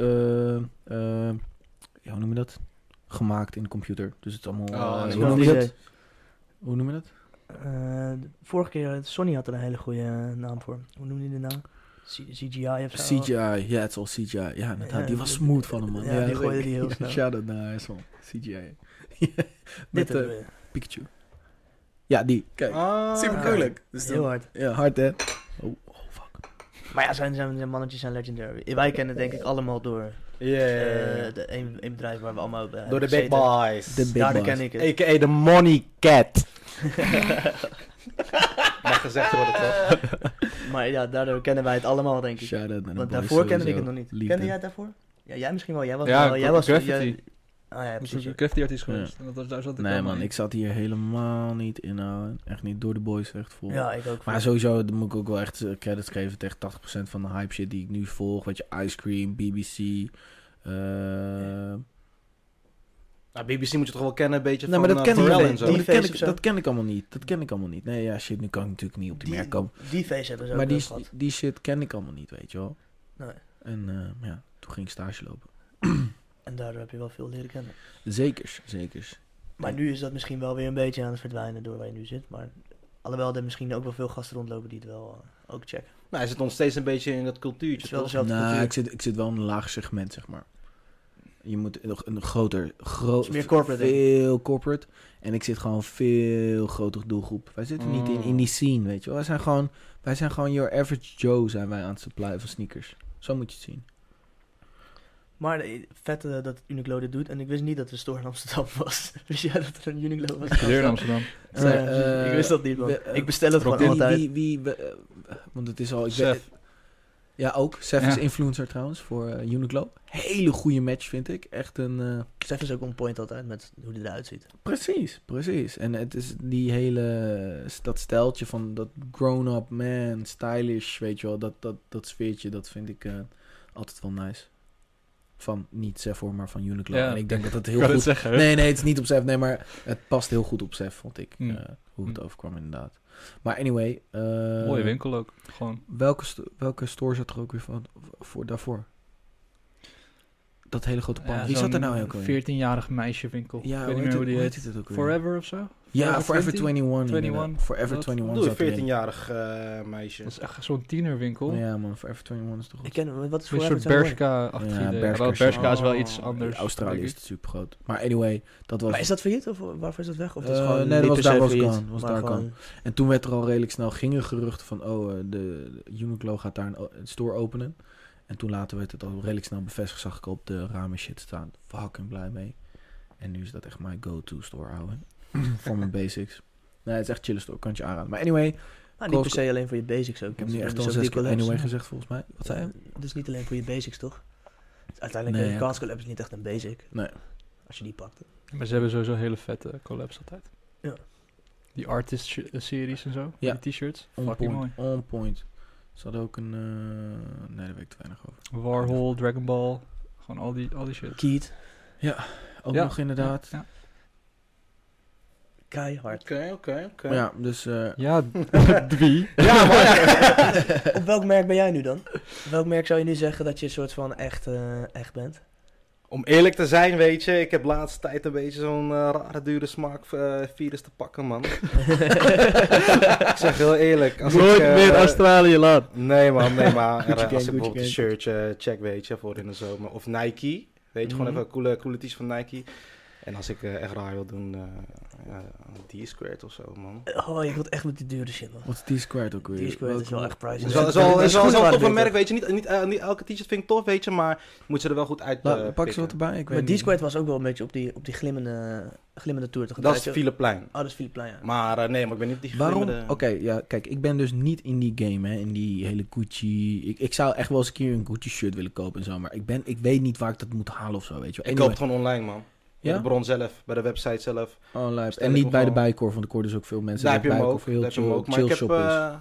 ja, hoe noem je dat? Gemaakt in de computer. Dus het is allemaal... Oh, dat is hoe wel noem je een dat? Hoe noem je dat? De vorige keer, Sony had er een hele goede naam voor. Hoe noemde je de naam? CGI of zo? CGI, ja, het is al CGI. Ja, inderdaad, die was smooth van hem, man. Ja, die gooide die heel snel. Shout-out naar hij is van CGI. Dit Met hebben we. Pikachu. Ja, die. Kijk, super gruwelijk. Dus Heel hard. Ja, hard hè. Oh, fuck. Maar ja, zijn mannetjes zijn legendary. Wij kennen denk ik allemaal door een bedrijf waar we allemaal bij Door de hebben big gezeten. boys. De big Daardoor boys. ken ik het. A.k.a. de money cat. Mag gezegd worden toch? Maar ja, daardoor kennen wij het allemaal denk ik. Shout-out naar de Want boys daarvoor kende ik sowieso. het nog niet. Liefde. Kende jij het daarvoor? Ja, jij misschien wel. Jij was Ja, jij was Graffiti. Ah ja, Ik precies. een Graffiti-artiest geweest. En daar zat ik Nee allemaal man, in. ik zat hier helemaal niet in. Echt niet door de boys echt vol. Ja, ik ook. Maar sowieso, dan moet ik ook wel echt credits geven tegen 80% van de hype shit die ik nu volg. Weet je, Ice Cream, BBC. Nou, BBC moet je toch wel kennen, een beetje Nee, van maar dat ken ik Pharrell wel. en zo. Die Dat face of zo? ken ik allemaal niet. Dat ken ik allemaal niet. Nee, ja, shit, nu kan ik natuurlijk niet op die merk komen. Die face hebben ze Maar ook wel gehad. die shit ken ik allemaal niet, weet je wel. Nee. En ja, toen ging ik stage lopen. En daardoor heb je wel veel leren kennen. Zekers. Maar nu is dat misschien wel weer een beetje aan het verdwijnen door waar je nu zit. Maar alhoewel er misschien ook wel veel gasten rondlopen die het wel ook checken. Nou, hij zit nog steeds een beetje in dat Het cultuurtje, is wel toch? dezelfde Nou, cultuur. ik zit wel in een laag segment, zeg maar. Je moet nog een Het is meer corporate, denk ik. veel corporate. En ik zit gewoon veel grotere doelgroep. Wij zitten niet in die scene, weet je wel. Wij zijn gewoon your average Joe, zijn wij aan het supplyen van sneakers. Zo moet je het zien. Maar vet dat Uniqlo dit doet. En ik wist niet dat de store in Amsterdam was. Wist jij dat er een Uniqlo was? Ik studeer in Amsterdam. Ik wist dat niet, man. Ik bestel het gewoon Wie- altijd. want het is al... Sef. Ja, ook. Sef Ja. is influencer trouwens voor Uniqlo. Hele goede match, vind ik. Echt een... Stef is ook on point altijd met hoe hij eruit ziet. Precies. En het is die hele... Dat steltje van dat grown-up man, stylish, weet je wel. Dat sfeertje, dat vind ik altijd wel nice. Van niet Sef hoor, maar van Uniqlo. Ja. En ik denk dat het Ik heel wou goed... het zeggen. Nee, het is niet op Sef. Nee, maar het past heel goed op Sef, vond ik. Hoe het Hmm. overkwam inderdaad. Maar anyway... Mooie winkel ook. Gewoon. Welke store zat er ook weer voor daarvoor? Dat hele grote pand. Ja, Wie zat er nou zo'n ook alweer? 14-jarig meisjewinkel. Ja, Ik weet niet meer hoe die heet. het ook weer? Forever of zo? Ja, Forever 20? 21. 21. inderdaad. Forever Wat? 21 Doe je zat erin. 14-jarig meisje. Dat is echt zo'n tienerwinkel. Ja man, Forever 21 is toch goed? Ik ken, wat is Een voor soort Bershka-achtig Ja, idee. Bershka Wel, shit. Bershka is wel Oh. iets anders. In Australië denk is ik. het super groot. Maar anyway, dat was... Maar is dat failliet of waarvoor is dat weg? Of dat is Nee, gewoon dat niet was per daar se was failliet, gone, was maar daar gewoon- gone. En toen werd er al redelijk snel, gingen geruchten van... de Uniqlo gaat daar een store openen. En toen later werd het al redelijk snel bevestigd. Zag ik op de ramen shit staan. Fucking blij mee. En nu is dat echt mijn go-to store, ouwe. Voor mijn basics. Nee, het is echt chille store. Kan je aanraden. Maar anyway, Maar niet per se alleen voor je basics ook. ik heb want nu er echt is al ook 6 die keer collabs. anyway gezegd volgens mij. Wat zei je? Het is niet alleen voor je basics, toch? Uiteindelijk Nee, een ja. Cast Collab is niet echt een basic. Nee. Als je die pakt. Maar ze hebben sowieso hele vette collabs altijd. Ja. Die artist-series en zo. Ja. Die t-shirts. On Fucking point. mooi. On point. Ze hadden ook een... nee, daar weet ik te weinig over. Warhol, Dragon Ball. Gewoon al die shit. Keith, Ook Ja. nog inderdaad. Ja. keihard. Oké. Maar ja, dus... Ja, wie? Ja, maar ja. Op welk merk ben jij nu dan? Welk merk zou je nu zeggen dat je een soort van echt bent? Om eerlijk te zijn, weet je, ik heb de laatste tijd een beetje zo'n rare dure smaak virus te pakken, man. Ik zeg heel eerlijk. Als Nooit ik, meer Australië laat. Nee man, nee maar Gucci als gang, ik bijvoorbeeld een Gucci shirtje check, weet je, voor in de zomer. Of Nike, weet je, gewoon even een coole t-shirt van Nike. En als ik echt raar wil doen, D-squared of zo, man. Oh, je wilt echt met die dure shit, man. Wat is T-squared ook weer? T-squared is wel echt Het pricey. is wel zo'n toffe merk, weet je. Niet elke t-shirt vind ik tof, weet je, maar moet ze er wel goed uit Pak ze wat erbij? Ik weet Maar niet. D-squared was ook wel een beetje op die glimmende tour. Toch? Dat is Filiplein. Oh, dat is Filiplein, ja. Maar nee, maar ik ben niet op die Waarom? glimmende... Oké, ja, kijk, ik ben dus niet in die game, hè, in die hele Gucci. Ik zou echt wel eens een keer een Gucci shirt willen kopen en zo, maar ik weet niet waar ik dat moet halen of zo, weet je wel. Ik koop het gewoon online, man. Bij Ja? de bron zelf, bij de website zelf. Oh, lijp. Stel En ik niet me bij de gewoon- Bijenkorf, want ik hoor dus ook veel mensen Daar heb je hem ook. Bijenkorf heel Daar heb je hem ook. Maar chill ik heb... shop is.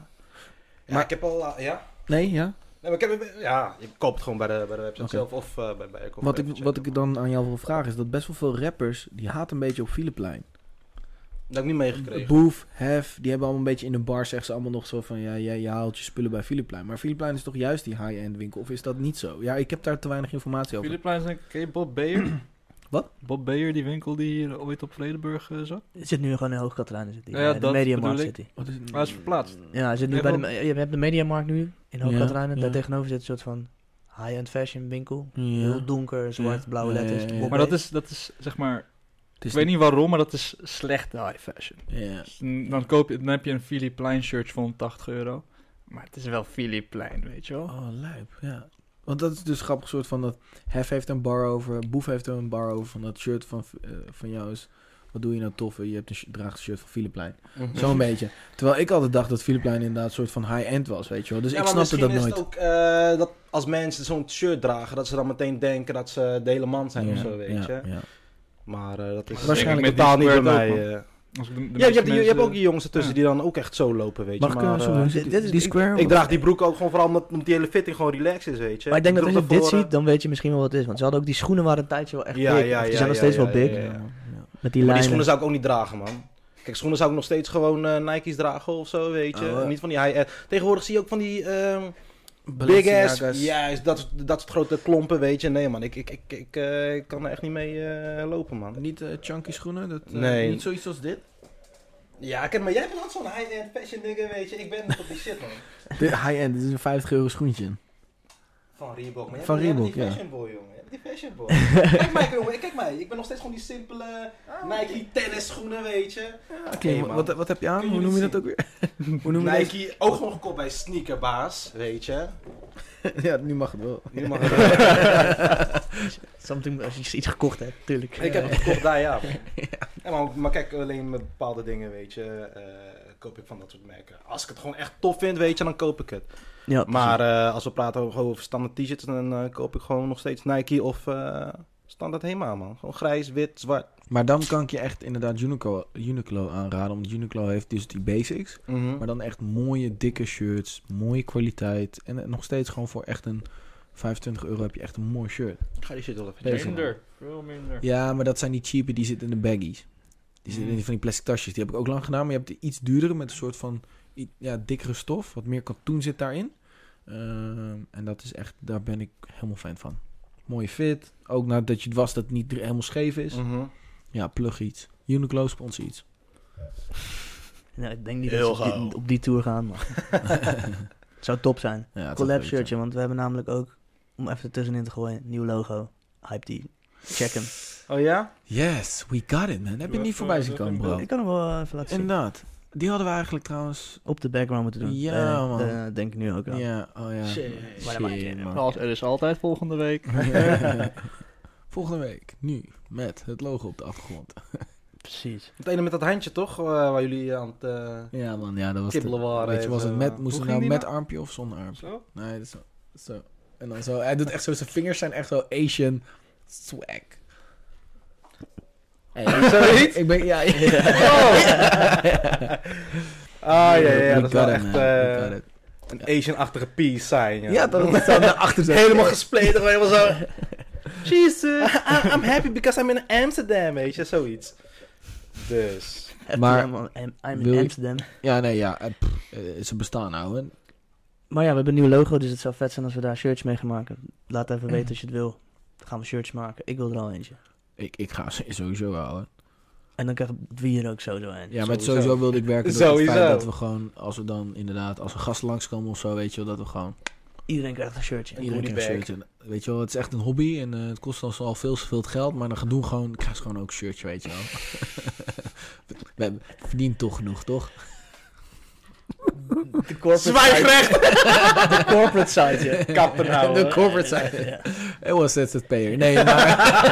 maar ik heb al... ja? Nee, ja? Nee, maar ik heb... Ja, je koopt het gewoon bij de website Oké. zelf of bij Bijenkorf. Wat ik dan aan jou wil vragen is dat best wel veel rappers, die haten een beetje op Filiplein. Dat heb ik niet meegekregen. Boef, Hef, die hebben allemaal een beetje in de bar, zeggen ze allemaal nog zo van, ja, je haalt je spullen bij Filiplein. Maar Filiplein is toch juist die high-end winkel, of is dat niet zo? Ja, ik heb daar te weinig informatie over. Filiplein, ken je Bob Beyer? Wat? Bob Beyer, die winkel die hier ooit op Vredenburg zat. Het zit nu gewoon in Hoogkaterijnen. Zit Ja, de dat Mediamarkt bedoel ik. zit hij. Wat is Maar hij is verplaatst. Ja, hij zit nu Ja, bij van- je hebt de Mediamarkt nu in Hoogkaterijnen. Ja, Daar ja. tegenover zit een soort van high-end fashion winkel. Ja. Heel donker, zwart, Ja. blauwe Ja, letters. ja, ja. Bob Maar Beyer. dat is zeg maar... Het is Ik weet niet waarom, maar dat is slechte high fashion. Ja. Dus dan heb je een Filiplein shirt voor €80. Maar het is wel Filiplein, weet je wel. Oh, lijp, ja. Want dat is dus grappig soort van dat Hef heeft er een bar over, Boef heeft er een bar over van dat shirt van jou is. Wat doe je nou tof? Je hebt draagt een shirt van Filiplein. Zo'n beetje. Terwijl ik altijd dacht dat Filiplein inderdaad een soort van high-end was, weet je wel. Dus Ja, ik maar snapte dat misschien nooit. is het ook dat als mensen zo'n shirt dragen, dat ze dan meteen denken dat ze de hele man zijn of zo, weet je. Ja. Maar dat is Waarschijnlijk totaal niet bij D-squared mij. ook, man. Als ik de Ja, meeste je hebt mensen- ook die jongens ertussen Ja. die dan ook echt zo lopen, weet je. Mag ik maar, zo dit is- die square? ik draag die broek ook gewoon vooral omdat die hele fitting gewoon relaxed is, weet je. Maar ik denk dat als je droeg dit daarvoor, ziet, dan weet je misschien wel wat het is. Want ze hadden ook die schoenen waren een tijdje wel echt Ja, big. ja, Of die ja, zijn nog ja, steeds ja, wel big. ja, ja. Met die Maar die lijnen. schoenen zou ik ook niet dragen, man. Kijk, schoenen zou ik nog steeds gewoon Nike's dragen of zo, weet je. Oh, ja. Niet van die high-end. Tegenwoordig zie je ook van die big ass, Balenciaga's. juist, dat soort grote klompen, weet je. Nee, man, ik kan er echt niet mee lopen, man. Niet chunky schoenen? Dat, Nee. Niet zoiets als dit? Ja, maar jij bent altijd zo'n high-end fashion dingen, weet je. Ik ben niet op die shit, man. Dit high-end, dit is een €50 schoentje. Van Reebok, maar Van jij bent Reebok, die ja. fashion boy, jongen. Jij bent die fashion boy. Kijk mij. Ik ben nog steeds gewoon die simpele Nike tennis schoenen, weet je. Oké, Hey, maar man. wat heb je aan? Kun je Hoe noem je niet dat ook weer? Hoe noem je Nike, ook gewoon gekocht bij Sneakerbaas, weet je. dat? Ja, nu mag het wel. Nu mag het Something, als je iets gekocht hebt, tuurlijk. Ik heb het gekocht daar, ja. Ja, maar kijk, alleen met bepaalde dingen, weet je, koop ik van dat soort merken. Als ik het gewoon echt tof vind, weet je, dan koop ik het. Ja, Maar als we praten over standaard t-shirts, dan koop ik gewoon nog steeds Nike of standaard Hema, man. Gewoon grijs, wit, zwart. Maar dan kan ik je echt inderdaad Uniqlo aanraden. Omdat Uniqlo heeft dus die basics. Maar dan echt mooie, dikke shirts. Mooie kwaliteit. En nog steeds gewoon voor echt een €25 heb je echt een mooi shirt. Ga die shit wel even Deze. checken. Minder, veel minder. Ja, maar dat zijn die cheape, die zitten in de baggies. Die zitten in van die plastic tasjes. Die heb ik ook lang gedaan. Maar je hebt de iets duurdere met een soort van dikkere stof. Wat meer katoen zit daarin. En dat is echt, daar ben ik helemaal fan van. Mooie fit. Ook nadat je het was dat het niet helemaal scheef is. Ja, plug iets. Uniqlo sponsor iets. Nou, ik denk niet Heel dat ze gauw. op die tour gaan, maar het zou top zijn. Ja, het Collab is shirtje, want we hebben namelijk ook, om even tussenin te gooien, nieuw logo. Hype die. Check hem. Oh ja? Yes, we got it, man. Heb je niet voorbij zien komen, bro? Ik kan hem wel even laten zien. Inderdaad. Die hadden we eigenlijk trouwens... Op de background moeten doen. Ja, man. Denk ik nu ook aan. Ja, oh ja. Shit. Maar dat maakt Shit, niet man. Er is altijd volgende week. Volgende week, nu, met het logo op de achtergrond. Precies. Het ene met dat handje, toch? Waar jullie aan het Ja, man, ja, dat was kibbelen waren. Weet je, was het en met, zo. moest Hoe het nou ging met die armpje of zonder armpje? Zo? Nee, dat is zo. En dan zo. Hij doet echt zo, zijn vingers zijn echt zo Asian swag. Hey, Zoiets? ik ben, ja. Ah, ja, We dat is got wel it, echt man. We got it. een Asian-achtige piece zijn. Ja, Ja, dat zou daarachter zijn. helemaal gespleten, helemaal zo. Jesus, I'm happy because I'm in Amsterdam, weet je, zoiets. Dus. Maar I'm wil in je- Amsterdam. Ja, nee, ja. Ze bestaan nou, hè. Maar ja, we hebben een nieuw logo, dus het zou vet zijn als we daar shirts mee gaan maken. Laat even weten als je het wil. Dan gaan we shirts maken. Ik wil er al eentje. Ik ga sowieso houden. En dan krijgt Wier ook sowieso eentje. Ja, maar sowieso wilde ik werken door het feit dat we gewoon, als we gasten langskomen of zo, weet je wel, dat we gewoon... Iedereen krijgt een shirtje. Iedereen krijgt een shirtje. Weet je wel, het is echt een hobby en het kost ons al veel geld, maar dan krijg je gewoon ook een shirtje, weet je wel. We verdienen toch genoeg, toch? De corporate Zwijgrecht! De corporate side, ja. Kappen nou. De corporate side. Ja. It was ZZP'er. Nee, maar...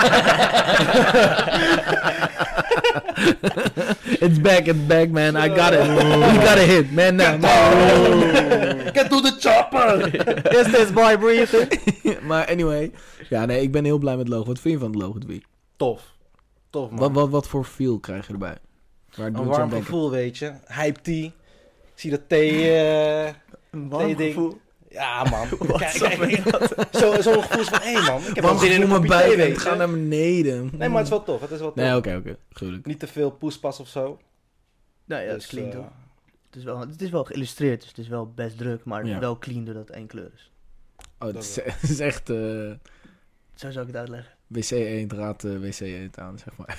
It's back, man. I got it. We got a hit, man. Get to the chopper! Is this boy breathing? Maar anyway. Ja, nee, ik ben heel blij met het logo. Wat vind je van het logo, Dwie? Tof, man. Wat voor feel krijg je erbij? Waar doet Een het je aan warm denken? gevoel, weet je. Hype tea. Ik zie dat thee... Een warm ding. gevoel. Ja, man. Wat Zo'n gevoel is van, hé man, ik heb wel Warm zin in gevoel een mijn kopje thee, buik en weet het gaat je. naar beneden. Nee, maar het is wel tof. Het is wel tof. Nee, oké. Gruwelijk. Niet te veel poespas of zo. Nou ja, het Dus, is clean toch? Het is wel geïllustreerd, dus het is wel best druk, maar Ja. wel clean doordat het één kleur is. Oh, het is echt... Zo zou ik het uitleggen. WC eend raadt WC eend aan, zeg maar.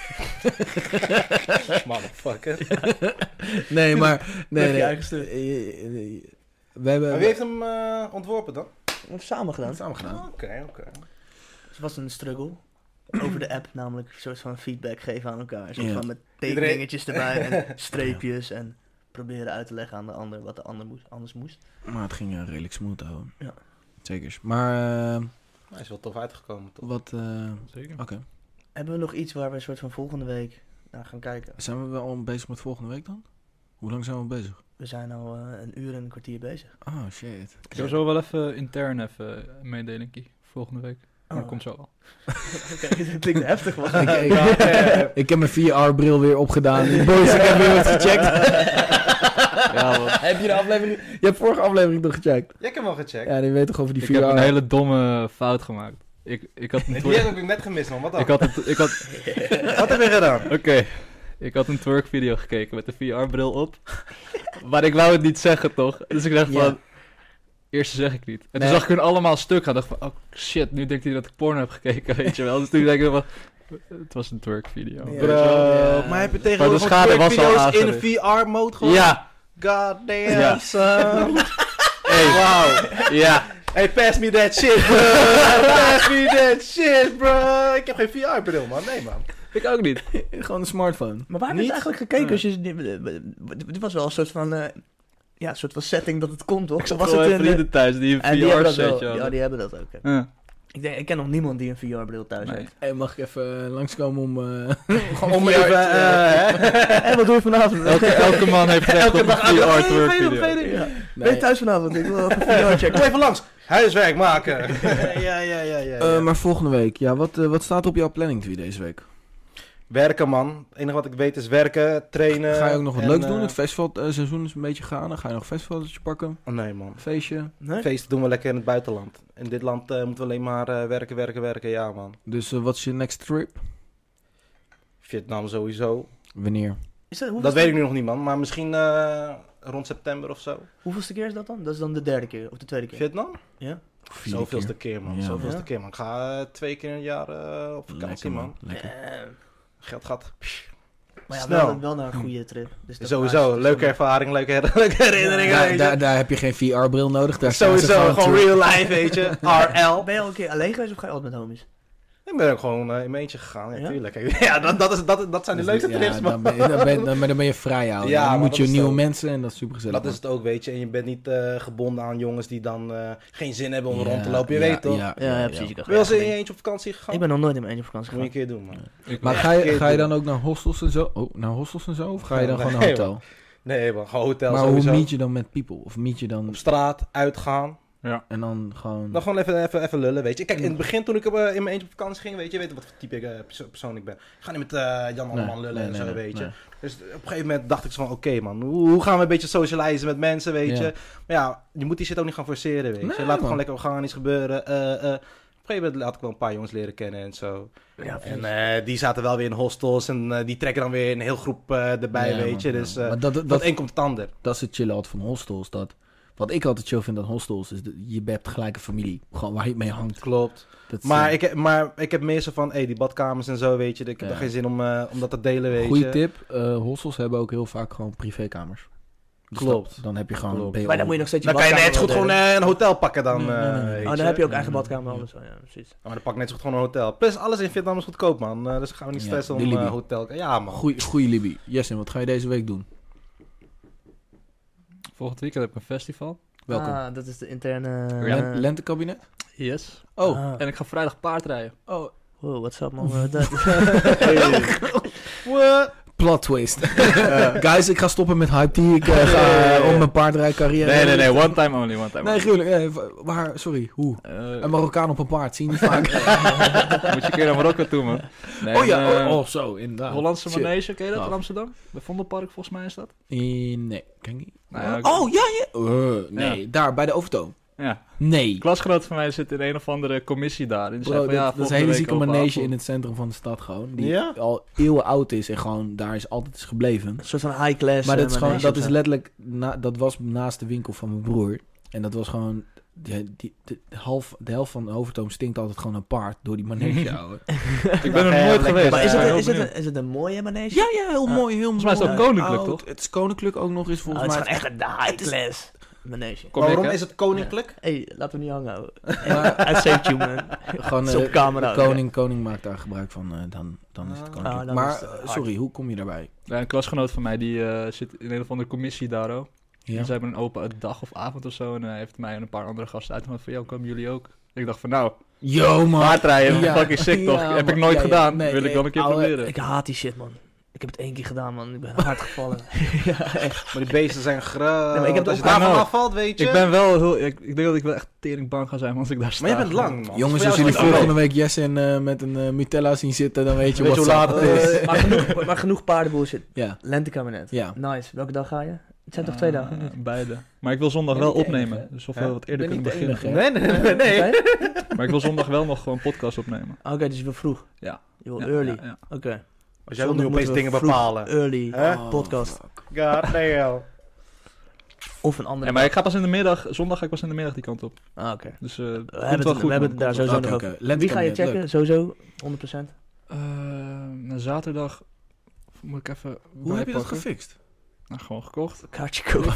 Motherfucker. Nee, maar... Heb Nee, je uitgestuurd? We hebben... Maar wie heeft hem ontworpen dan? We hebben samen gedaan. samen gedaan. Oké. Het was een struggle. Over de app namelijk een soort van feedback geven aan elkaar. Een soort Ja. van met tekeningetjes erbij en streepjes en proberen uit te leggen aan de ander wat de ander anders moest. Maar het ging redelijk smooth houden. Ja. Zekers. Maar Hij is wel tof uitgekomen, toch? wat... Zeker. Oké. Hebben we nog iets waar we een soort van volgende week naar gaan kijken? Zijn we wel al bezig met volgende week dan? Hoe lang zijn we bezig? We zijn al een uur en een kwartier bezig. Oh, shit. Ik zou zo wel even intern een meedeling volgende week. Maar Oh. komt zo wel. Oké, dat klinkt heftig. Was Ik heb mijn VR-bril weer opgedaan. Boys, ik heb weer wat gecheckt. Ja, man. Heb je de aflevering... Je hebt vorige aflevering nog gecheckt. Jij heb hem al gecheckt. Ja, die weet toch over die Ik VR... heb een hele domme fout gemaakt. Ik had een Nee, twerk... die heb ik net gemist, man. Wat dan? Ik had Wat heb je gedaan? Oké. Ik had een twerk video gekeken met de VR-bril op. Maar ik wou het niet zeggen, toch? Dus ik dacht Ja. van... Eerste zeg ik niet. En Nee. toen zag ik hun allemaal stuk gaan. dacht van, oh shit, nu denkt hij dat ik porno heb gekeken, weet je wel. Dus toen denk ik van... Het was een twerk video. Ja. Bro, Ja. maar heb je Maar tegenwoordig de schade was al video's in aangericht. VR-mode gewoon? Ja! God damn, Ja. son. Hey, Wow. ja. Hey, pass me that shit, bro. Pass me that shit, bro. Ik heb geen VR-bril, man. Nee, man. Ik ook niet. Gewoon een smartphone. Maar waar heb je Niet? eigenlijk gekeken? Ja. Als je, dit was wel een soort van, ja, een soort van setting dat het komt, toch? Ik zat was gewoon het met vrienden thuis die en een die hebben dat wel. VR-setje Ja, hadden. die hebben dat ook. Hè. Ja. Ik ken nog niemand die een VR-bril thuis Nee. heeft. Hey, mag ik even langskomen om... Om even, En wat doe je vanavond? Elke man heeft recht op een VR-twerk video. Ja. Ben je thuis vanavond? Ik wil even VR checken. Kom even langs. Huiswerk maken. ja. Maar volgende week, ja, wat staat op jouw planning Twie, deze week? Werken, man. Het enige wat ik weet is werken, trainen. Ga je ook nog wat en, leuks doen? Het festivalseizoen is een beetje gaande. Ga je nog een festivaletje pakken? Oh, nee, man. Feestje? Nee? Feesten doen we lekker in het buitenland. In dit land moeten we alleen maar werken. Ja, man. Dus wat is je next trip? Vietnam sowieso. Wanneer? Is dat, Dat weet ik nu nog niet, man. Maar misschien rond september of zo. Hoeveelste keer is dat dan? Dat is dan de derde keer of de tweede keer? Vietnam? Ja? Zoveelste keer, man. Ja. Zoveelste Ja? keer, man. Ik ga 2 keer in het jaar op vakantie, Lekker, man. Lekker. Geld gaat. Maar ja, Snel. wel naar een goede trip. Dus dat Sowieso. maakt- Leuke ervaring, leuke herinneringen, weet je. Daar heb je geen VR-bril nodig. Daar staan ze Sowieso. Gewoon terug. real life, weet je. RL. Ben je al een keer alleen geweest of ga je altijd met homies? Ik ben ook gewoon in mijn eentje gegaan, ja, Ja? tuurlijk. Ja, dat zijn de leukste Ja, trips, man. dan ben je vrij, ouwe. Ja, Dan maar moet dat je is nieuwe zo. mensen en dat is super gezellig. Dat is het ook, weet je. En je bent niet gebonden aan jongens die dan geen zin hebben om rond te lopen. Je weet toch? Ja, precies. Ik Ben je wel eens in je eentje op vakantie gegaan? Ik ben nog nooit in mijn eentje op vakantie Moet je een gegaan. keer doen, man. Maar ga je dan ook naar hostels en zo? Oh, naar hostels en zo? Of ga je dan Nee, gewoon naar man. hotel? Nee, man. Gewoon hotel Maar sowieso. hoe meet je dan met people? Of meet je dan... Op straat, uitgaan. En dan gewoon... Dan gewoon even lullen, weet je. Kijk, in het begin toen ik in mijn eentje op vakantie ging, weet je wat voor type persoon ik ben. Ik ga niet met Jan Alleman lullen en zo, weet je. nee. Dus op een gegeven moment dacht ik zo van, oké, man, hoe gaan we een beetje socializen met mensen, weet Ja. je. Maar ja, je moet die shit ook niet gaan forceren, weet je. Nee, Laat het man. gewoon lekker organisch gebeuren. Op een gegeven moment laat ik wel een paar jongens leren kennen en zo. Ja, En die zaten wel weer in hostels en die trekken dan weer een heel groep erbij, Ja, weet man, je. ja. Dus Maar dat dat een komt het ander. is het chillen altijd van hostels. Dat Wat ik altijd chill vind aan hostels, is je hebt gelijk een familie. Gewoon waar je mee hangt. Klopt. Dat is, Maar ik heb meestal van, die badkamers en zo, weet je. Ik heb er geen zin om dat te delen, weet je. goeie tip, hostels hebben ook heel vaak gewoon privékamers. Dus Klopt. Dan heb je gewoon... Klopt. ben je Maar dan al- moet je nog steeds je Dan kan je net badkamer zo goed wel gewoon delen. een hotel pakken dan. Nee. weet Oh, je. dan heb je ook eigen badkamer anders. Ja, precies. Ja, maar dan pak ik net zo goed gewoon een hotel. Plus, alles in Vietnam is goedkoop, man. Dus gaan we niet Ja, stressen die om Libby. hotel. Ja, man. Goeie Libby. Jessin, wat ga je deze week doen? Volgend weekend heb ik een festival. Welkom. Ah, dat is de interne... Lentekabinet? Yes. Oh. Ah. En ik ga vrijdag paardrijden. Oh. Wow, what's up man? Dat... What? Plot twist. Guys, ik ga stoppen met Hype Tea. Ik ga om mijn paardrijcarrière. Nee. One time only. Nee, gruwelijk. Nee, waar? Sorry. Hoe? Een Marokkaan op een paard. Zie je niet vaak. Moet je een keer naar Marokko toe, man. Nee, Oh ja, zo, inderdaad. Hollandse Shit. Manege, ken je dat Nou. in Amsterdam? Bij Vondelpark, volgens mij is dat. Nee, ken ik niet. Nou ja, Oh, ja. Nee, daar, bij de Overtoom. Ja. Nee. Een klasgenoot van mij zit in een of andere commissie daar. En die Bro, zei van, ja, dat is een volgende hele week zieke open manege avond. in het centrum van de stad gewoon. Die Ja? al eeuwen oud is en gewoon daar is altijd is gebleven. Een soort van high class. Maar dat is gewoon, manege dat of is zo. letterlijk, dat was naast de winkel van mijn broer. En dat was gewoon, de helft van de Overtoom stinkt altijd gewoon een paard door die manege, ouwe. Ik ben er Ja, nooit lekker. geweest. Maar is het- is het een mooie manege? Ja, heel mooi, heel Volgens mij is dat mooi. koninklijk, Oud. toch? Het is koninklijk ook nog eens Oh, volgens het is mij. gewoon echt een high het is- class manege. Kom ik, Waarom hè? is het koninklijk? Hey, laten we niet hangen houden. Maar- I saved you man. Gewoon, Het is op camera. de koning maakt daar gebruik van, dan is het koninklijk. Ah, dan maar, is het hard. sorry, hoe kom je daarbij? Ja, een klasgenoot van mij, die zit in een of andere commissie daar ook. Ja. En ze hebben een open dag of avond of zo. En hij heeft mij en een paar andere gasten uitgenodigd van, komen jullie ook? Ik dacht van, nou, Yo, man. paardrijden, Ja. fucking sick toch? Ja, Heb ik man. nooit Ja, gedaan. nee, Wil ik wel een keer ouwe, proberen. Ik haat die shit man. Ik heb het 1 keer gedaan man. Ik ben hard gevallen. Ja, echt. Maar die beesten zijn groot. Nee, maar ik heb Als je het ook- daarvan Nou, afvalt, weet je. Ik ben wel heel... Ik denk dat ik wel echt tering bang ga zijn als ik daar sta. Maar jij bent lang, man. Jongens, Voor als jou jullie is het volgende week Jesse met een Nutella zien zitten, dan weet je Weet je wat hoe laat het is? maar genoeg paardenbullshit. Ja. Lentekabinet. Ja. Nice. Welke dag ga je? Het zijn toch 2 dagen? of niet? Beide. Maar ik wil zondag Ben wel niet de opnemen. enige, Dus of hè? we wat eerder Ben kunnen niet de beginnen. enige, hè? Nee. Oké. Maar ik wil zondag wel nog gewoon podcast opnemen. Oké, dus je wil vroeg. Ja. Je wil Ja, early. ja. Oké. Als jij wil nu Zondag opeens moeten we dingen vroeg bepalen. Early Hè? podcast. fuck. God damn. Of een andere Ja, maar ik ga pas in de middag... Zondag ga ik pas in de middag die kant op. dag. Ah, oké. Dus We komt hebben wel het, goed, we hebben man. het daar Komt sowieso wel nog Oké, over. oké. Wie ga je Lentekabinet, checken? Sowieso? 100%? Na zaterdag moet ik even Hoe heb je dat bijpakken. gefixt? Nou, gewoon gekocht. Kaartje kopen.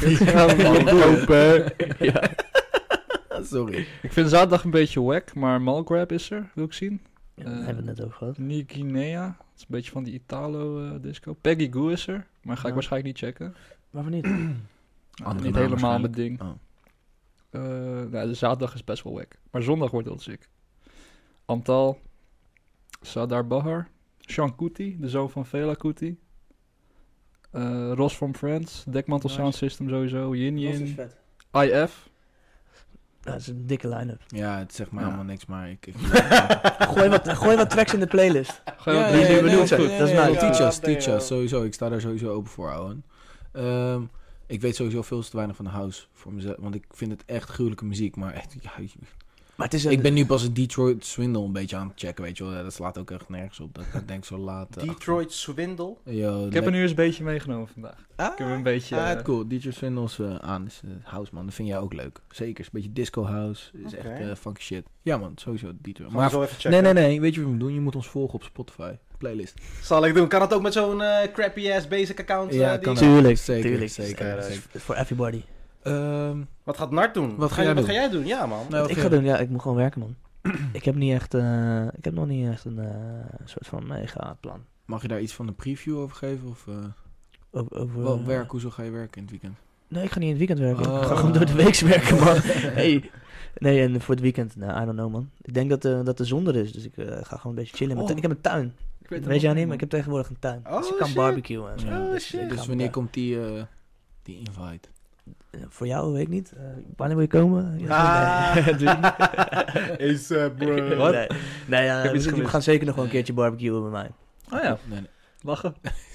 Ja. Sorry. Ik vind zaterdag een beetje wack, maar Malgrab is er, wil ik zien. Ja, daar hebben we het net over gehad. New Guinea, dat is een beetje van die Italo-disco. Peggy Goo is er, maar ga ik Ja. waarschijnlijk niet checken. Waarvoor niet? Nou, Andere niet naam helemaal mijn waarschijnlijk. ding. Oh. Nou, de zaterdag is best wel wack. Maar zondag wordt heel sick. Antal, Sadar Bahar, Sean Kuti, de zoon van Fela Kuti. Ross from Friends, Dekmantel Nice. Sound System sowieso, Yin Yin, vet. IF. Ja, dat is een dikke line-up. Ja, het zegt mij Ja. helemaal niks, maar ik... Gooi wat tracks in de playlist. Ga je ook die doen? we benieuwd zijn. Dat is nice. Teach us, Ja, teach damn. us, sowieso. Ik sta daar sowieso open voor, ouwen. Ik weet sowieso veel te weinig van de house voor mezelf, want ik vind het echt gruwelijke muziek, maar echt, ja, Maar het is een... ik ben nu pas een Detroit Swindle een beetje aan het checken, weet je wel. Ja, dat slaat ook echt nergens op, dat ik denk zo laat. Detroit Swindle. Ik heb er nu eens een beetje meegenomen vandaag. Ah, Ik heb een beetje... het cool. Detroit Swindle is aan, is house man, dat vind jij ook leuk. Zeker, is een beetje disco house, is Oké. echt funky shit. Ja man, sowieso Detroit. Maar Maar zo even checken. nee, weet je wat je moet doen? Je moet ons volgen op Spotify, playlist. Zal ik doen. Kan het ook met zo'n crappy ass basic account? Ja, die- kan ook. Tuurlijk, Zeker, tuurlijk. zeker. Ja, zeker. For everybody. Wat gaat Nart doen? Wat ga jij doen? Wat ga jij doen? Ja, man. Nou, Wat ik ga doen? Ja, ik moet gewoon werken, man. Ik heb niet echt... ik heb nog niet echt een soort van mega plan. Mag je daar iets van een preview over geven? Of Over, wel werk, hoezo ga je werken in het weekend? Nee, ik ga niet in het weekend werken. Oh. Ik ga gewoon door de week werken, man. Hey. Nee, en voor het weekend, nou, I don't know, man. Ik denk dat de zon er is, dus ik ga gewoon een beetje chillen. Oh. Ik heb een tuin. Ik weet Weet je niet, maar ik heb tegenwoordig een tuin. Oh, dus ik kan shit. barbecuen en zo. Oh, dus shit. ik Dus ga wanneer met, komt die invite? voor jou, weet ik niet. Wanneer wil je komen? Ah. Nee. ASAP, bro. Wat? Nee, nee heb iets we gemist. gaan zeker nog wel een keertje barbecuen bij mij. Oh ja, Nee. Lachen.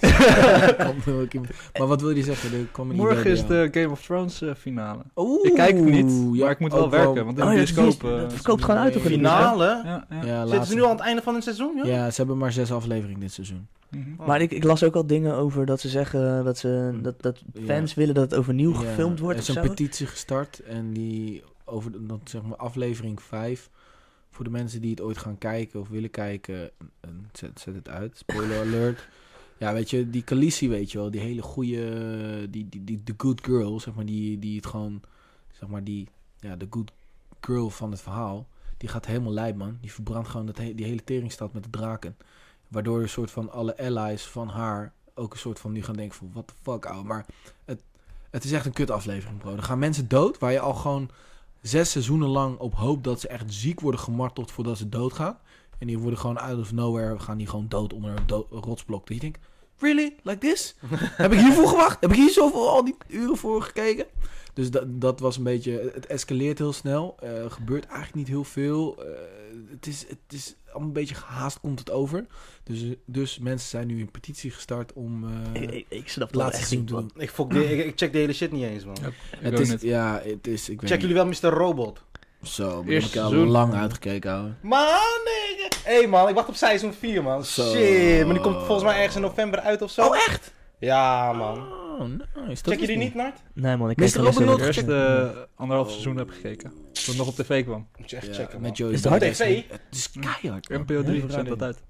Maar wat wil je zeggen? Er kwam een Morgen idee is bij jou. de Game of Thrones finale. Oeh, Ik kijk het niet, maar ik moet wel ook werken. Want in de ja, bioscoop... dat verkoopt gewoon uit, toch? Finale? Ja. Ja, Zitten laatste. ze nu al aan het einde van het seizoen, joh? Ja, ze hebben maar 6 afleveringen dit seizoen. Mhm. Maar ik las ook al dingen over dat ze zeggen dat fans willen dat het overnieuw gefilmd wordt. Er is of een zo. petitie gestart en die over dat, zeg maar, aflevering 5. Voor de mensen die het ooit gaan kijken of willen kijken, zet het uit. Spoiler alert. Ja, weet je, die Khaleesi, weet je wel, die hele goede, the good girl, zeg maar, die het gewoon, zeg maar, de good girl van het verhaal, die gaat helemaal lijp, man. Die verbrandt gewoon die hele teringstad met de draken. Waardoor een soort van alle allies van haar ook een soort van nu gaan denken van, what the fuck, ouwe. Maar het is echt een kut aflevering, bro. Er gaan mensen dood, waar je al gewoon 6 seizoenen lang op hoopt dat ze echt ziek worden gemarteld voordat ze doodgaan. En die worden gewoon out of nowhere, gaan die gewoon dood onder een rotsblok. Dat je denkt, really? Like this? Heb ik hiervoor gewacht? Heb ik hier zoveel al die uren voor gekeken? Dus dat was een beetje, het escaleert heel snel. Gebeurt eigenlijk niet heel veel. Het is allemaal een beetje gehaast, komt het over. Dus mensen zijn nu een petitie gestart om Ik snap het laatste seizoen te doen. Ik check de hele shit niet eens, man. Het is, ik weet Checken jullie wel Mr. Robot? Zo, maar daar heb Eerste ik al seizoen. lang uitgekeken, ouwe. Man, nee. Hé man, ik wacht op seizoen 4, man. Zo. Shit, maar die komt volgens mij ergens in november uit of zo. Oh, echt? Ja, man. Oh, nice. Check jullie niet, Nart? Nee man, ik Mr. kijk Robin alleen nog maar- Het eerste anderhalf seizoen heb gekeken. Toen het nog op tv kwam. Moet je echt Ja, checken, man. met Joey Is het hard? Badass. TV? Het is keihard, man. NPO 3 Ja, zendt dat uit.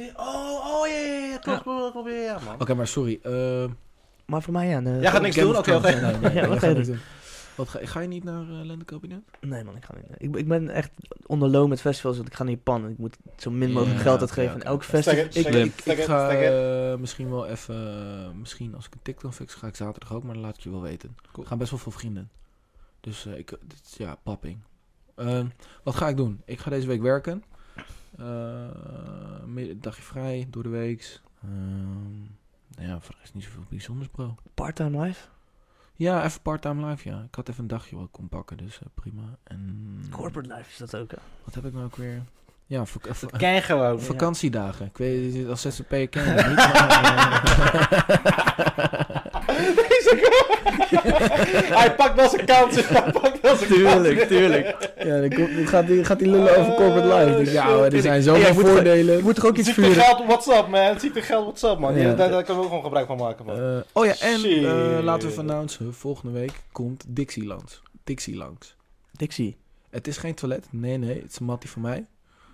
Oh, ja, klopt, ja, man. Oké, maar sorry. Maar voor mij ja. Jij gaat niks doen? Oké. Nee, Ja, ik wat ga ga je niks doen? doen. Ga je niet naar Lentekabinet? Nee man, ik ga niet. Ik ben echt onder loon met festivals, want ik ga naar Japan. Ik moet zo min mogelijk Ja, geld oké, uitgeven. oké. En elk Stek festival... het, Ik stek het, ga stek het. misschien wel even... misschien als ik een TikTok fix, ga ik zaterdag ook, maar dan laat ik je wel weten. Cool. Er gaan best wel veel vrienden. Dus papping. Wat ga ik doen? Ik ga deze week werken. Dagje vrij, door de week. Voor is niet zoveel bijzonders, bro. Part-time life? Ja, even part-time live, ja. Ik had even een dagje wat ik kon pakken, dus prima. En Corporate life is dat ook, hè? wat heb ik nou ook weer? Ja, Ken gewoon. vakantiedagen. Ik weet, als ZZP'er ken je het niet, maar... Hij pakt wel zijn kansen. Tuurlijk. Ja, dan gaat die lullen over corporate life. Dus ja, er zijn zoveel Ja, voordelen. Je moet toch ook iets Ziet er vuren? geld, what's up, man? Ziet er geld, what's up, man? Ja. Daar kunnen we ook gewoon gebruik van maken, man. En Shit. laten we even announcen. Volgende week komt Dixie langs. Dixie. Het is geen toilet. Nee, het is een mattie van mij.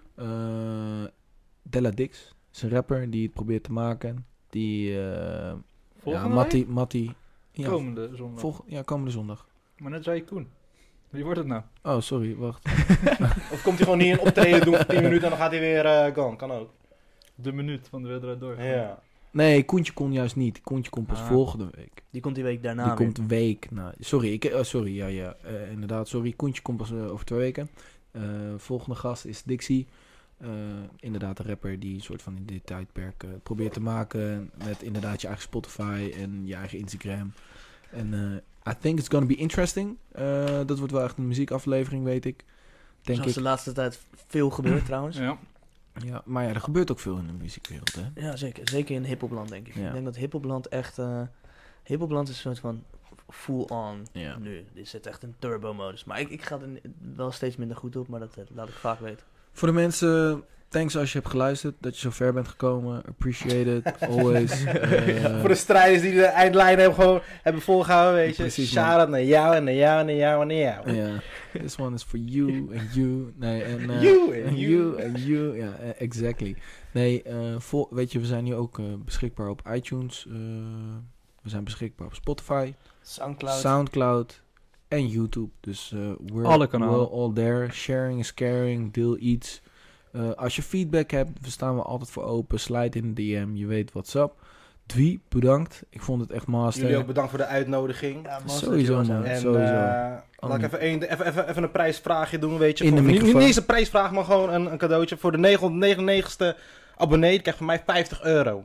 Della Dix is een rapper die het probeert te maken. Die... Volgende Mattie. Ja, Komende zondag. komende zondag. Maar net zei je Koen. Wie wordt het nou? Oh, sorry, wacht. Of komt hij gewoon hier een optreden doen voor 10 minuten en dan gaat hij weer gone. Kan ook. De minuut van de wedstrijd door. Ja. Nee, Koentje kon juist niet. Koentje komt pas volgende week. Die komt die week daarna Die weer. komt een week na. Sorry, ja. Inderdaad, sorry. Koentje komt pas over 2 weken. Volgende gast is Dixie. Inderdaad, een rapper die een soort van in dit tijdperk probeert te maken. Met inderdaad je eigen Spotify en je eigen Instagram. En I think it's gonna be interesting. Dat wordt wel echt een muziekaflevering, weet ik. Denk Zoals ik. de laatste tijd veel gebeurt trouwens. Ja. Ja, maar ja, er gebeurt ook veel in de muziekwereld, hè. Ja, zeker. Zeker in hiphopland, denk ik. Ja. Ik denk dat hiphopland echt... hiphopland is een soort van full-on Ja. nu. Dit zit echt in turbo-modus. Maar ik ga er wel steeds minder goed op, maar dat laat ik vaak weten. Voor de mensen, thanks als je hebt geluisterd. Dat je zo ver bent gekomen. Appreciate it, always. Voor de strijders die de eindlijn hebben volgehouden, weet je. Precies, man. Shout-out naar jou en naar jou en naar jou en naar jou. Ja, this one is for you and you. Nee, en You and and you. and you. Ja, exactly. Nee, weet je, we zijn nu ook beschikbaar op iTunes. We zijn beschikbaar op Spotify, Soundcloud en YouTube. Dus Alle kanalen. we're all there. Sharing is caring. Deel iets. Als je feedback hebt, we staan we altijd voor open. Slide in de DM. Je weet what's up. Dwie, bedankt. Ik vond het echt master. Jullie ook bedankt voor de uitnodiging. Ja, Sowieso, man. En Sowieso. laat ik even een prijsvraagje doen, weet je. In de Niet microfoon. eens een prijsvraag, maar gewoon een cadeautje. Voor de 999ste abonnee, die krijgt van mij €50.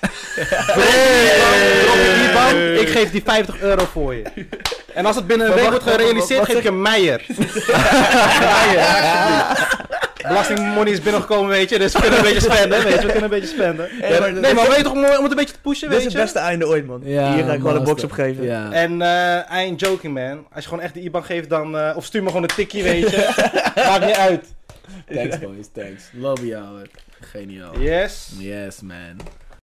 Drop je IBAN, ik geef die €50 voor je. En als het binnen een week wordt gerealiseerd, geef ik een Meijer. belastingmoney is binnengekomen, weet je. Dus we kunnen een beetje spenden, weet je. We kunnen een beetje spenden. Hey, maar Nee, maar weet je toch, om het een beetje te pushen, Dit weet is je. het beste einde ooit, man. Ja, Hier ga ik gewoon een box master. op geven. Ja. En I ain't joking, man. Als je gewoon echt de IBAN geeft, dan... of stuur me gewoon een tikkie, weet je. Maakt niet uit. Thanks boys, thanks. Love you, ouwe. Geniaal. Yes. Yes, man.